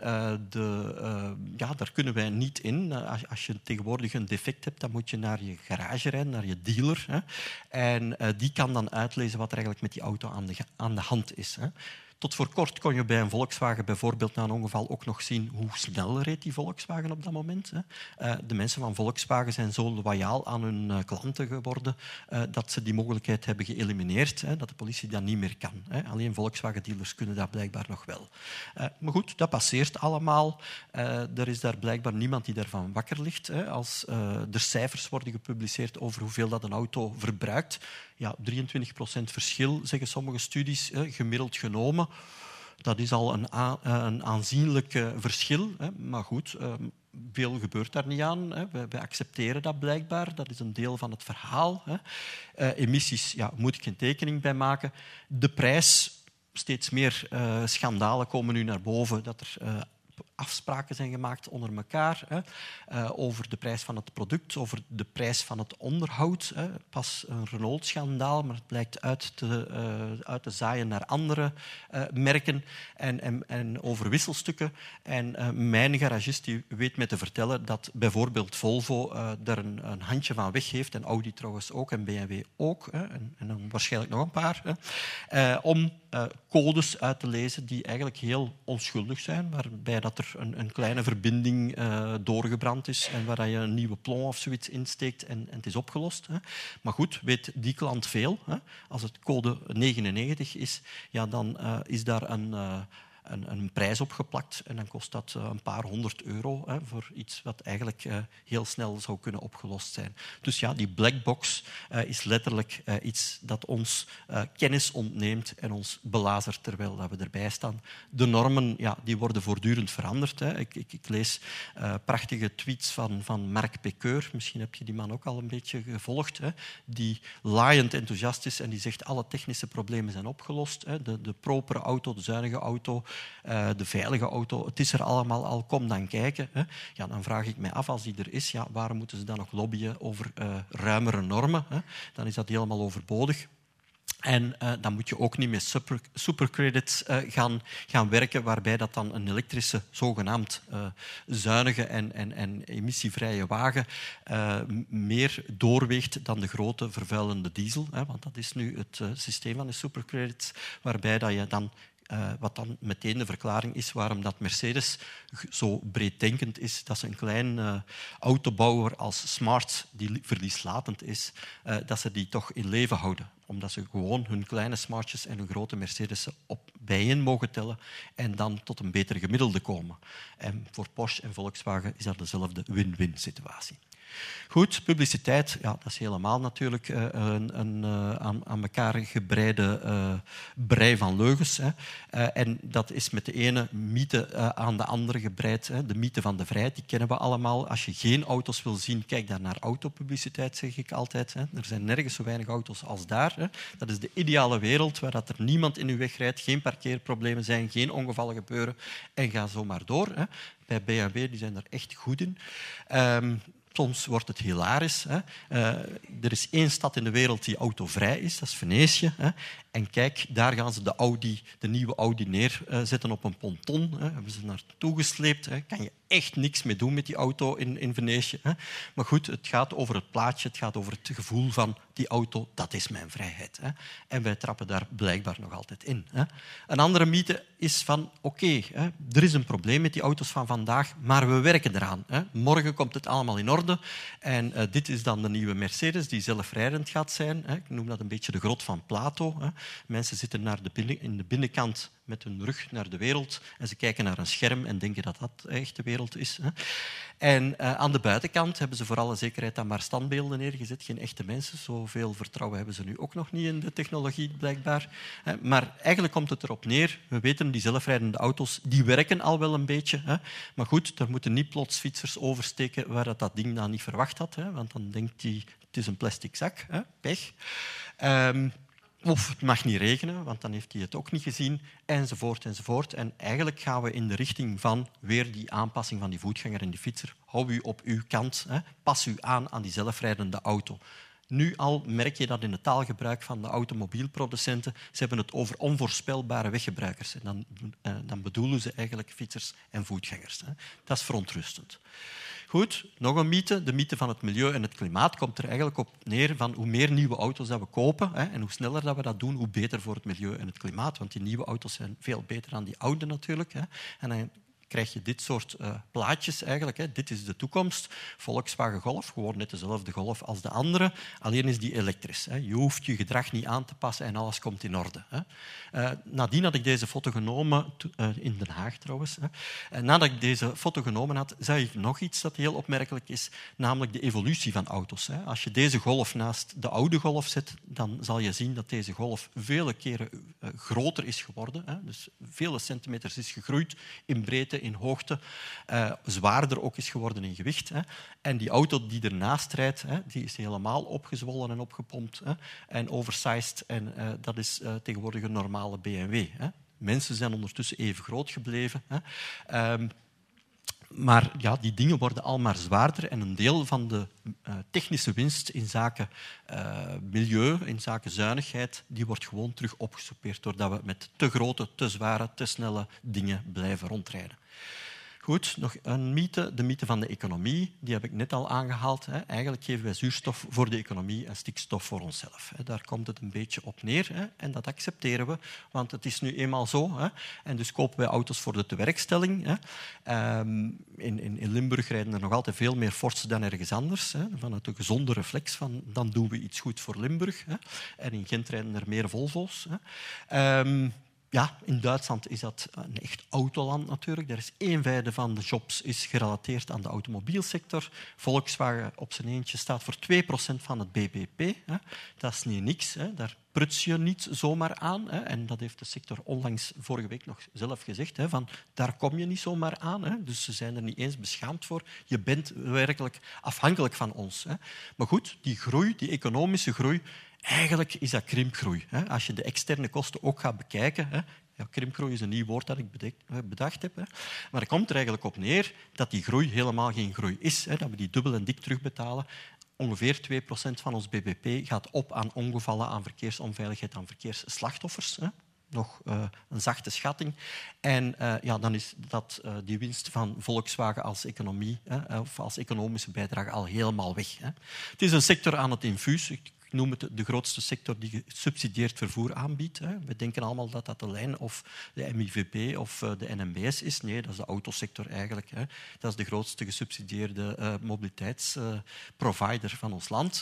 daar kunnen wij niet in. Als je tegenwoordig een defect hebt, dan moet je naar je garage rijden, naar je dealer. En die kan dan uitlezen wat er eigenlijk met die auto aan de hand is. Tot voor kort kon je bij een Volkswagen bijvoorbeeld na een ongeval ook nog zien hoe snel reed die Volkswagen op dat moment. De mensen van Volkswagen zijn zo loyaal aan hun klanten geworden dat ze die mogelijkheid hebben geëlimineerd, dat de politie dat niet meer kan. Alleen Volkswagen-dealers kunnen dat blijkbaar nog wel. Maar goed, dat passeert allemaal. Er is daar blijkbaar niemand die daarvan wakker ligt. Als er cijfers worden gepubliceerd over hoeveel dat een auto verbruikt, 23% verschil, zeggen sommige studies, gemiddeld genomen. Dat is al een aanzienlijk verschil. Maar goed, veel gebeurt daar niet aan. Wij accepteren dat blijkbaar. Dat is een deel van het verhaal. Emissies, moet ik geen tekening bij maken. De prijs, steeds meer schandalen komen nu naar boven dat er afspraken zijn gemaakt onder elkaar over de prijs van het product, over de prijs van het onderhoud. Pas een Renault-schandaal, maar het blijkt uit te zaaien naar andere merken en over wisselstukken. En mijn garagist die weet mij te vertellen dat bijvoorbeeld Volvo daar een handje van weg heeft, en Audi trouwens ook, en BMW ook, en dan waarschijnlijk nog een paar, om codes uit te lezen die eigenlijk heel onschuldig zijn, waarbij dat er een kleine verbinding doorgebrand is en waar je een nieuwe plomb of zoiets insteekt en het is opgelost. Hè. Maar goed, weet die klant veel. Hè. Als het code 99 is, ja, dan is daar een prijs opgeplakt en dan kost dat een paar €100 voor iets wat eigenlijk heel snel zou kunnen opgelost zijn. Dus ja, die blackbox is letterlijk iets dat ons kennis ontneemt en ons belazert terwijl dat we erbij staan. De normen die worden voortdurend veranderd. Hè. Ik lees prachtige tweets van Marc Pecqueur, misschien heb je die man ook al een beetje gevolgd, hè, die laaiend enthousiast is en die zegt alle technische problemen zijn opgelost. Hè. De propere auto, de zuinige auto, de veilige auto, het is er allemaal al, kom dan kijken. Hè. Ja, dan vraag ik mij af, als die er is, waarom moeten ze dan nog lobbyen over ruimere normen? Hè? Dan is dat helemaal overbodig. En dan moet je ook niet met supercredits gaan werken, waarbij dat dan een elektrische, zogenaamd zuinige en emissievrije wagen meer doorweegt dan de grote vervuilende diesel. Hè, want dat is nu het systeem van de supercredits, waarbij dat je dan wat dan meteen de verklaring is waarom dat Mercedes zo breeddenkend is, dat ze een klein autobouwer als Smart, die verlieslatend is, dat ze die toch in leven houden. Omdat ze gewoon hun kleine Smartjes en hun grote Mercedes'en bijeen mogen tellen en dan tot een beter gemiddelde komen. En voor Porsche en Volkswagen is dat dezelfde win-win situatie. Goed, publiciteit, ja, dat is helemaal natuurlijk een aan elkaar gebreide brei van leugens. Hè. En dat is met de ene mythe aan de andere gebreid. Hè. De mythe van de vrijheid, die kennen we allemaal. Als je geen auto's wil zien, kijk dan naar autopubliciteit, zeg ik altijd. Hè. Er zijn nergens zo weinig auto's als daar. Hè. Dat is de ideale wereld, waar dat er niemand in uw weg rijdt, geen parkeerproblemen zijn, geen ongevallen gebeuren en ga zo maar door. Hè. Bij BMW die zijn er echt goed in. Soms wordt het hilarisch. Hè. Er is één stad in de wereld die autovrij is, dat is Venetië. Hè. En kijk, daar gaan ze de nieuwe Audi neerzetten op een ponton. Hè. Hebben ze naartoe gesleept. Hè. Kan je echt niks mee doen met die auto in Venetië. Hè. Maar goed, het gaat over het plaatje, het gaat over het gevoel van die auto, dat is mijn vrijheid. Hè. En wij trappen daar blijkbaar nog altijd in. Hè. Een andere mythe is van, oké, er is een probleem met die auto's van vandaag, maar we werken eraan. Hè. Morgen komt het allemaal in orde. En dit is dan de nieuwe Mercedes, die zelfrijdend gaat zijn. Hè. Ik noem dat een beetje de grot van Plato. Hè. Mensen zitten in de binnenkant met hun rug naar de wereld en ze kijken naar een scherm en denken dat dat echt de wereld is. Hè. En aan de buitenkant hebben ze voor alle zekerheid dan maar standbeelden neergezet, geen echte mensen. Zoveel vertrouwen hebben ze nu ook nog niet in de technologie, blijkbaar. Maar eigenlijk komt het erop neer, we weten, die zelfrijdende auto's die werken al wel een beetje. Hè. Maar goed, er moeten niet plots fietsers oversteken waar dat ding dan niet verwacht had. Hè, want dan denkt hij, het is een plastic zak, hè, pech. Of het mag niet regenen, want dan heeft hij het ook niet gezien, enzovoort, enzovoort. En eigenlijk gaan we in de richting van weer die aanpassing van die voetganger en die fietser. Hou u op uw kant, hè. Pas u aan die zelfrijdende auto. Nu al merk je dat in het taalgebruik van de automobielproducenten. Ze hebben het over onvoorspelbare weggebruikers. En dan bedoelen ze eigenlijk fietsers en voetgangers. Hè. Dat is verontrustend. Goed, nog een mythe. De mythe van het milieu en het klimaat komt er eigenlijk op neer van hoe meer nieuwe auto's dat we kopen en hoe sneller dat we dat doen, hoe beter voor het milieu en het klimaat. Want die nieuwe auto's zijn veel beter dan die oude natuurlijk. En dan krijg je dit soort plaatjes eigenlijk. Dit is de toekomst. Volkswagen Golf, gewoon net dezelfde Golf als de andere, alleen is die elektrisch. Je hoeft je gedrag niet aan te passen en alles komt in orde. Nadien had ik deze foto genomen, in Den Haag trouwens. Nadat ik deze foto genomen had, zag ik nog iets dat heel opmerkelijk is, namelijk de evolutie van auto's. Als je deze Golf naast de oude Golf zet, dan zal je zien dat deze Golf vele keren groter is geworden. Dus vele centimeters is gegroeid in breedte, in hoogte, zwaarder ook is geworden in gewicht. En die auto die ernaast rijdt, die is helemaal opgezwollen en opgepompt en oversized. En dat is tegenwoordig een normale BMW. Mensen zijn ondertussen even groot gebleven. Maar ja, die dingen worden al maar zwaarder en een deel van de technische winst in zaken milieu, in zaken zuinigheid, die wordt gewoon terug opgesoupeerd doordat we met te grote, te zware, te snelle dingen blijven rondrijden. Goed, nog een mythe, de mythe van de economie. Die heb ik net al aangehaald. Hè. Eigenlijk geven wij zuurstof voor de economie en stikstof voor onszelf. Hè. Daar komt het een beetje op neer. Hè. En dat accepteren we, want het is nu eenmaal zo. Hè. En dus kopen wij auto's voor de tewerkstelling. Hè. In Limburg rijden er nog altijd veel meer Fords dan ergens anders. Hè. Vanuit een gezonde reflex van dan doen we iets goed voor Limburg. Hè. En in Gent rijden er meer Volvo's. Hè. Ja, in Duitsland is dat een echt autoland natuurlijk. Daar is 1/5 van de jobs is gerelateerd aan de automobielsector. Volkswagen op zijn eentje staat voor 2% van het bbp. Hè. Dat is niet niks. Hè. Daar pruts je niet zomaar aan. Hè. En dat heeft de sector onlangs vorige week nog zelf gezegd. Hè, van, daar kom je niet zomaar aan. Hè. Dus ze zijn er niet eens beschaamd voor. Je bent werkelijk afhankelijk van ons. Hè. Maar goed, die groei, die economische groei, eigenlijk is dat krimpgroei. Als je de externe kosten ook gaat bekijken. Ja, krimpgroei is een nieuw woord dat ik bedacht heb. Maar het komt er eigenlijk op neer dat die groei helemaal geen groei is. Dat we die dubbel en dik terugbetalen. Ongeveer 2% van ons bbp gaat op aan ongevallen, aan verkeersonveiligheid, aan verkeersslachtoffers. Nog een zachte schatting. En dan is dat, die winst van Volkswagen als economie of als economische bijdrage al helemaal weg. Het is een sector aan het infuus. Ik noem het de grootste sector die gesubsidieerd vervoer aanbiedt. We denken allemaal dat dat de lijn of de MIVB of de NMBS is. Nee, dat is de autosector eigenlijk. Dat is de grootste gesubsidieerde mobiliteitsprovider van ons land.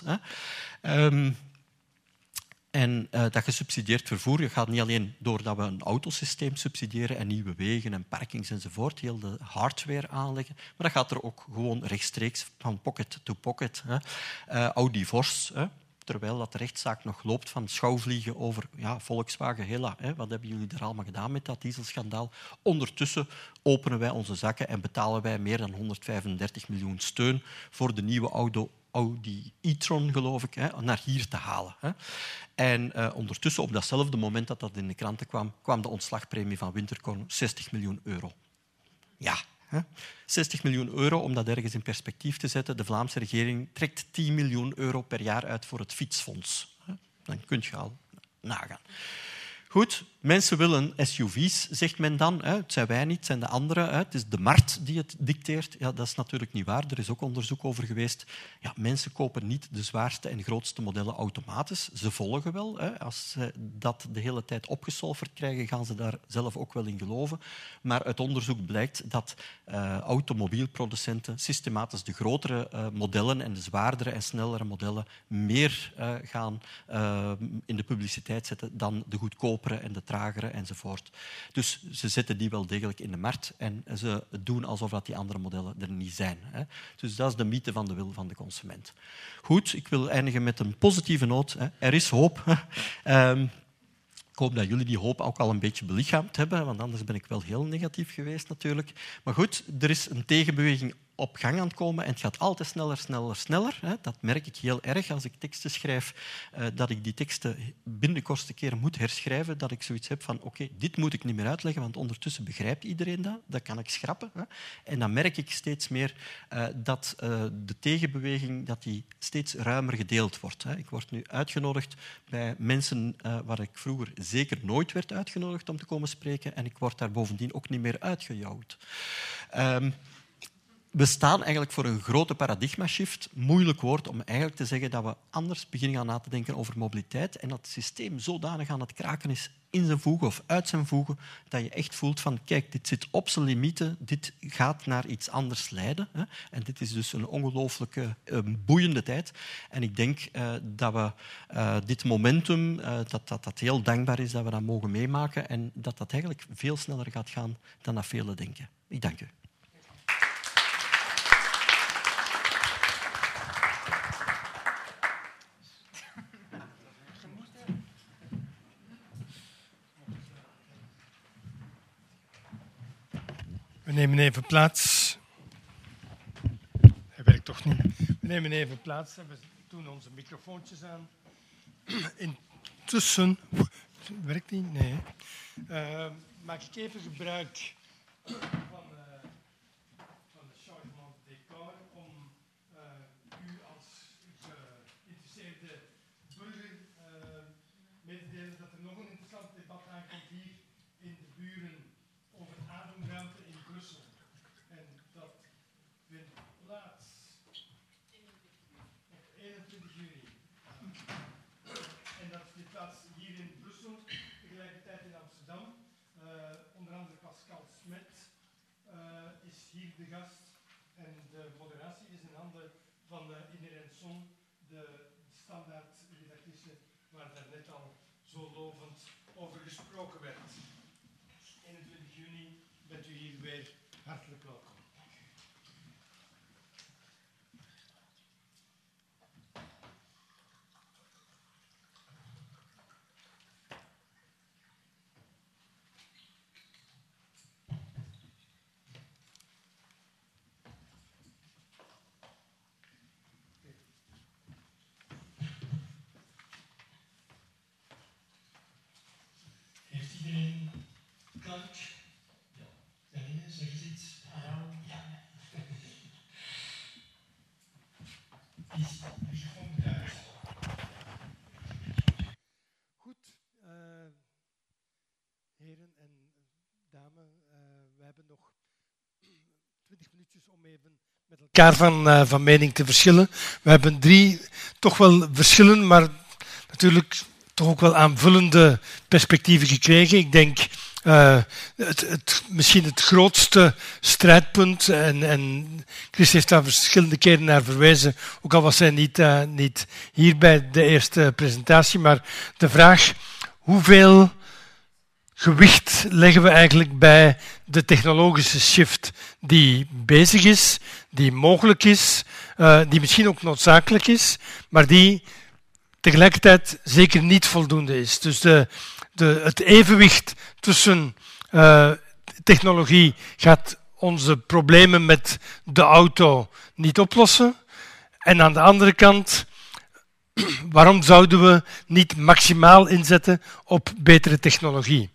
En dat gesubsidieerd vervoer gaat niet alleen doordat we een autosysteem subsidiëren en nieuwe wegen en parkings enzovoort, heel de hardware aanleggen, maar dat gaat er ook gewoon rechtstreeks van pocket to pocket. Audivors, terwijl dat de rechtszaak nog loopt van schouwvliegen over Volkswagen, Hella. Wat hebben jullie er allemaal gedaan met dat dieselschandaal? Ondertussen openen wij onze zakken en betalen wij meer dan 135 miljoen steun voor de nieuwe Audi e-tron, geloof ik, naar hier te halen. En ondertussen, op datzelfde moment dat dat in de kranten kwam, kwam de ontslagpremie van Winterkorn 60 miljoen euro. Ja, 60 miljoen euro, om dat ergens in perspectief te zetten. De Vlaamse regering trekt 10 miljoen euro per jaar uit voor het fietsfonds. Dan kun je al nagaan. Goed, mensen willen SUV's, zegt men dan. Het zijn wij niet, het zijn de anderen. Het is de markt die het dicteert. Ja, dat is natuurlijk niet waar. Er is ook onderzoek over geweest. Ja, mensen kopen niet de zwaarste en grootste modellen automatisch. Ze volgen wel. Als ze dat de hele tijd opgesolverd krijgen, gaan ze daar zelf ook wel in geloven. Maar uit onderzoek blijkt dat automobielproducenten systematisch de grotere modellen en de zwaardere en snellere modellen meer gaan in de publiciteit zetten dan de goedkopere en de tragere enzovoort. Dus ze zetten die wel degelijk in de markt en ze doen alsof dat die andere modellen er niet zijn. Dus dat is de mythe van de wil van de consument. Goed, ik wil eindigen met een positieve noot. Er is hoop. Ik hoop dat jullie die hoop ook al een beetje belichaamd hebben, want anders ben ik wel heel negatief geweest natuurlijk. Maar goed, er is een tegenbeweging op gang aan het komen en het gaat altijd sneller, sneller, sneller. Dat merk ik heel erg als ik teksten schrijf, dat ik die teksten binnen de kortste keren moet herschrijven, dat ik zoiets heb van oké, dit moet ik niet meer uitleggen, want ondertussen begrijpt iedereen dat. Dat kan ik schrappen. En dan merk ik steeds meer dat de tegenbeweging dat die steeds ruimer gedeeld wordt. Ik word nu uitgenodigd bij mensen waar ik vroeger zeker nooit werd uitgenodigd om te komen spreken en ik word daar bovendien ook niet meer uitgejouwd. We staan eigenlijk voor een grote paradigma-shift. Moeilijk woord om eigenlijk te zeggen dat we anders beginnen gaan na te denken over mobiliteit en dat het systeem zodanig aan het kraken is in zijn voegen of uit zijn voegen, dat je echt voelt van kijk, dit zit op zijn limieten, dit gaat naar iets anders leiden. En dit is dus een ongelooflijke boeiende tijd. En ik denk dat we dit momentum, dat heel dankbaar is dat we dat mogen meemaken en dat dat eigenlijk veel sneller gaat gaan dan dat velen denken. Ik dank u. We nemen even plaats. Hij werkt toch niet. We nemen even plaats en we doen onze microfoontjes aan. Intussen... Werkt die? Nee. Maak ik even gebruik van de changement de décor om u als geïnteresseerde burger mee te delen dat er nog een interessant debat aankomt hier in de buren over ademruimte in Brussel. En hier de gast en de moderatie is in handen van Inherent Son, de standaardredactrice waar daar net al zo lovend over gesproken werd. 21 juni bent u hier weer hartelijk welkom. Heeft iedereen klank? Ja. Janine, zeg eens iets. Ja. Is de microfoon uit? Goed, heren en dames, we hebben nog 20 minuutjes om even met elkaar van mening te verschillen. We hebben 3 toch wel verschillen, maar natuurlijk toch ook wel aanvullende perspectieven gekregen. Ik denk misschien het grootste strijdpunt, en Chris heeft daar verschillende keren naar verwezen, ook al was hij niet hier bij de eerste presentatie, maar de vraag: hoeveel gewicht leggen we eigenlijk bij de technologische shift die bezig is, die mogelijk is, die misschien ook noodzakelijk is, maar die tegelijkertijd zeker niet voldoende is. Dus het evenwicht tussen technologie gaat onze problemen met de auto niet oplossen. En aan de andere kant, waarom zouden we niet maximaal inzetten op betere technologie?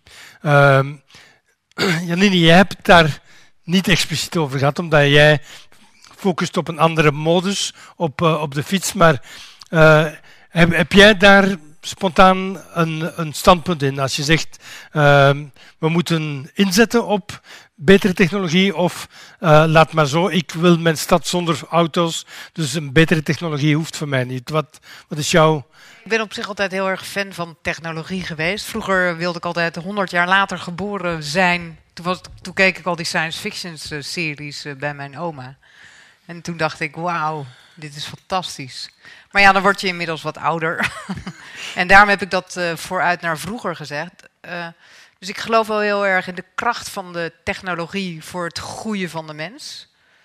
Janine, jij hebt het daar niet expliciet over gehad, omdat jij focust op een andere modus op de fiets. Maar heb jij daar spontaan een standpunt in? Als je zegt, we moeten inzetten op betere technologie, of laat maar zo, ik wil mijn stad zonder auto's, dus een betere technologie hoeft voor mij niet. Wat is jouw... Ik ben op zich altijd heel erg fan van technologie geweest. Vroeger wilde ik altijd 100 jaar later geboren zijn. Toen keek ik al die science fiction series bij mijn oma. En toen dacht ik, wauw, dit is fantastisch. Maar ja, dan word je inmiddels wat ouder. En daarom heb ik dat vooruit naar vroeger gezegd. Dus ik geloof wel heel erg in de kracht van de technologie voor het goede van de mens.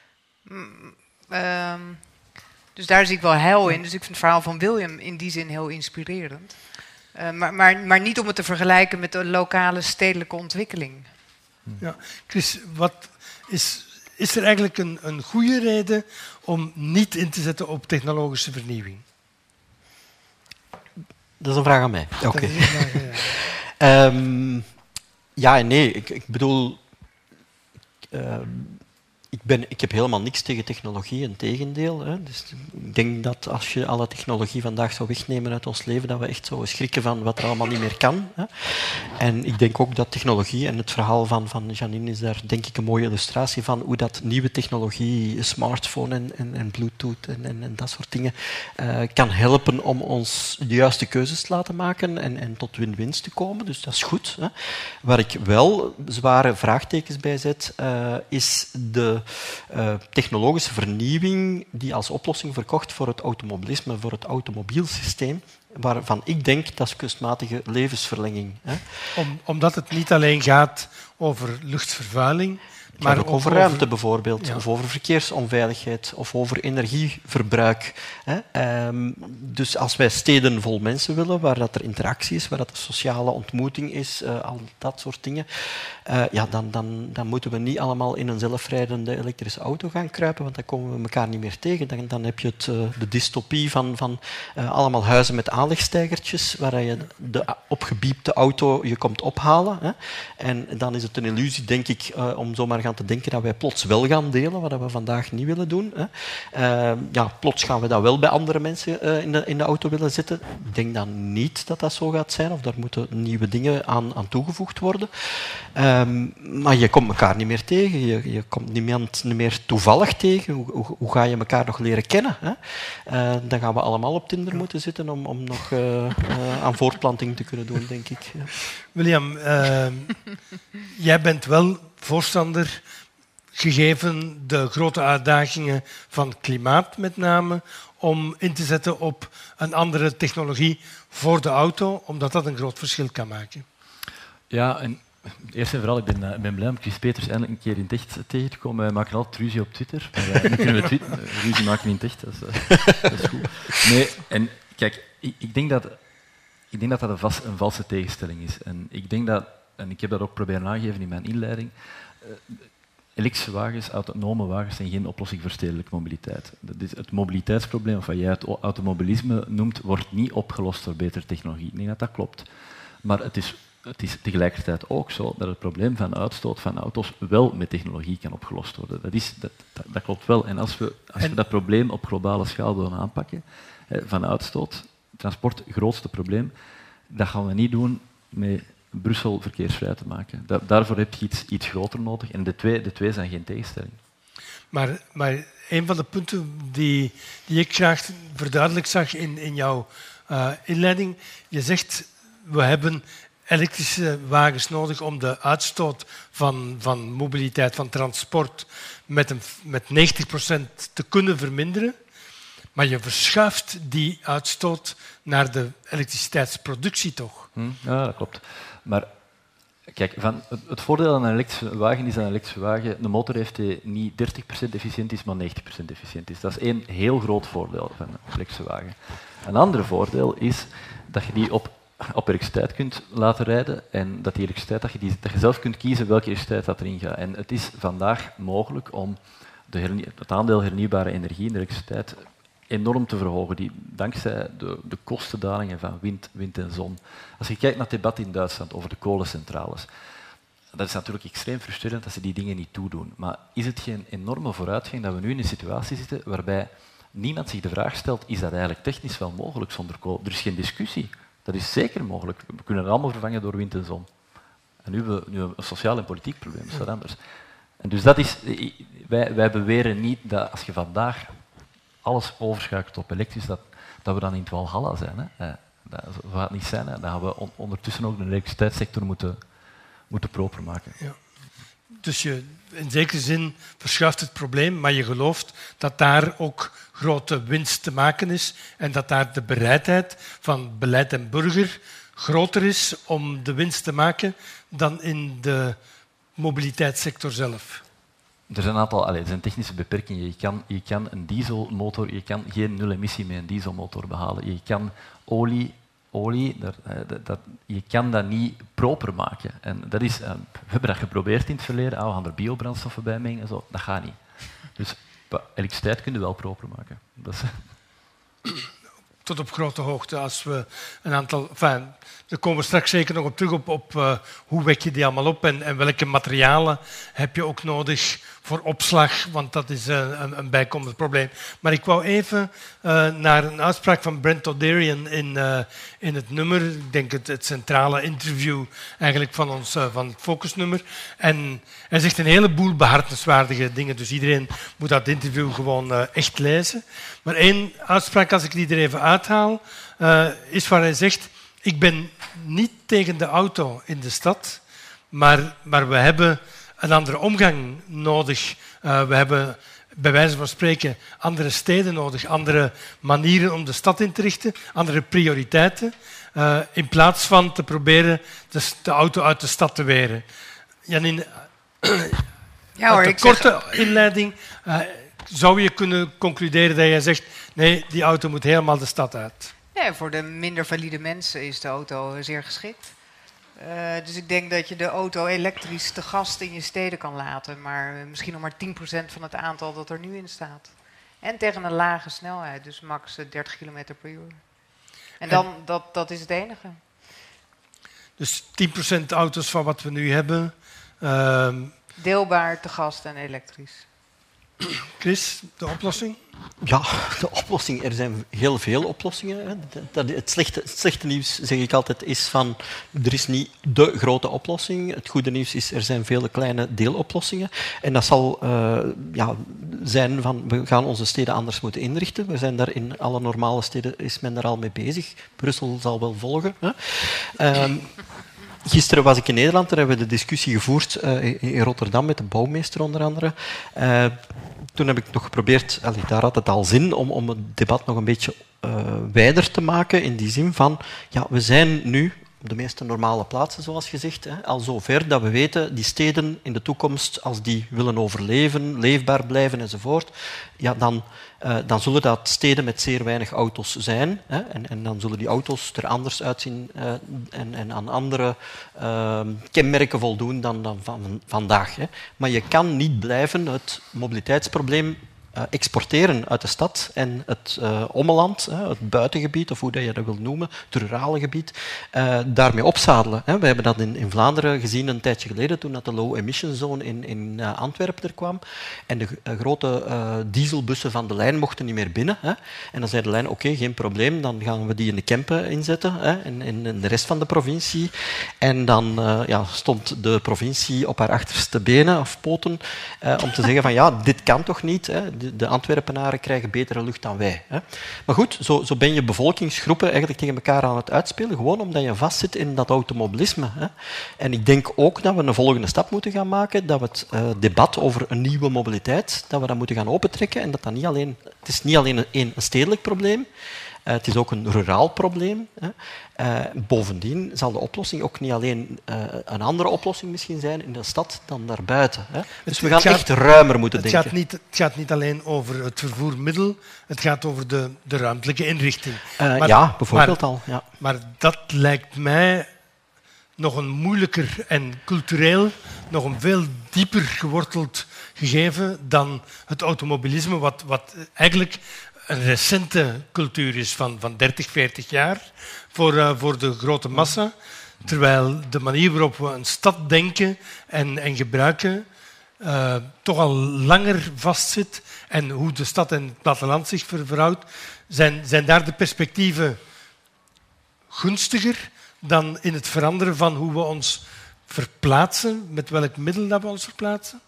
Dus daar zie ik wel heil in. Dus ik vind het verhaal van William in die zin heel inspirerend. Maar niet om het te vergelijken met de lokale stedelijke ontwikkeling. Ja, Chris, wat is er eigenlijk een goede reden om niet in te zetten op technologische vernieuwing? Dat is een vraag aan mij. Oké. Ja. Ja en nee. Ik bedoel... Ik heb helemaal niks tegen technologie, integendeel. Hè. Dus ik denk dat als je alle technologie vandaag zou wegnemen uit ons leven, dat we echt zouden schrikken van wat er allemaal niet meer kan. Hè. En ik denk ook dat technologie, en het verhaal van Janine is daar denk ik een mooie illustratie van, hoe dat nieuwe technologie, smartphone en Bluetooth en dat soort dingen, kan helpen om ons de juiste keuzes te laten maken en tot win-wins te komen. Dus dat is goed. Hè. Waar ik wel zware vraagtekens bij zet, is de technologische vernieuwing die als oplossing verkocht voor het automobilisme, voor het automobielsysteem, waarvan ik denk dat is kunstmatige levensverlenging. Hè. Omdat het niet alleen gaat over luchtvervuiling, maar ook over ruimte bijvoorbeeld, ja. Of over verkeersonveiligheid, of over energieverbruik. Dus als wij steden vol mensen willen, waar dat er interactie is, waar dat er sociale ontmoeting is, al dat soort dingen, dan moeten we niet allemaal in een zelfrijdende elektrische auto gaan kruipen, want dan komen we elkaar niet meer tegen. Dan heb je de dystopie van allemaal huizen met aanlegstijgertjes, waar je de opgebiepte auto je komt ophalen. Hè. En dan is het een illusie, denk ik, om zomaar gaan te denken dat wij plots wel gaan delen, wat we vandaag niet willen doen. Hè. Plots gaan we dat wel bij andere mensen in de auto willen zitten. Ik denk dan niet dat dat zo gaat zijn, of daar moeten nieuwe dingen aan toegevoegd worden. Maar je komt elkaar niet meer tegen. Je komt niemand meer toevallig tegen. Hoe ga je elkaar nog leren kennen? Hè? Dan gaan we allemaal op Tinder moeten zitten om nog aan voortplanting te kunnen doen, denk ik. Ja. William, jij bent wel voorstander, gegeven de grote uitdagingen van klimaat met name, om in te zetten op een andere technologie voor de auto, omdat dat een groot verschil kan maken? Ja, en eerst en vooral, ik ben blij om Chris Peters eindelijk een keer in het echt tegen te komen. Wij maken altijd ruzie op Twitter. Nu kunnen we ruzie maken in het echt, dat is goed. Nee, en kijk, ik denk dat een valse tegenstelling is. En ik denk dat, en ik heb dat ook proberen aangeven in mijn inleiding, elektrische wagens, autonome wagens, zijn geen oplossing voor stedelijke mobiliteit. Dat is het mobiliteitsprobleem, of wat jij het automobilisme noemt, wordt niet opgelost door betere technologie. Ik denk dat dat klopt. Maar het is tegelijkertijd ook zo dat het probleem van uitstoot van auto's wel met technologie kan opgelost worden. Dat klopt wel. En als we dat probleem op globale schaal willen aanpakken, van uitstoot, transport, grootste probleem, dat gaan we niet doen met Brussel verkeersvrij te maken. Daarvoor heb je iets groter nodig. En de twee zijn geen tegenstelling. Maar een van de punten die ik graag verduidelijkt zag in jouw inleiding, je zegt, we hebben elektrische wagens nodig om de uitstoot van mobiliteit, van transport, met 90% te kunnen verminderen. Maar je verschuift die uitstoot naar de elektriciteitsproductie toch? Ja, dat klopt. Maar kijk, het voordeel aan een elektrische wagen is dat een elektrische wagen, de motor heeft die niet 30% efficiënt is, maar 90% efficiënt is. Dat is één heel groot voordeel van een elektrische wagen. Een ander voordeel is dat je die op elektriciteit kunt laten rijden en dat die elektriciteit, dat je zelf kunt kiezen welke elektriciteit dat erin gaat. En het is vandaag mogelijk om het aandeel hernieuwbare energie in de elektriciteit enorm te verhogen, dankzij de kostendalingen van wind en zon. Als je kijkt naar het debat in Duitsland over de kolencentrales, dat is natuurlijk extreem frustrerend dat ze die dingen niet toedoen. Maar is het geen enorme vooruitgang dat we nu in een situatie zitten waarbij niemand zich de vraag stelt, is dat eigenlijk technisch wel mogelijk zonder kolen? Er is geen discussie. Dat is zeker mogelijk. We kunnen het allemaal vervangen door wind en zon. En nu hebben we een sociaal en politiek probleem, dat is wat anders. En dus dat is, wij beweren niet dat als je vandaag alles overschakelt op elektrisch, dat we dan in het Walhalla zijn. Hè. Dat gaat het niet zijn. Hè. Dan gaan we ondertussen ook de elektriciteitssector moeten proper maken. Ja. Dus in zekere zin verschuift het probleem, maar je gelooft dat daar ook grote winst te maken is en dat daar de bereidheid van beleid en burger groter is om de winst te maken dan in de mobiliteitssector zelf. Er zijn technische beperkingen. Je kan een dieselmotor, je kan geen nul-emissie met een dieselmotor behalen. Je kan olie, je kan dat niet proper maken. En dat is, we hebben dat geprobeerd in het verleden. We gaan er biobrandstoffen bij mengen en zo. Dat gaat niet. Dus elektriciteit kun je wel proper maken. Dat is... Tot op grote hoogte. Als we een aantal... daar komen we straks zeker nog op terug op hoe wek je die allemaal op en welke materialen heb je ook nodig voor opslag, want dat is een bijkomend probleem. Maar ik wou even naar een uitspraak van Brent O'Darian in het nummer, ik denk het centrale interview eigenlijk van het focusnummer. En hij zegt een heleboel behartenswaardige dingen, dus iedereen moet dat interview gewoon echt lezen. Maar één uitspraak, als ik die er even uithaal, is waar hij zegt: ik ben niet tegen de auto in de stad, maar we hebben een andere omgang nodig. We hebben bij wijze van spreken andere steden nodig, andere manieren om de stad in te richten, andere prioriteiten, in plaats van te proberen de auto uit de stad te weren. Janine, uit de korte inleiding zou je kunnen concluderen dat jij zegt, nee, die auto moet helemaal de stad uit. Ja, voor de minder valide mensen is de auto zeer geschikt. Dus ik denk dat je de auto elektrisch te gast in je steden kan laten, maar misschien nog maar 10% van het aantal dat er nu in staat. En tegen een lage snelheid, dus max 30 km per uur. En dan, dat is het enige. Dus 10% auto's van wat we nu hebben. Deelbaar, te gast en elektrisch. Chris, de oplossing? Ja, de oplossing. Er zijn heel veel oplossingen. Het slechte nieuws, zeg ik altijd, is van er is niet de grote oplossing. Het goede nieuws is er zijn vele kleine deeloplossingen. En dat zal zijn van we gaan onze steden anders moeten inrichten. We zijn daar in alle normale steden is men daar al mee bezig. Brussel zal wel volgen. Hè. Gisteren was ik in Nederland, daar hebben we de discussie gevoerd in Rotterdam met de bouwmeester onder andere. Toen heb ik nog geprobeerd, daar had het al zin om het debat nog een beetje wijder te maken, in die zin van, ja, we zijn nu op de meeste normale plaatsen, zoals gezegd, al zover dat we weten, die steden in de toekomst, als die willen overleven, leefbaar blijven enzovoort, ja, dan zullen dat steden met zeer weinig auto's zijn. En dan zullen die auto's er anders uitzien en aan andere kenmerken voldoen dan van vandaag. Maar je kan niet blijven het mobiliteitsprobleem exporteren uit de stad en het ommeland, het buitengebied, of hoe dat je dat wil noemen, het rurale gebied, daarmee opzadelen. We hebben dat in Vlaanderen gezien een tijdje geleden, toen dat de low emission zone in Antwerpen er kwam. En de grote dieselbussen van de lijn mochten niet meer binnen. En dan zei de lijn, oké, geen probleem, dan gaan we die in de Kempen inzetten, in de rest van de provincie. En dan stond de provincie op haar achterste benen of poten om te zeggen van ja, dit kan toch niet. De Antwerpenaren krijgen betere lucht dan wij. Maar goed, zo ben je bevolkingsgroepen eigenlijk tegen elkaar aan het uitspelen, gewoon omdat je vastzit in dat automobilisme. En ik denk ook dat we een volgende stap moeten gaan maken, dat we het debat over een nieuwe mobiliteit, dat we dat moeten gaan opentrekken en dat niet alleen, het is niet alleen een stedelijk probleem, het is ook een ruraal probleem. Bovendien zal de oplossing ook niet alleen een andere oplossing misschien zijn in de stad dan daarbuiten. Dus we gaan echt ruimer moeten denken. Het gaat niet alleen over het vervoermiddel, het gaat over de ruimtelijke inrichting. Bijvoorbeeld al. Ja. Maar dat lijkt mij nog een moeilijker en cultureel nog een veel dieper geworteld gegeven dan het automobilisme, wat eigenlijk een recente cultuur is van 30, 40 jaar voor de grote massa. Terwijl de manier waarop we een stad denken en gebruiken toch al langer vastzit. En hoe de stad en het platteland zich verhoudt, zijn daar de perspectieven gunstiger dan in het veranderen van hoe we ons verplaatsen, met welk middel dat we ons verplaatsen?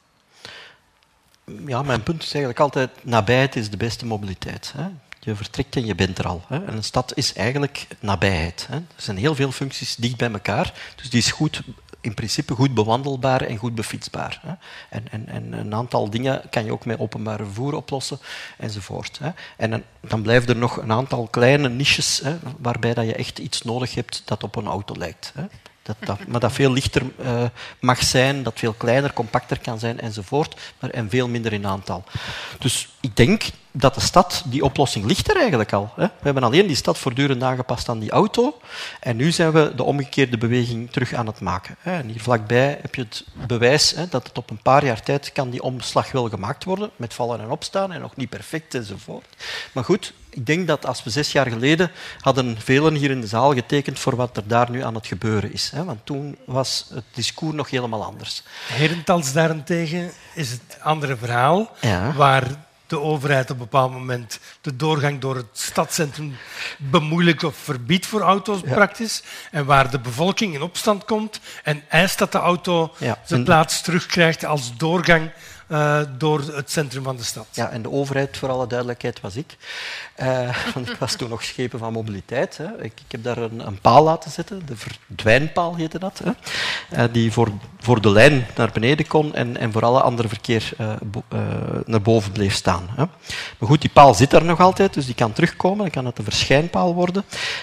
Ja, mijn punt is eigenlijk altijd, nabijheid is de beste mobiliteit. Je vertrekt en je bent er al. En een stad is eigenlijk nabijheid. Er zijn heel veel functies dicht bij elkaar, dus die is in principe goed bewandelbaar en goed befietsbaar. En een aantal dingen kan je ook met openbaar vervoer oplossen, enzovoort. En dan blijven er nog een aantal kleine niches waarbij dat je echt iets nodig hebt dat op een auto lijkt. Maar dat veel lichter mag zijn, dat veel kleiner, compacter kan zijn, enzovoort, en veel minder in aantal. Dus ik denk dat de stad, die oplossing ligt er eigenlijk al. We hebben alleen die stad voortdurend aangepast aan die auto en nu zijn we de omgekeerde beweging terug aan het maken. En hier vlakbij heb je het bewijs dat het op een paar jaar tijd kan die omslag wel gemaakt worden, met vallen en opstaan en nog niet perfect enzovoort. Maar goed, ik denk dat als we 6 jaar geleden hadden velen hier in de zaal getekend voor wat er daar nu aan het gebeuren is. Want toen was het discours nog helemaal anders. Herentals daarentegen is het andere verhaal, waar de overheid op een bepaald moment de doorgang door het stadscentrum bemoeilijkt of verbiedt voor auto's praktisch, en waar de bevolking in opstand komt en eist dat de auto zijn plaats terugkrijgt als doorgang door het centrum van de stad. Ja, en de overheid, voor alle duidelijkheid, was ik. Want ik was toen nog schepen van mobiliteit. Ik heb daar een paal laten zetten, de verdwijnpaal heette dat, die voor de lijn naar beneden kon en voor alle andere verkeer naar boven bleef staan. Maar goed, die paal zit daar nog altijd, dus die kan terugkomen, dan kan het een verschijnpaal worden.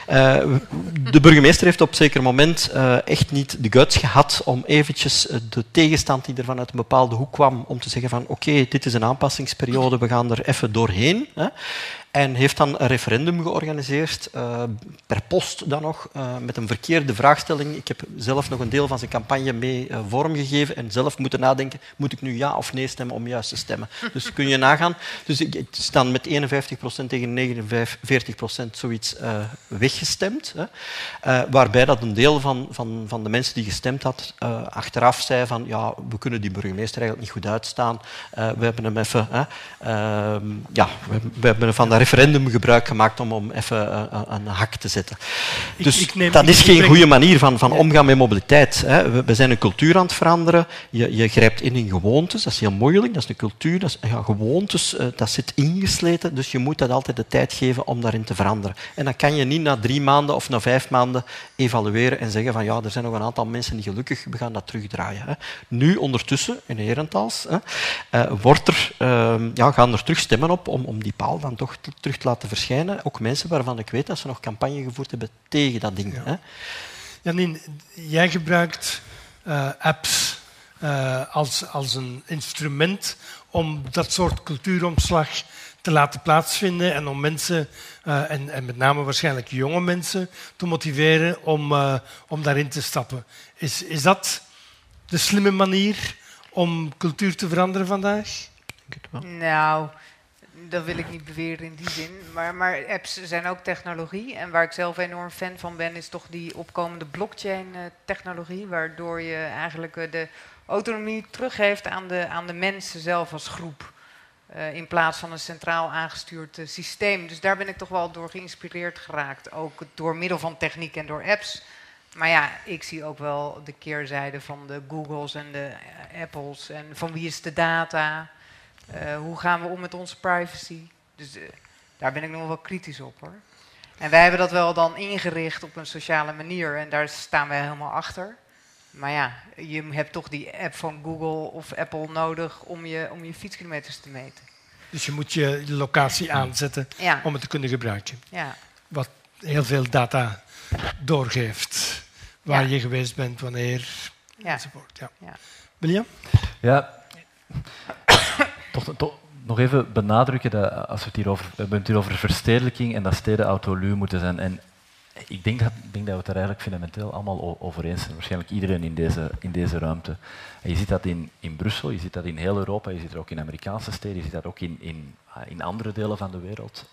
De burgemeester heeft op een zeker moment echt niet de guts gehad om eventjes de tegenstand die er vanuit een bepaalde hoek kwam, om te zeggen van oké, dit is een aanpassingsperiode, we gaan er even doorheen. En heeft dan een referendum georganiseerd, per post dan nog, met een verkeerde vraagstelling. Ik heb zelf nog een deel van zijn campagne mee vormgegeven en zelf moeten nadenken, moet ik nu ja of nee stemmen om juist te stemmen. Dus kun je nagaan. Dus het is dan met 51% tegen 49% zoiets weggestemd. Waarbij dat een deel van de mensen die gestemd had, achteraf zei van ja, we kunnen die burgemeester eigenlijk niet goed uitstaan. We hebben hem even... we hebben van dat referendum gebruik gemaakt om even een hak te zetten. Dus dat is ik geen goede manier van omgaan met mobiliteit. Hè. We zijn een cultuur aan het veranderen. Je grijpt in gewoontes, dat is heel moeilijk. Dat is een cultuur, dat is, gewoontes, dat zit ingesleten. Dus je moet dat altijd de tijd geven om daarin te veranderen. En dan kan je niet na 3 maanden of na 5 maanden evalueren en zeggen van ja, er zijn nog een aantal mensen die gelukkig, we gaan dat terugdraaien. Hè. Nu ondertussen, in Herentals, gaan er terug stemmen op om die paal dan toch terug te laten verschijnen. Ook mensen waarvan ik weet dat ze nog campagne gevoerd hebben tegen dat ding. Ja. Hè. Janine, jij gebruikt apps als een instrument om dat soort cultuuromslag te laten plaatsvinden en om mensen, en met name waarschijnlijk jonge mensen, te motiveren om daarin te stappen. Is dat de slimme manier om cultuur te veranderen vandaag? Ik denk het wel. Nou, dat wil ik niet beweren in die zin. Maar apps zijn ook technologie. En waar ik zelf enorm fan van ben, is toch die opkomende blockchain-technologie, waardoor je eigenlijk de autonomie teruggeeft aan de mensen zelf als groep. In plaats van een centraal aangestuurd systeem. Dus daar ben ik toch wel door geïnspireerd geraakt. Ook door middel van techniek en door apps. Maar ja, ik zie ook wel de keerzijde van de Googles en de Apples. En van wie is de data? Hoe gaan we om met onze privacy? Dus daar ben ik nog wel kritisch op, hoor. En wij hebben dat wel dan ingericht op een sociale manier. En daar staan wij helemaal achter. Maar ja, je hebt toch die app van Google of Apple nodig om je fietskilometers te meten. Dus je moet je locatie aanzetten om het te kunnen gebruiken. Ja. Wat heel veel data doorgeeft. Waar je geweest bent, wanneer, enzovoort. Ja. William? Ja, toch nog even benadrukken dat als we het hier over verstedelijking en dat steden autoluw moeten zijn. En ik denk dat we het daar eigenlijk fundamenteel allemaal over eens zijn. Waarschijnlijk iedereen in deze ruimte. En je ziet dat in Brussel, je ziet dat in heel Europa, je ziet het ook in Amerikaanse steden, je ziet dat ook in andere delen van de wereld.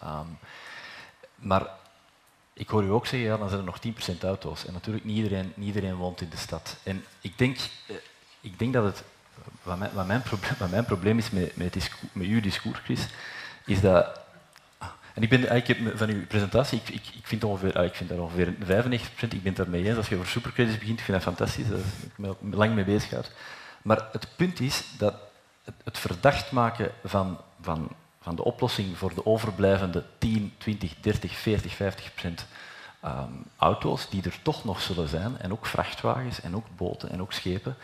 Maar ik hoor u ook zeggen, ja, dan zijn er nog 10% auto's. En natuurlijk, niet iedereen woont in de stad. En ik denk dat het... Wat mijn probleem is met uw discours, Chris, is dat... En ik heb van uw presentatie, ik vind dat ongeveer 95%, ik ben het daarmee eens. Als je over supercredits begint, ik vind dat fantastisch, daar ben ik me lang mee bezig gehouden. Maar het punt is dat het verdacht maken van de oplossing voor de overblijvende 10, 20, 30, 40, 50% auto's, die er toch nog zullen zijn, en ook vrachtwagens, en ook boten, en ook schepen,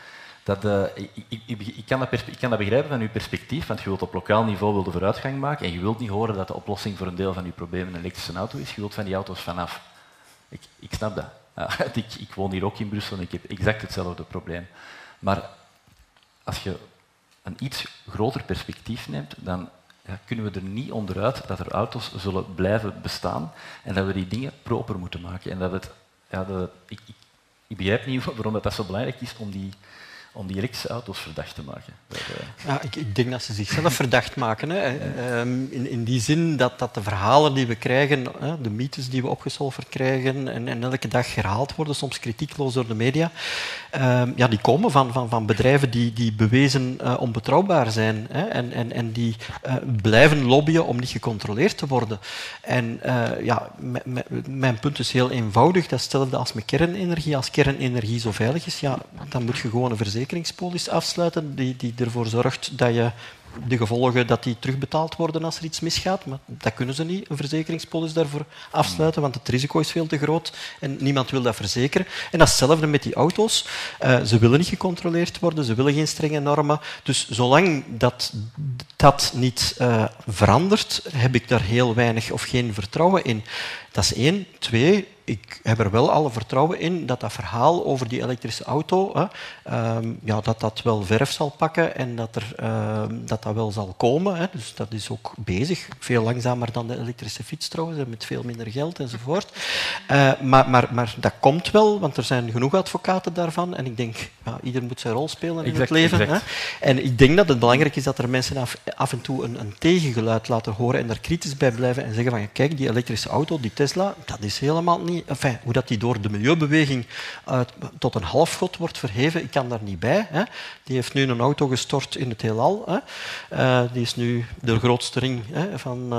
ik kan dat begrijpen van uw perspectief, want je wilt op lokaal niveau de vooruitgang maken en je wilt niet horen dat de oplossing voor een deel van je probleem een elektrische auto is. Je wilt van die auto's vanaf. Ik snap dat. Ik woon hier ook in Brussel en ik heb exact hetzelfde probleem. Maar als je een iets groter perspectief neemt, dan kunnen we er niet onderuit dat er auto's zullen blijven bestaan en dat we die dingen proper moeten maken. En ik begrijp niet waarom dat zo belangrijk is om die elektrische auto's verdacht te maken. Ja, ik denk dat ze zichzelf verdacht maken. Hè. In die zin dat de verhalen die we krijgen, de mythes die we opgesolverd krijgen en elke dag herhaald worden, soms kritiekloos door de media, die komen van bedrijven die bewezen onbetrouwbaar zijn, hè, en die blijven lobbyen om niet gecontroleerd te worden. En mijn punt is heel eenvoudig. Dat is hetzelfde als met kernenergie. Als kernenergie zo veilig is, dan moet je gewoon een verzekeringspolis afsluiten die ervoor zorgt dat je de gevolgen dat die terugbetaald worden als er iets misgaat. Maar dat kunnen ze niet, een verzekeringspolis daarvoor afsluiten, want het risico is veel te groot en niemand wil dat verzekeren. En dat is hetzelfde met die auto's. Ze willen niet gecontroleerd worden, ze willen geen strenge normen. Dus zolang dat niet verandert, heb ik daar heel weinig of geen vertrouwen in. Dat is 1. 2, ik heb er wel alle vertrouwen in dat dat verhaal over die elektrische auto, dat wel verf zal pakken en dat wel zal komen. Hè. Dus dat is ook bezig. Veel langzamer dan de elektrische fiets trouwens, met veel minder geld enzovoort. Maar dat komt wel, want er zijn genoeg advocaten daarvan. En ik denk, ieder moet zijn rol spelen in het leven. Hè. En ik denk dat het belangrijk is dat er mensen af en toe een tegengeluid laten horen en daar kritisch bij blijven en zeggen van, kijk, die elektrische auto, die Tesla, dat is helemaal niet niet... Enfin, hoe dat die door de milieubeweging tot een halfgod wordt verheven, ik kan daar niet bij. Hè. Die heeft nu een auto gestort in het heelal. Hè. Die is nu de grootste ring van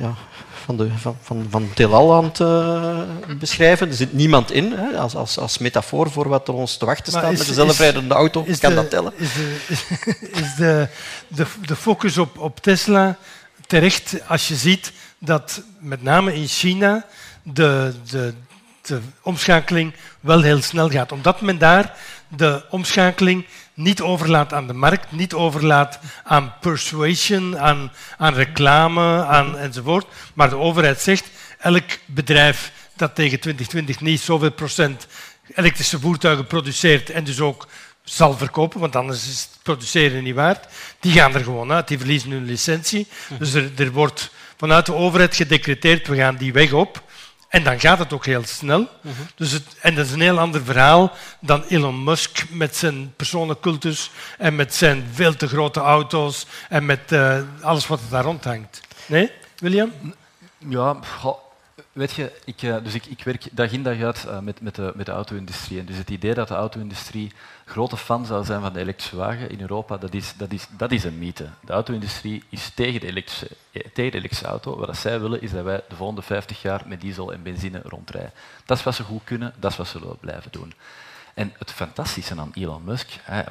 het heelal aan het beschrijven. Er zit niemand in, hè, als metafoor voor wat er ons te wachten staat met de zelfrijdende auto. Ik kan dat tellen. Is de focus op Tesla terecht als je ziet dat met name in China de omschakeling wel heel snel gaat? Omdat men daar de omschakeling niet overlaat aan de markt, niet overlaat aan persuasion, aan reclame enzovoort. Maar de overheid zegt, elk bedrijf dat tegen 2020 niet zoveel procent elektrische voertuigen produceert en dus ook zal verkopen, want anders is het produceren niet waard, die gaan er gewoon uit, die verliezen hun licentie. Dus er wordt vanuit de overheid gedecreteerd, we gaan die weg op. En dan gaat het ook heel snel. Dus en dat is een heel ander verhaal dan Elon Musk met zijn persoonlijke cultus en met zijn veel te grote auto's en met alles wat er daar rondhangt. Nee, William? Ja, weet je, ik werk dag in dag uit met de auto-industrie. En dus het idee dat de auto-industrie grote fan zou zijn van de elektrische wagen in Europa, dat is een mythe. De auto-industrie is tegen de elektrische auto. Wat zij willen is dat wij de volgende 50 jaar met diesel en benzine rondrijden. Dat is wat ze goed kunnen, dat is wat ze willen blijven doen. En het fantastische aan Elon Musk,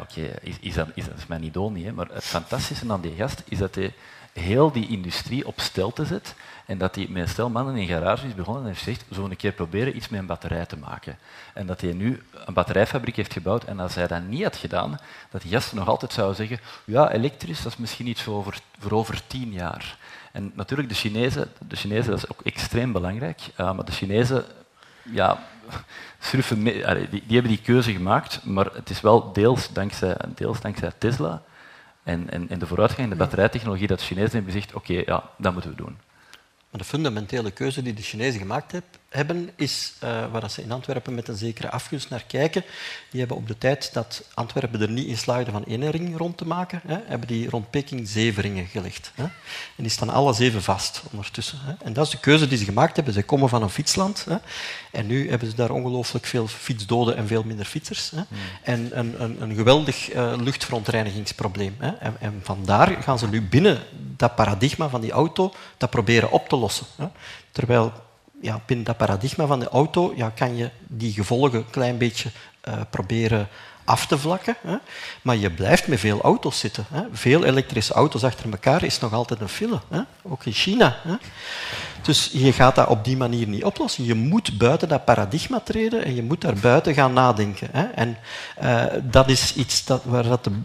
dat is mijn idool niet, maar het fantastische aan die gast is dat hij heel die industrie op stelte zet en dat hij met een stel mannen in een garage is begonnen en heeft gezegd, zo een keer proberen iets met een batterij te maken. En dat hij nu een batterijfabriek heeft gebouwd en als hij dat niet had gedaan, dat die gasten nog altijd zouden zeggen, ja, elektrisch, dat is misschien iets voor over 10 jaar. En natuurlijk, de Chinezen, dat is ook extreem belangrijk, maar de Chinezen, ja, surfen mee, die hebben die keuze gemaakt, maar het is wel deels dankzij Tesla en de vooruitgang in de batterijtechnologie dat de Chinezen hebben gezegd, oké, ja, dat moeten we doen. Maar de fundamentele keuze die de Chinezen gemaakt hebben, is waar ze in Antwerpen met een zekere afgunst naar kijken. Die hebben op de tijd dat Antwerpen er niet in slaagde van 1 ring rond te maken, hebben die rond Peking 7 ringen gelegd. En die staan alle 7 vast ondertussen. En dat is de keuze die ze gemaakt hebben. Ze komen van een fietsland en nu hebben ze daar ongelooflijk veel fietsdoden en veel minder fietsers. En een geweldig luchtverontreinigingsprobleem. En vandaar gaan ze nu binnen dat paradigma van die auto dat proberen op te lossen. Terwijl binnen dat paradigma van de auto kan je die gevolgen een klein beetje proberen af te vlakken. Maar je blijft met veel auto's zitten. Veel elektrische auto's achter elkaar is nog altijd een file. Ook in China. Dus je gaat dat op die manier niet oplossen. Je moet buiten dat paradigma treden en je moet daar buiten gaan nadenken. En dat is iets waar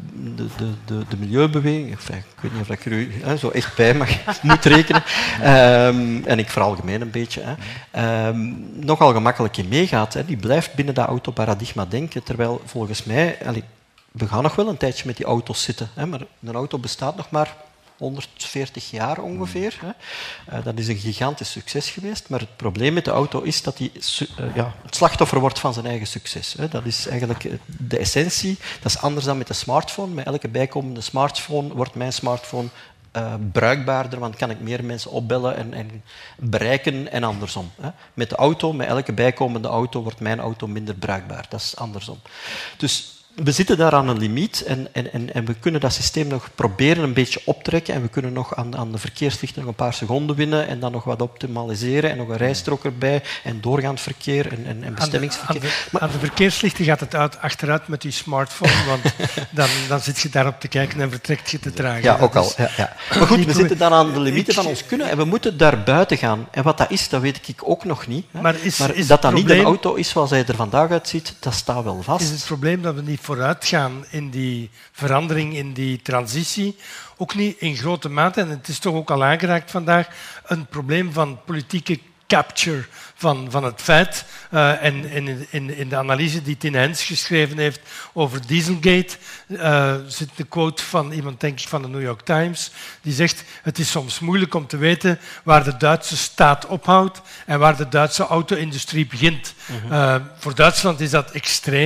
de milieubeweging, ik weet niet of ik er zo echt bij moet rekenen, en ik veralgemeen een beetje, nogal gemakkelijk in meegaat. Die blijft binnen dat autoparadigma denken, terwijl volgens mij, we gaan nog wel een tijdje met die auto's zitten, maar een auto bestaat nog maar 140 jaar ongeveer. Dat is een gigantisch succes geweest, maar het probleem met de auto is dat hij het slachtoffer wordt van zijn eigen succes. Dat is eigenlijk de essentie. Dat is anders dan met de smartphone. Met elke bijkomende smartphone wordt mijn smartphone bruikbaarder, want kan ik meer mensen opbellen en bereiken en andersom. Met de auto, met elke bijkomende auto, wordt mijn auto minder bruikbaar. Dat is andersom. Dus we zitten daar aan een limiet en we kunnen dat systeem nog proberen een beetje optrekken en we kunnen nog aan de verkeerslichten nog een paar seconden winnen en dan nog wat optimaliseren en nog een rijstrook erbij en doorgaand verkeer en bestemmingsverkeer. Aan de verkeerslichten gaat het achteruit met je smartphone, want dan zit je daarop te kijken en vertrekt je te traag. Ja, ook al. Ja. Maar goed, we zitten dan aan de limieten van ons kunnen en we moeten daar buiten gaan. En wat dat is, dat weet ik ook nog niet. Maar dat niet een auto is zoals hij er vandaag uitziet, dat staat wel vast. Is het probleem dat we niet vooruit gaan in die verandering, in die transitie, ook niet in grote mate, en het is toch ook al aangeraakt vandaag, een probleem van politieke capture van het feit. En in de analyse die Tine Hens geschreven heeft over Dieselgate zit een quote van iemand, denk ik, van de New York Times, die zegt, het is soms moeilijk om te weten waar de Duitse staat ophoudt en waar de Duitse auto-industrie begint. Voor Duitsland is dat extreem.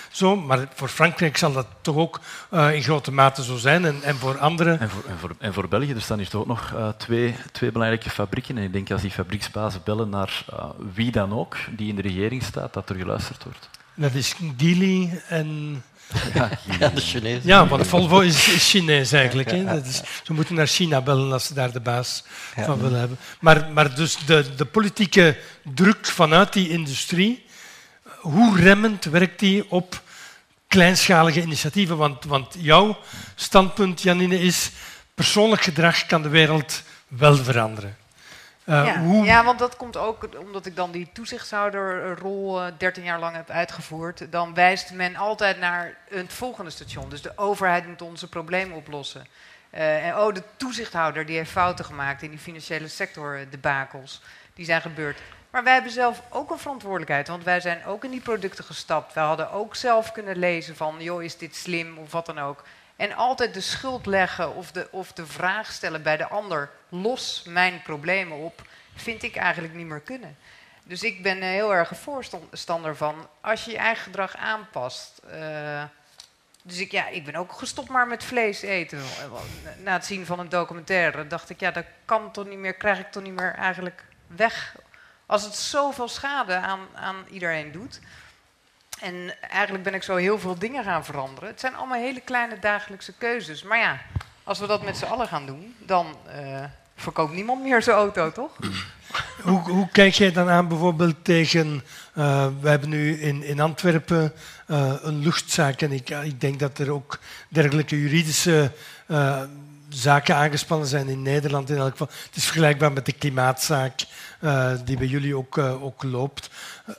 zo. Maar voor Frankrijk zal dat toch ook in grote mate zo zijn. En voor anderen... En voor België, er staan hier toch ook nog twee belangrijke fabrieken. En ik denk als die fabrieksbazen bellen naar wie dan ook die in de regering staat, dat er geluisterd wordt. Dat is Geely en... Ja, de Chinezen. Ja, want Volvo is Chinees eigenlijk. Hè. Dat is, ze moeten naar China bellen als ze daar de baas van willen hebben. Maar dus de politieke druk vanuit die industrie, hoe remmend werkt die op kleinschalige initiatieven? Want jouw standpunt, Janine, is persoonlijk gedrag kan de wereld wel veranderen. Ja, want dat komt ook omdat ik dan die toezichthouderrol 13 jaar lang heb uitgevoerd. Dan wijst men altijd naar het volgende station. Dus de overheid moet onze problemen oplossen. De toezichthouder die heeft fouten gemaakt in die financiële sector, debakels. Die zijn gebeurd. Maar wij hebben zelf ook een verantwoordelijkheid, want wij zijn ook in die producten gestapt. Wij hadden ook zelf kunnen lezen van, joh, is dit slim of wat dan ook. En altijd de schuld leggen of de vraag stellen bij de ander, los mijn problemen op, vind ik eigenlijk niet meer kunnen. Dus ik ben heel erg een voorstander van, als je je eigen gedrag aanpast. Dus ik ben ook gestopt maar met vlees eten. Na het zien van een documentaire dacht ik, ja, dat kan toch niet meer, krijg ik toch niet meer eigenlijk weg. Als het zoveel schade aan iedereen doet. En eigenlijk ben ik zo heel veel dingen gaan veranderen. Het zijn allemaal hele kleine dagelijkse keuzes. Maar ja, als we dat met z'n allen gaan doen, dan verkoopt niemand meer zijn auto, toch? Hoe kijk jij dan aan bijvoorbeeld tegen... we hebben nu in Antwerpen een luchtzaak. En ik denk dat er ook dergelijke juridische zaken aangespannen zijn in Nederland in elk geval. Het is vergelijkbaar met de klimaatzaak die bij jullie ook loopt.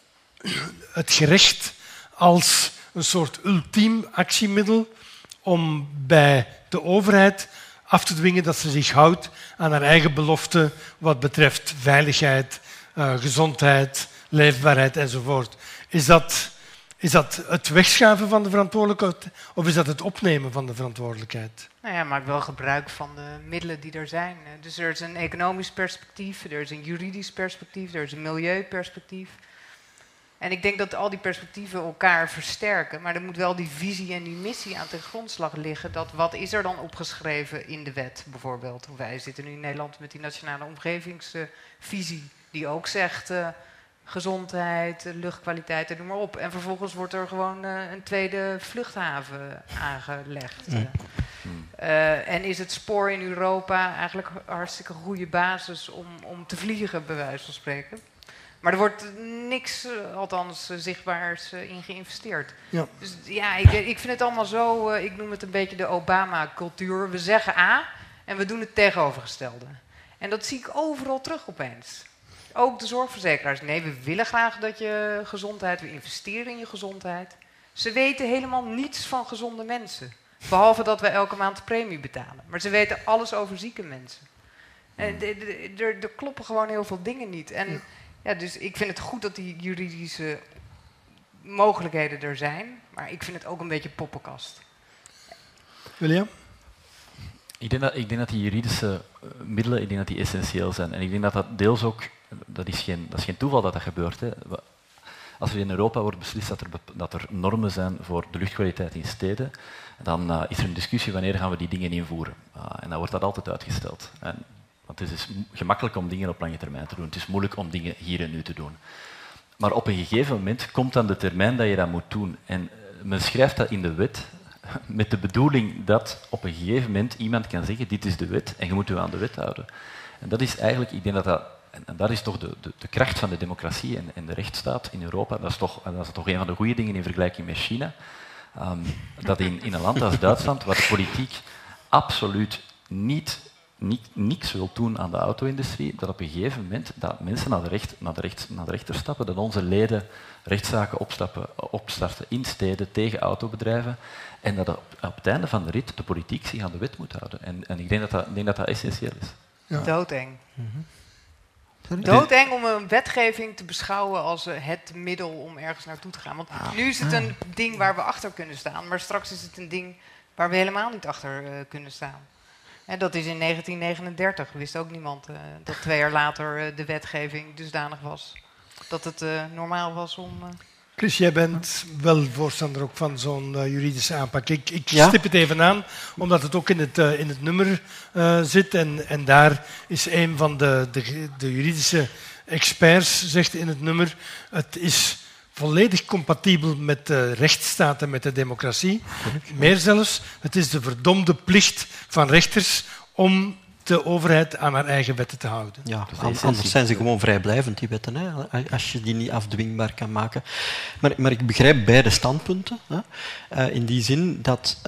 Het gerecht als een soort ultiem actiemiddel om bij de overheid af te dwingen dat ze zich houdt aan haar eigen beloften wat betreft veiligheid, gezondheid, leefbaarheid enzovoort. Is dat het wegschuiven van de verantwoordelijkheid of is dat het opnemen van de verantwoordelijkheid? Nou ja, maak wel gebruik van de middelen die er zijn. Dus er is een economisch perspectief, er is een juridisch perspectief, er is een milieuperspectief. En ik denk dat al die perspectieven elkaar versterken. Maar er moet wel die visie en die missie aan ten grondslag liggen. Dat wat is er dan opgeschreven in de wet bijvoorbeeld? Wij zitten nu in Nederland met die nationale omgevingsvisie. Die ook zegt gezondheid, luchtkwaliteit, noem maar op. En vervolgens wordt er gewoon een tweede vluchthaven aangelegd. En is het spoor in Europa eigenlijk een hartstikke goede basis om te vliegen, bij wijze van spreken. Maar er wordt niks, althans zichtbaars, in geïnvesteerd. Ja. Dus ja, ik vind het allemaal zo, ik noem het een beetje de Obama-cultuur. We zeggen A en we doen het tegenovergestelde. En dat zie ik overal terug opeens. Ook de zorgverzekeraars. Nee, we willen graag dat je gezondheid, we investeren in je gezondheid. Ze weten helemaal niets van gezonde mensen. Behalve dat wij elke maand de premie betalen. Maar ze weten alles over zieke mensen. Er kloppen gewoon heel veel dingen niet. En ja, dus ik vind het goed dat die juridische mogelijkheden er zijn. Maar ik vind het ook een beetje poppenkast. William? Ik denk dat die juridische middelen essentieel zijn. En ik denk dat dat deels ook... Dat is geen toeval dat gebeurt. Hè. Als er in Europa wordt beslist dat er normen zijn voor de luchtkwaliteit in steden, dan is er een discussie wanneer gaan we die dingen invoeren. En dan wordt dat altijd uitgesteld. Want het is gemakkelijk om dingen op lange termijn te doen. Het is moeilijk om dingen hier en nu te doen. Maar op een gegeven moment komt dan de termijn dat je dat moet doen. En men schrijft dat in de wet met de bedoeling dat op een gegeven moment iemand kan zeggen, dit is de wet en je moet je aan de wet houden. En dat is eigenlijk, ik denk en dat is toch de kracht van de democratie en de rechtsstaat in Europa. Dat is toch een van de goede dingen in vergelijking met China. Dat in een land als Duitsland, waar de politiek absoluut niks wil doen aan de auto-industrie, dat op een gegeven moment dat mensen naar de rechter stappen, dat onze leden rechtszaken opstarten in steden tegen autobedrijven en dat op het einde van de rit de politiek zich aan de wet moet houden. En ik denk dat dat essentieel is. Ja. Doodeng. Doodeng om een wetgeving te beschouwen als het middel om ergens naartoe te gaan. Want nu is het een ding waar we achter kunnen staan, maar straks is het een ding waar we helemaal niet achter kunnen staan. En dat is in 1939. Wist ook niemand dat 2 jaar later de wetgeving dusdanig was dat het normaal was om... Chris, jij bent wel voorstander ook van zo'n juridische aanpak. Ik Ja? stip het even aan, omdat het ook in het nummer zit. En daar is een van de juridische experts, zegt in het nummer, het is volledig compatibel met de rechtsstaat en met de democratie. Meer zelfs, het is de verdomde plicht van rechters om de overheid aan haar eigen wetten te houden. Ja, is de essentie. anders zijn ze gewoon vrijblijvend, die wetten, hè, als je die niet afdwingbaar kan maken. Maar ik begrijp beide standpunten. Hè, in die zin dat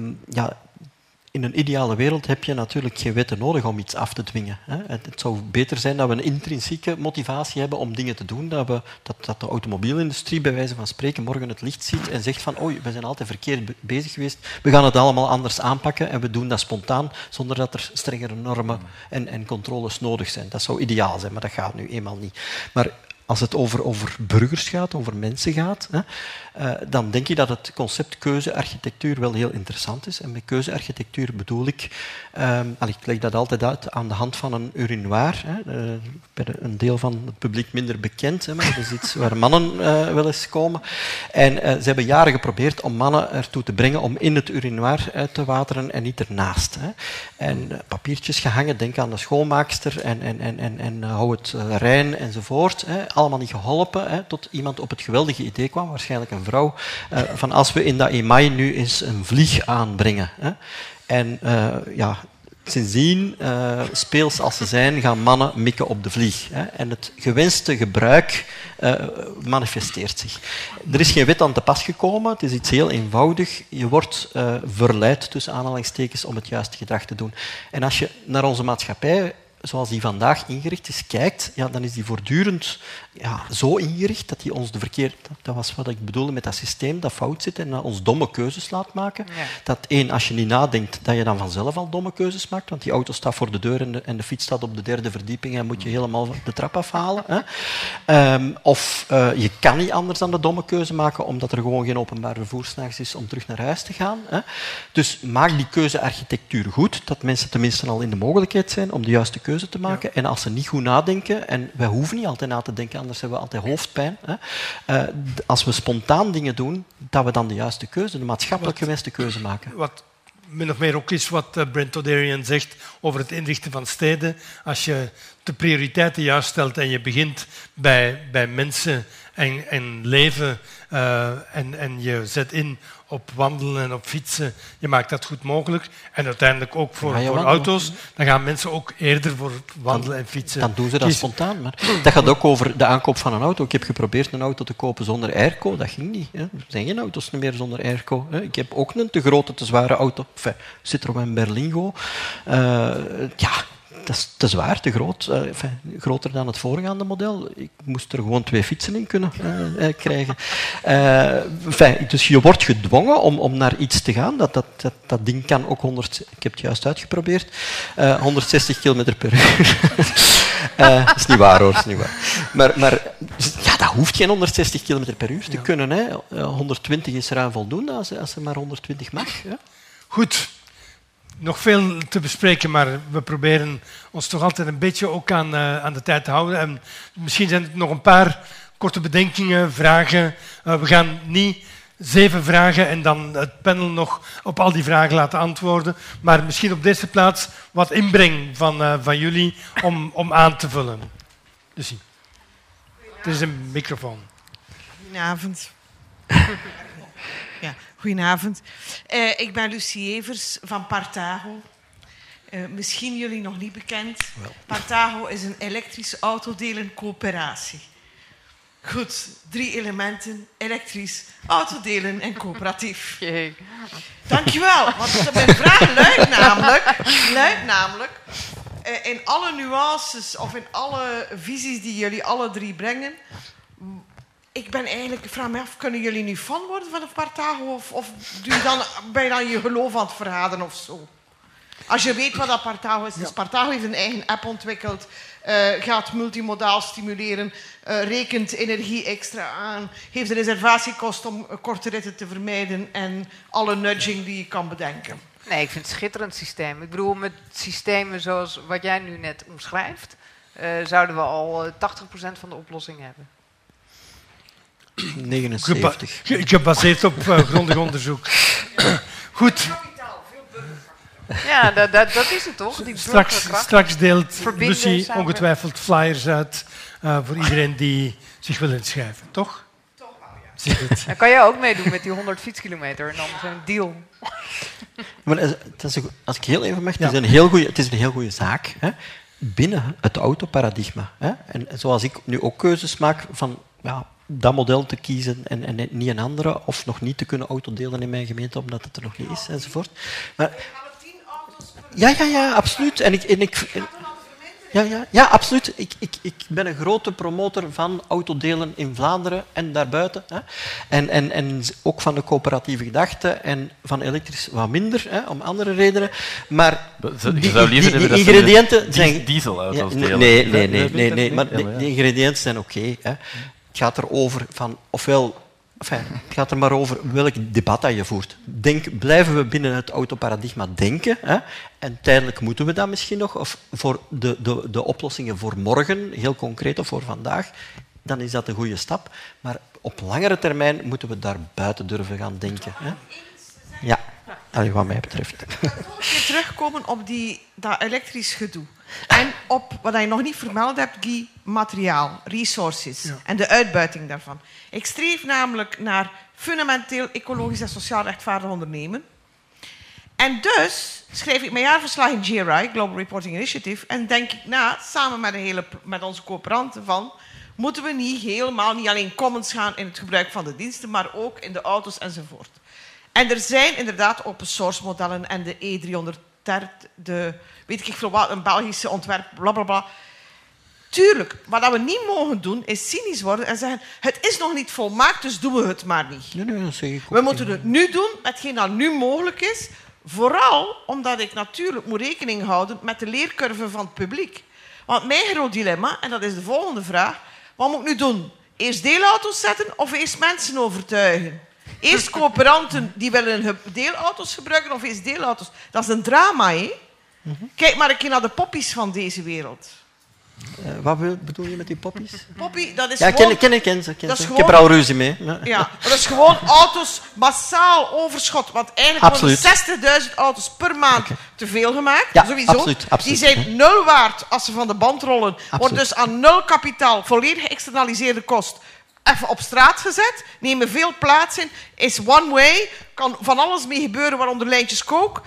in een ideale wereld heb je natuurlijk geen wetten nodig om iets af te dwingen. Hè. Het zou beter zijn dat we een intrinsieke motivatie hebben om dingen te doen, dat de automobielindustrie bij wijze van spreken morgen het licht ziet en zegt van oei, we zijn altijd verkeerd bezig geweest, we gaan het allemaal anders aanpakken en we doen dat spontaan, zonder dat er strengere normen en controles nodig zijn. Dat zou ideaal zijn, maar dat gaat nu eenmaal niet. Maar als het over burgers gaat, over mensen gaat, dan denk ik dat het concept keuzearchitectuur wel heel interessant is. En met keuzearchitectuur bedoel ik, ik leg dat altijd uit aan de hand van een urinoir. Bij een deel van het publiek minder bekend, maar dat is iets waar mannen wel eens komen. En ze hebben jaren geprobeerd om mannen ertoe te brengen om in het urinoir te wateren en niet ernaast. En papiertjes gehangen, denk aan de schoonmaakster en hou het rein enzovoort. Allemaal niet geholpen, tot iemand op het geweldige idee kwam, waarschijnlijk een vrouw, van als we in dat email nu eens een vlieg aanbrengen. En sindsdien, speels als ze zijn, gaan mannen mikken op de vlieg. En het gewenste gebruik manifesteert zich. Er is geen wet aan te pas gekomen, het is iets heel eenvoudig. Je wordt verleid, tussen aanhalingstekens, om het juiste gedrag te doen. En als je naar onze maatschappij, zoals die vandaag ingericht is, kijkt, dan is die voortdurend zo ingericht dat die ons dat was wat ik bedoelde met dat systeem dat fout zit en dat ons domme keuzes laat maken. Ja. Dat als je niet nadenkt, dat je dan vanzelf al domme keuzes maakt, want die auto staat voor de deur en de fiets staat op de 3e verdieping en moet je helemaal de trap afhalen. Of je kan niet anders dan de domme keuze maken, omdat er gewoon geen openbaar vervoer 's nachts is om terug naar huis te gaan. Dus maak die keuzearchitectuur goed, dat mensen tenminste al in de mogelijkheid zijn om de juiste keuze te maken. Ja. En als ze niet goed nadenken, en wij hoeven niet altijd na te denken, anders hebben we altijd hoofdpijn. Als we spontaan dingen doen, dat we dan de juiste keuze, de maatschappelijk gewenste keuze maken. Wat min of meer ook is wat Brent Oderian zegt over het inrichten van steden. Als je de prioriteiten juist stelt en je begint bij mensen en leven en je zet in op wandelen en op fietsen, je maakt dat goed mogelijk. En uiteindelijk ook voor auto's, dan gaan mensen ook eerder voor wandelen en fietsen. Dan doen ze dat spontaan. Maar dat gaat ook over de aankoop van een auto. Ik heb geprobeerd een auto te kopen zonder airco, dat ging niet. Er zijn geen auto's meer zonder airco. Ik heb ook een te grote, te zware auto. Citroën Berlingo. Dat is te zwaar, te groot. Groter dan het voorgaande model. Ik moest er gewoon 2 fietsen in kunnen krijgen. Dus je wordt gedwongen om naar iets te gaan. Dat ding kan ook ik heb het juist uitgeprobeerd, 160 km per uur. Dat is niet waar, hoor. Is niet waar. Maar dat hoeft geen 160 km per uur te kunnen. 120 is ruim voldoende als er maar 120 mag. Goed. Nog veel te bespreken, maar we proberen ons toch altijd een beetje ook aan de tijd te houden. En misschien zijn er nog een paar korte bedenkingen, vragen. We gaan niet 7 vragen en dan het panel nog op al die vragen laten antwoorden. Maar misschien op deze plaats wat inbreng van jullie om aan te vullen. Dus er is een microfoon. Goedenavond. Goedenavond. Ik ben Lucie Evers van Partago. Misschien jullie nog niet bekend. Partago is een elektrische autodelencoöperatie. Goed, 3 elementen. Elektrisch, autodelen en coöperatief. Jee. Dankjewel. Want mijn vraag luidt namelijk in alle nuances of in alle visies die jullie alle 3 brengen. Ik vraag me af, kunnen jullie nu fan worden van een Partago? Of ben je dan je geloof aan het verraden of zo? Als je weet wat dat Partago is. Dus Partago heeft een eigen app ontwikkeld. Gaat multimodaal stimuleren. Rekent energie extra aan. Heeft een reservatiekost om korte ritten te vermijden. En alle nudging die je kan bedenken. Nee, ik vind het een schitterend systeem. Ik bedoel, met systemen zoals wat jij nu net omschrijft, zouden we al 80% van de oplossing hebben. 79. Gebaseerd op grondig onderzoek. Goed. Ja, dat is het toch? Die burgerkracht. Straks deelt Verbinden, Lucie samen. ongetwijfeld flyers uit voor iedereen die zich wil inschrijven, toch? Toch wel, ja. Zie je het? Dan kan jij ook meedoen met die 100 fietskilometer en dan zo'n deal. Maar het is als ik heel even mag, Ja. het is een heel goede zaak hè, binnen het autoparadigma. Hè. En zoals ik nu ook keuzes maak van dat model te kiezen en niet een andere, of nog niet te kunnen autodelen in mijn gemeente omdat het er nog niet is, enzovoort. Maar, ja, absoluut. Ja, absoluut. Ik ben een grote promotor van autodelen in Vlaanderen en daarbuiten. Hè. En ook van de coöperatieve gedachte en van elektrisch wat minder, hè, om andere redenen. Maar Je zou liever hebben dat ze ingrediënten zijn... dieselauto's Ja, delen. Nee, maar de ingrediënten zijn oké. Hè. Het gaat erover van, het gaat er maar over welk debat dat je voert. Blijven we binnen het autoparadigma denken? Hè? En tijdelijk moeten we dat misschien nog. Of voor de oplossingen voor morgen, heel concreet, of voor vandaag, dan is dat een goede stap. Maar op langere termijn moeten we daar buiten durven gaan denken. Hè? Ja, wat mij betreft. Ik wil een keer terugkomen op dat elektrisch gedoe. En op wat je nog niet vermeld hebt, Guy, materiaal, resources en de uitbuiting daarvan. Ik streef namelijk naar fundamenteel ecologisch en sociaal rechtvaardig ondernemen. En dus schrijf ik mijn jaarverslag in GRI, Global Reporting Initiative, en denk ik na, samen met onze coöperanten, van moeten we niet alleen commons gaan in het gebruik van de diensten, maar ook in de auto's enzovoort. En er zijn inderdaad open source modellen en de E330, weet ik veel wat, een Belgische ontwerp, blablabla. Tuurlijk, maar dat we niet mogen doen, is cynisch worden en zeggen, het is nog niet volmaakt, dus doen we het maar niet. Nee, dat zeg ik ook. We moeten het nu doen, hetgeen dat nu mogelijk is. Vooral omdat ik natuurlijk moet rekening houden met de leercurve van het publiek. Want mijn groot dilemma, en dat is de volgende vraag, wat moet ik nu doen? Eerst deelauto's zetten of eerst mensen overtuigen? Eerst coöperanten die willen deelauto's gebruiken of eerst deelauto's? Dat is een drama, hè? Kijk maar een keer naar de poppies van deze wereld. Wat bedoel je met die poppies? Poppy, dat is Ja, gewoon... ken ze. dat is Ik heb er al ruzie mee. Ja, maar dat is gewoon auto's massaal overschot. Want eigenlijk worden 60.000 auto's per maand te veel gemaakt. Ja, sowieso. absoluut. Die zijn 0 waard als ze van de band rollen. Wordt dus aan 0 kapitaal, volledig geëxternaliseerde kost, even op straat gezet. Nemen veel plaats in. Is one way. Kan van alles mee gebeuren, waaronder lijntjes kook.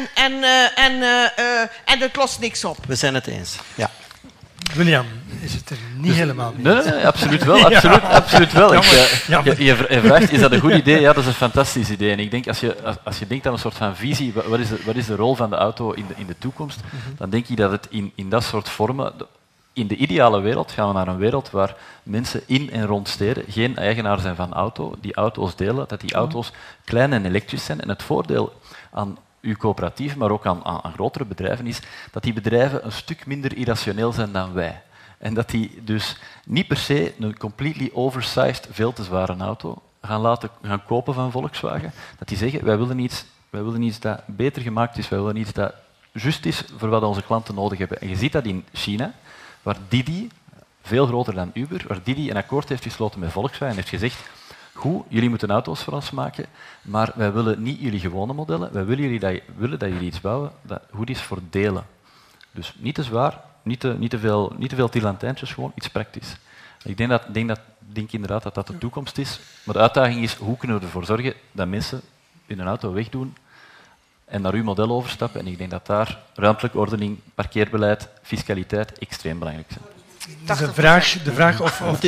En het lost niks op. We zijn het eens. Ja. William, is het er niet helemaal mee? Nee, absoluut wel. Absoluut wel. Je vraagt, is dat een goed idee? Ja, dat is een fantastisch idee. En ik denk, als je denkt aan een soort van visie, wat is de rol van de auto in de toekomst, dan denk ik dat het in dat soort vormen... In de ideale wereld gaan we naar een wereld waar mensen in en rond steden geen eigenaar zijn van auto, die auto's delen, dat die auto's klein en elektrisch zijn. En het voordeel aan uw coöperatief, maar ook aan grotere bedrijven, is dat die bedrijven een stuk minder irrationeel zijn dan wij. En dat die dus niet per se een completely oversized, veel te zware auto gaan kopen van Volkswagen. Dat die zeggen, wij willen iets dat beter gemaakt is, wij willen iets dat juist is voor wat onze klanten nodig hebben. En je ziet dat in China, waar Didi, veel groter dan Uber, waar Didi een akkoord heeft gesloten met Volkswagen en heeft gezegd, goed, jullie moeten auto's voor ons maken, maar wij willen niet jullie gewone modellen, wij willen dat jullie iets bouwen dat goed is voor delen. Dus niet te zwaar, niet te veel tilantijntjes, gewoon iets praktisch. Ik denk inderdaad dat dat de toekomst is, maar de uitdaging is, hoe kunnen we ervoor zorgen dat mensen hun auto wegdoen en naar uw model overstappen. En ik denk dat daar ruimtelijke ordening, parkeerbeleid, fiscaliteit extreem belangrijk zijn. Dus de vraag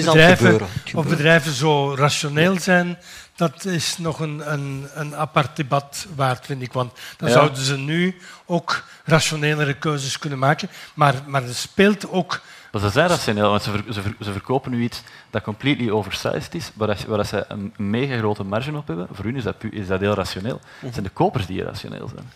of bedrijven zo rationeel zijn, dat is nog een apart debat waard, vind ik. Want dan zouden ze nu ook rationelere keuzes kunnen maken. Maar er speelt ook... Maar ze zijn rationeel, want ze verkopen nu iets dat completely oversized is, waar ze een mega grote marge op hebben. Voor hun is dat heel rationeel. Het zijn de kopers die irrationeel zijn.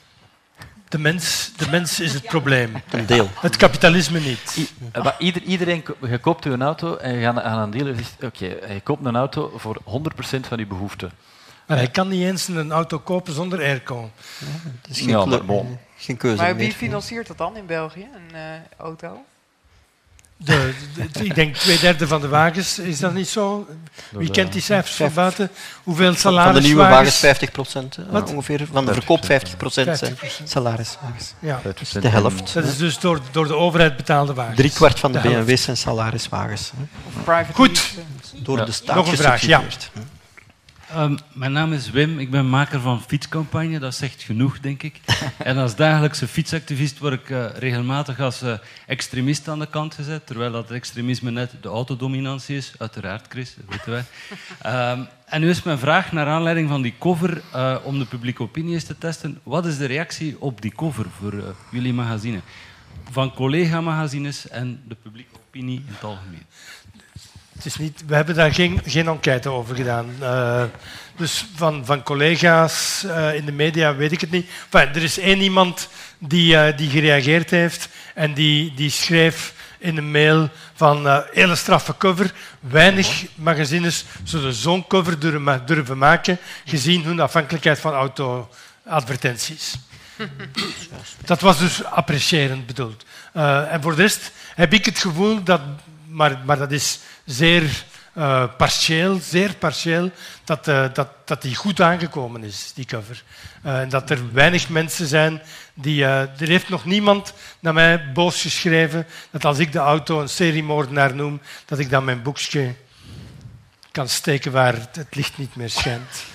De mens is het probleem. Een deel. Het kapitalisme niet. Iedereen, je koopt een auto en je gaat aan een dealer en zegt, oké, je koopt een auto voor 100% van je behoeften. Maar hij kan niet eens een auto kopen zonder airco. Ja, het is geen keuze Maar wie meer. financiert dat dan in België, een auto? Ik denk 2/3 van de wagens, is dat niet zo? Wie kent die cijfers van buiten? Hoeveel salariswagens? Van de nieuwe wagens 50% ongeveer. Van de 50%, verkoop 50% zijn 50%. salariswagens. Ja. De helft. Dat is dus door de overheid betaalde wagens. 3/4 van de De helft. BMW's zijn salariswagens. Of private Goed. lease. Door de staat Nog een vraag, ja. gesubsidieerd. Mijn naam is Wim, ik ben maker van Fietscampagne, dat zegt genoeg, denk ik. En als dagelijkse fietsactivist word ik regelmatig als extremist aan de kant gezet, terwijl dat extremisme net de autodominantie is. Uiteraard, Chris, dat weten wij. En nu is mijn vraag, naar aanleiding van die cover, om de publieke opinie eens te testen. Wat is de reactie op die cover voor jullie magazine? Van collega-magazines en de publieke opinie in het algemeen. Het is niet, we hebben daar geen enquête over gedaan. Dus van collega's in de media weet ik het niet. Enfin, er is één iemand die gereageerd heeft en die schreef in een mail van hele straffe cover. Weinig magazines zullen zo'n cover durven maken, gezien hun afhankelijkheid van auto-advertenties. Dat was dus apprecierend bedoeld. En voor de rest heb ik het gevoel dat, maar dat is zeer partieel, dat die goed aangekomen is, die cover. En dat er weinig mensen zijn die... er heeft nog niemand naar mij boos geschreven dat als ik de auto een seriemoordenaar noem, dat ik dan mijn boekje kan steken waar het licht niet meer schijnt.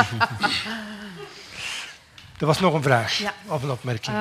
Er was nog een vraag of een opmerking.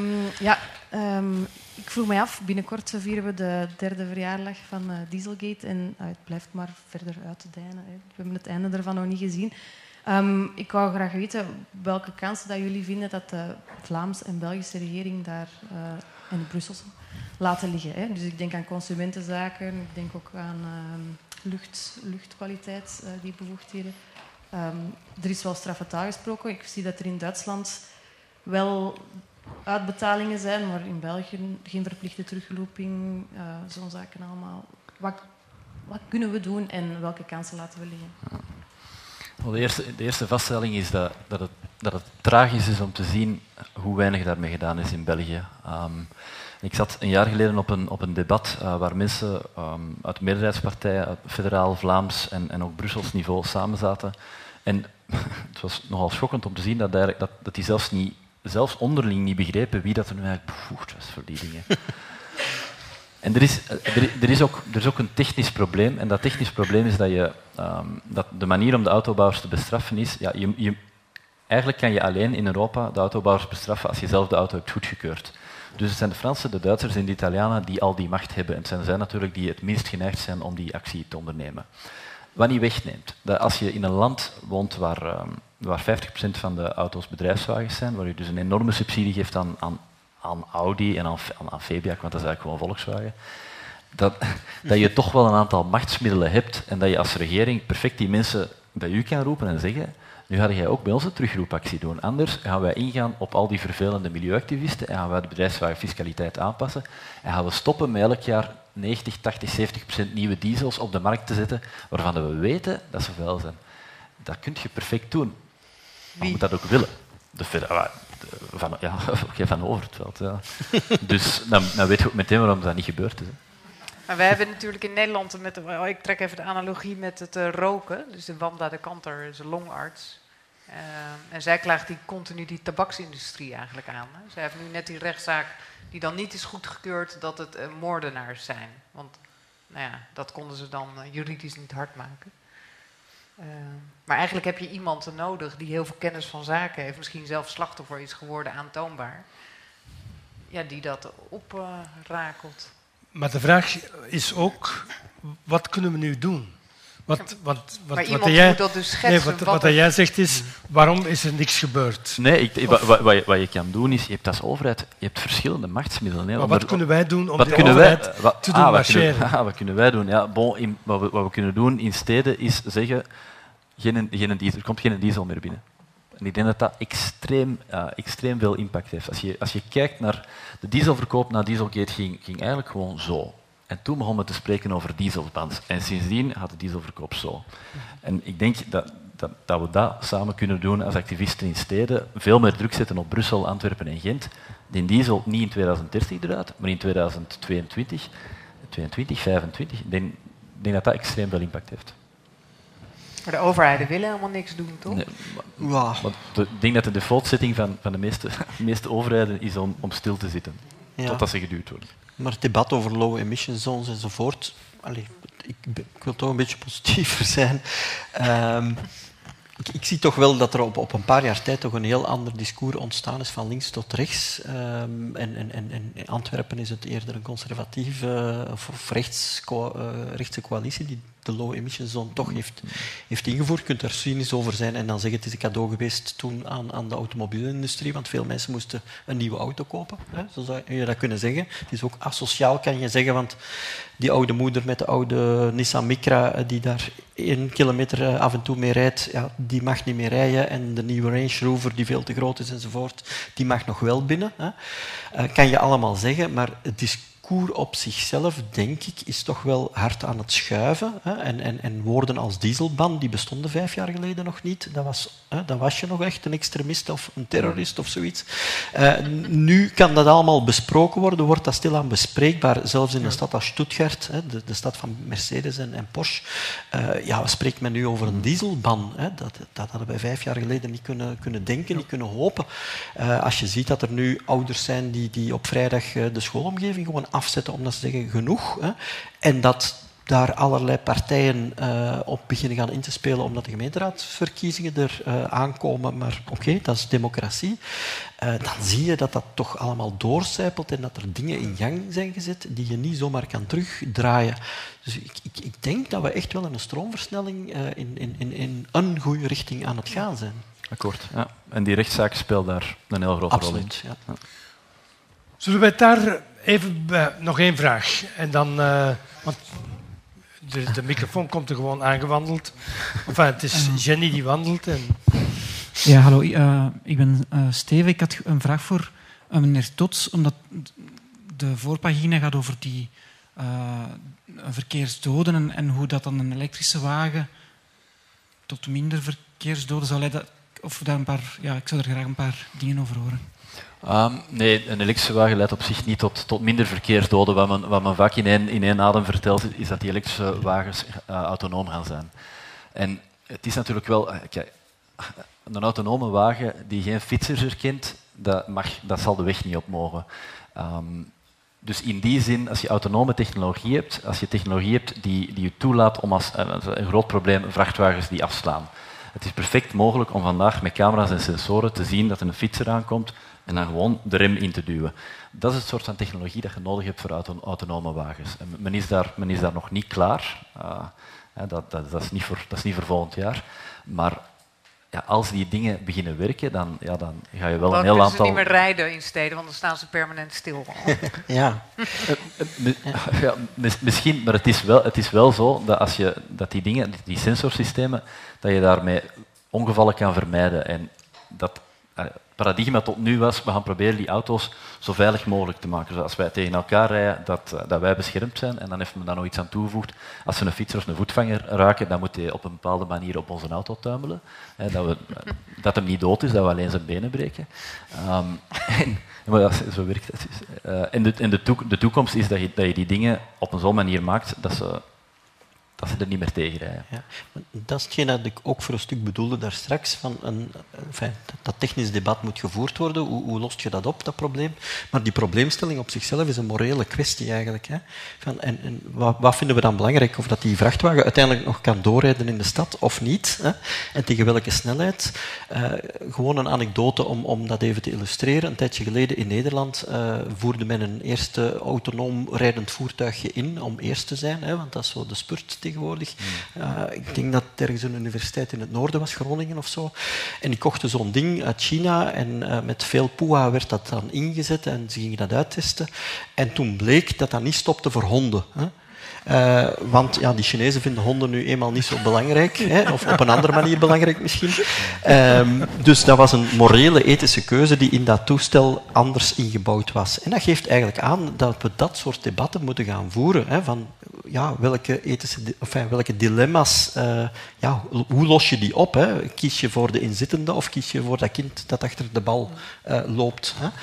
Ik vroeg mij af, binnenkort vieren we de 3e verjaardag van Dieselgate en het blijft maar verder uit te deinen. Hè. We hebben het einde ervan nog niet gezien. Ik wou graag weten welke kansen dat jullie vinden dat de Vlaamse en Belgische regering daar en de Brusselse laten liggen. Hè. Dus ik denk aan consumentenzaken, ik denk ook aan luchtkwaliteit, die bevoegdheden. Er is wel straffe taal gesproken. Ik zie dat er in Duitsland wel uitbetalingen zijn, maar in België geen verplichte terugloping, zo'n zaken allemaal. Wat kunnen we doen en welke kansen laten we liggen? Wel, de eerste vaststelling is dat het tragisch is om te zien hoe weinig daarmee gedaan is in België. Ik zat een jaar geleden op een debat waar mensen uit meerderheidspartijen, uit federaal, Vlaams en ook Brussels niveau samen zaten. En het was nogal schokkend om te zien dat die zelfs onderling niet begrepen wie dat er nu eigenlijk bevoegd was voor die dingen. En er is ook een technisch probleem. En dat technisch probleem is dat de manier om de autobouwers te bestraffen is... Ja, eigenlijk kan je alleen in Europa de autobouwers bestraffen als je zelf de auto hebt goedgekeurd. Dus het zijn de Fransen, de Duitsers en de Italianen die al die macht hebben. En het zijn zij natuurlijk die het minst geneigd zijn om die actie te ondernemen. Wat niet wegneemt, dat als je in een land woont waar 50% van de auto's bedrijfswagens zijn, waar je dus een enorme subsidie geeft aan Audi en aan Fabiac, want dat is eigenlijk gewoon Volkswagen, dat je toch wel een aantal machtsmiddelen hebt en dat je als regering perfect die mensen bij u kan roepen en zeggen: nu ga jij ook bij ons een terugroepactie doen. Anders gaan wij ingaan op al die vervelende milieuactivisten en gaan wij de bedrijfswagenfiscaliteit aanpassen en gaan we stoppen met elk jaar 90, 80, 70% nieuwe diesels op de markt te zetten waarvan we weten dat ze vuil zijn. Dat kun je perfect doen. Maar je moet dat ook willen. Van Overtveld. Ja. Dus dan weet je ook meteen waarom dat niet gebeurd is. Hè. Maar wij hebben natuurlijk in Nederland, ik trek even de analogie met het roken. Dus de Wanda de Kanter is een longarts. En zij klaagt continu die tabaksindustrie eigenlijk aan. Hè. Zij heeft nu net die rechtszaak die dan niet is goedgekeurd dat het moordenaars zijn. Want dat konden ze dan juridisch niet hard maken. Maar eigenlijk heb je iemand nodig die heel veel kennis van zaken heeft, misschien zelf slachtoffer is geworden, aantoonbaar. Ja, die dat oprakelt. Maar de vraag is ook, wat kunnen we nu doen? Maar iemand moet dat dus schetsen. Wat jij zegt is, waarom is er niks gebeurd? Nee, wat je kan doen is, je hebt als overheid je hebt verschillende machtsmiddelen. Hè, maar wat kunnen wij doen om de overheid te doen marcheren? Wat kunnen wij doen? Ja, wat we kunnen doen in steden is zeggen, er komt geen diesel meer binnen. En ik denk dat dat extreem veel impact heeft. Als je kijkt naar de dieselverkoop na Dieselgate ging eigenlijk gewoon zo. En toen begonnen we te spreken over dieselband. En sindsdien gaat de dieselverkoop zo. En ik denk dat we dat samen kunnen doen als activisten in steden. Veel meer druk zetten op Brussel, Antwerpen en Gent. Die diesel niet in 2030 eruit, maar in 2022. 2022, 2025. Ik denk dat dat extreem veel impact heeft. Maar de overheden willen helemaal niks doen, toch? Nee, Ja. want ik denk dat de default setting van de meeste overheden is om stil te zitten. Ja. Totdat ze geduwd worden. Maar het debat over low emission zones enzovoort... Ik wil toch een beetje positiever zijn. Ik zie toch wel dat er op een paar jaar tijd toch een heel ander discours ontstaan is van links tot rechts. En in Antwerpen is het eerder een conservatieve of rechtse coalitie die de low emission zone toch heeft ingevoerd. Je kunt er cynisch over zijn en dan zeggen het is een cadeau geweest toen aan de automobielindustrie, want veel mensen moesten een nieuwe auto kopen. Hè? Zo zou je dat kunnen zeggen. Het is ook asociaal, kan je zeggen, want die oude moeder met de oude Nissan Micra die daar 1 kilometer af en toe mee rijdt, ja, die mag niet meer rijden. En de nieuwe Range Rover, die veel te groot is enzovoort, die mag nog wel binnen. Hè. Kan je allemaal zeggen, maar het discours op zichzelf, denk ik, is toch wel hard aan het schuiven. Hè. En woorden als dieselban, die bestonden 5 jaar geleden nog niet. Dan was je nog echt een extremist of een terrorist of zoiets. Nu kan dat allemaal besproken worden, wordt dat stilaan bespreekbaar, zelfs in een stad als Stuttgart, de stad van Mercedes en Porsche. Spreekt men nu over een dieselban. Hè. Dat hadden wij 5 jaar geleden niet kunnen denken, niet kunnen hopen. Als je ziet dat er nu ouders zijn die op vrijdag de schoolomgeving gewoon afzetten omdat ze zeggen genoeg. Hè. En dat daar allerlei partijen op beginnen gaan in te spelen omdat de gemeenteraadsverkiezingen er aankomen. Maar oké, dat is democratie. Dan zie je dat dat toch allemaal doorcijpelt en dat er dingen in gang zijn gezet die je niet zomaar kan terugdraaien. Dus ik denk dat we echt wel een stroomversnelling in een goede richting aan het gaan zijn. Akkoord. Ja. En die rechtszaak speelt daar een heel grote rol in. Absoluut, ja. Zullen we daar even nog één vraag? En dan, want de microfoon komt er gewoon aangewandeld. Enfin, het is Jenny die wandelt. En... Ja, hallo. Ik ben Steven. Ik had een vraag voor meneer Tots, omdat de voorpagina gaat over die verkeersdoden en hoe dat dan een elektrische wagen tot minder verkeersdoden zal leiden. Of daar ik zou er graag een paar dingen over horen. Nee, een elektrische wagen leidt op zich niet tot minder verkeersdoden. Wat men vaak in één adem vertelt, is dat die elektrische wagens autonoom gaan zijn. En het is natuurlijk wel... Kijk, een autonome wagen die geen fietsers herkent, dat zal de weg niet op mogen. Dus in die zin, als je autonome technologie hebt, als je technologie hebt die je toelaat om als een groot probleem vrachtwagens die afslaan. Het is perfect mogelijk om vandaag met camera's en sensoren te zien dat er een fietser aankomt en dan gewoon de rem in te duwen. Dat is het soort van technologie dat je nodig hebt voor autonome wagens. En men is daar nog niet klaar. Dat is niet voor volgend jaar. Maar ja, als die dingen beginnen werken, dan ga je wel dan een heel aantal... Dan kunnen ze niet meer rijden in steden, want dan staan ze permanent stil. Ja. Misschien, maar het is wel zo dat die dingen, die sensorsystemen, dat je daarmee ongevallen kan vermijden. En dat het paradigma tot nu was, we gaan proberen die auto's zo veilig mogelijk te maken. Dus als wij tegen elkaar rijden, dat wij beschermd zijn. En dan heeft men daar nog iets aan toegevoegd. Als we een fietser of een voetganger raken, dan moet hij op een bepaalde manier op onze auto tuimelen. Dat hem niet dood is, dat we alleen zijn benen breken. Maar zo werkt het. En de toekomst is dat je die dingen op een zo'n manier maakt dat ze er niet meer tegen rijden. Ja, dat is hetgeen dat ik ook voor een stuk bedoelde daar straks. Dat technisch debat moet gevoerd worden. Hoe lost je dat op, dat probleem? Maar die probleemstelling op zichzelf is een morele kwestie eigenlijk. Hè. Wat vinden we dan belangrijk? Of dat die vrachtwagen uiteindelijk nog kan doorrijden in de stad of niet? Hè? En tegen welke snelheid? Gewoon een anekdote om dat even te illustreren. Een tijdje geleden in Nederland voerde men een eerste autonoom rijdend voertuigje in om eerst te zijn. Hè, want dat is zo de spurt tegenwoordig. Ik denk dat het ergens een universiteit in het noorden was, Groningen of zo. En die kochten zo'n ding uit China en met veel poeha werd dat dan ingezet en ze gingen dat uittesten. En toen bleek dat dat niet stopte voor honden. Hè. Want ja, die Chinezen vinden honden nu eenmaal niet zo belangrijk, hè, of op een andere manier belangrijk misschien. Dus dat was een morele, ethische keuze die in dat toestel anders ingebouwd was. En dat geeft eigenlijk aan dat we dat soort debatten moeten gaan voeren. Hè, van welke dilemma's, hoe los je die op? Hè? Kies je voor de inzittende of kies je voor dat kind dat achter de bal loopt? Hè?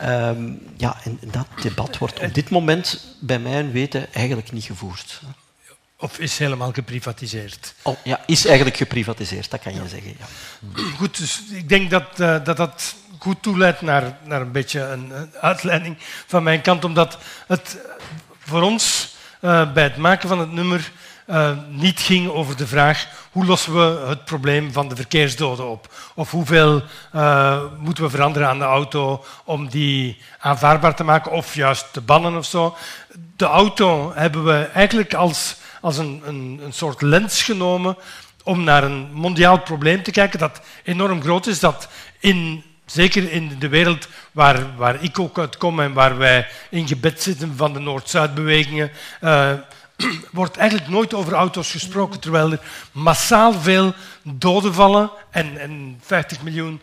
En dat debat wordt op dit moment, bij mijn weten, eigenlijk niet gevoerd. Of is helemaal geprivatiseerd? Is eigenlijk geprivatiseerd, dat kan je zeggen. Ja. Goed, dus ik denk dat goed toeleidt naar een beetje een uitleiding van mijn kant, omdat het voor ons bij het maken van het nummer niet ging over de vraag hoe lossen we het probleem van de verkeersdoden op? Of hoeveel moeten we veranderen aan de auto om die aanvaardbaar te maken of juist te bannen of zo. De auto hebben we eigenlijk als een soort lens genomen om naar een mondiaal probleem te kijken dat enorm groot is, dat zeker in de wereld waar ik ook uit kom en waar wij in gebed zitten van de Noord-Zuid-bewegingen, wordt eigenlijk nooit over auto's gesproken, terwijl er massaal veel doden vallen en 50 miljoen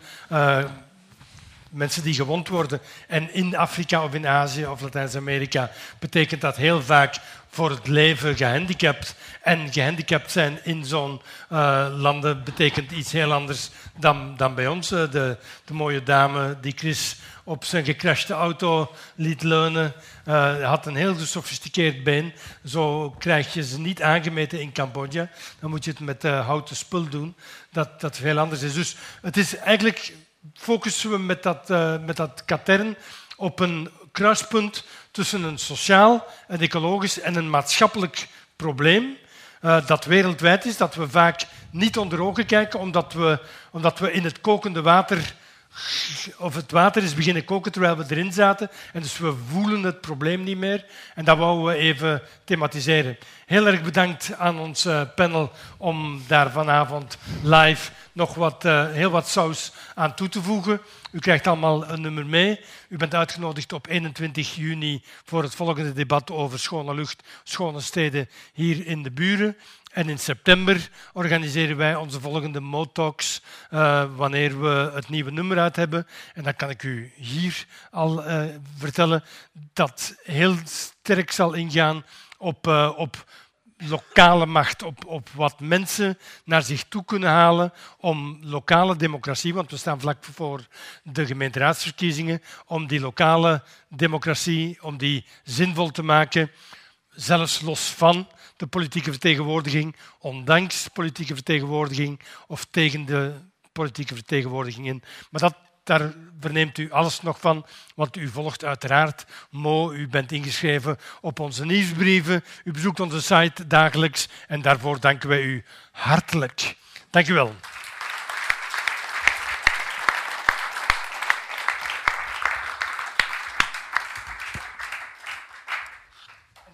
mensen die gewond worden. En in Afrika of in Azië of Latijns-Amerika betekent dat heel vaak voor het leven gehandicapt. En gehandicapt zijn in zo'n landen betekent iets heel anders dan bij ons. De mooie dame die Chris op zijn gecrashte auto liet leunen, had een heel gesofisticeerd been. Zo krijg je ze niet aangemeten in Cambodja. Dan moet je het met houten spul doen, dat veel anders is. Dus het is eigenlijk, focussen we met dat katern op een kruispunt tussen een sociaal, een ecologisch en een maatschappelijk probleem dat wereldwijd is, dat we vaak niet onder ogen kijken, omdat we in het kokende water, of het water is beginnen koken terwijl we erin zaten, en dus we voelen het probleem niet meer. En dat wouden we even thematiseren. Heel erg bedankt aan ons panel om daar vanavond live nog heel wat saus aan toe te voegen. U krijgt allemaal een nummer mee. U bent uitgenodigd op 21 juni voor het volgende debat over schone lucht, schone steden hier in de buren. En in september organiseren wij onze volgende Motalks wanneer we het nieuwe nummer uit hebben. En dan kan ik u hier al vertellen dat heel sterk zal ingaan op lokale macht, op wat mensen naar zich toe kunnen halen om lokale democratie, want we staan vlak voor de gemeenteraadsverkiezingen, om die lokale democratie, om die zinvol te maken, zelfs los van de politieke vertegenwoordiging, ondanks politieke vertegenwoordiging of tegen de politieke vertegenwoordiging in. Maar daar verneemt u alles nog van, want u volgt uiteraard Mo, u bent ingeschreven op onze nieuwsbrieven, u bezoekt onze site dagelijks en daarvoor danken wij u hartelijk. Dank u wel.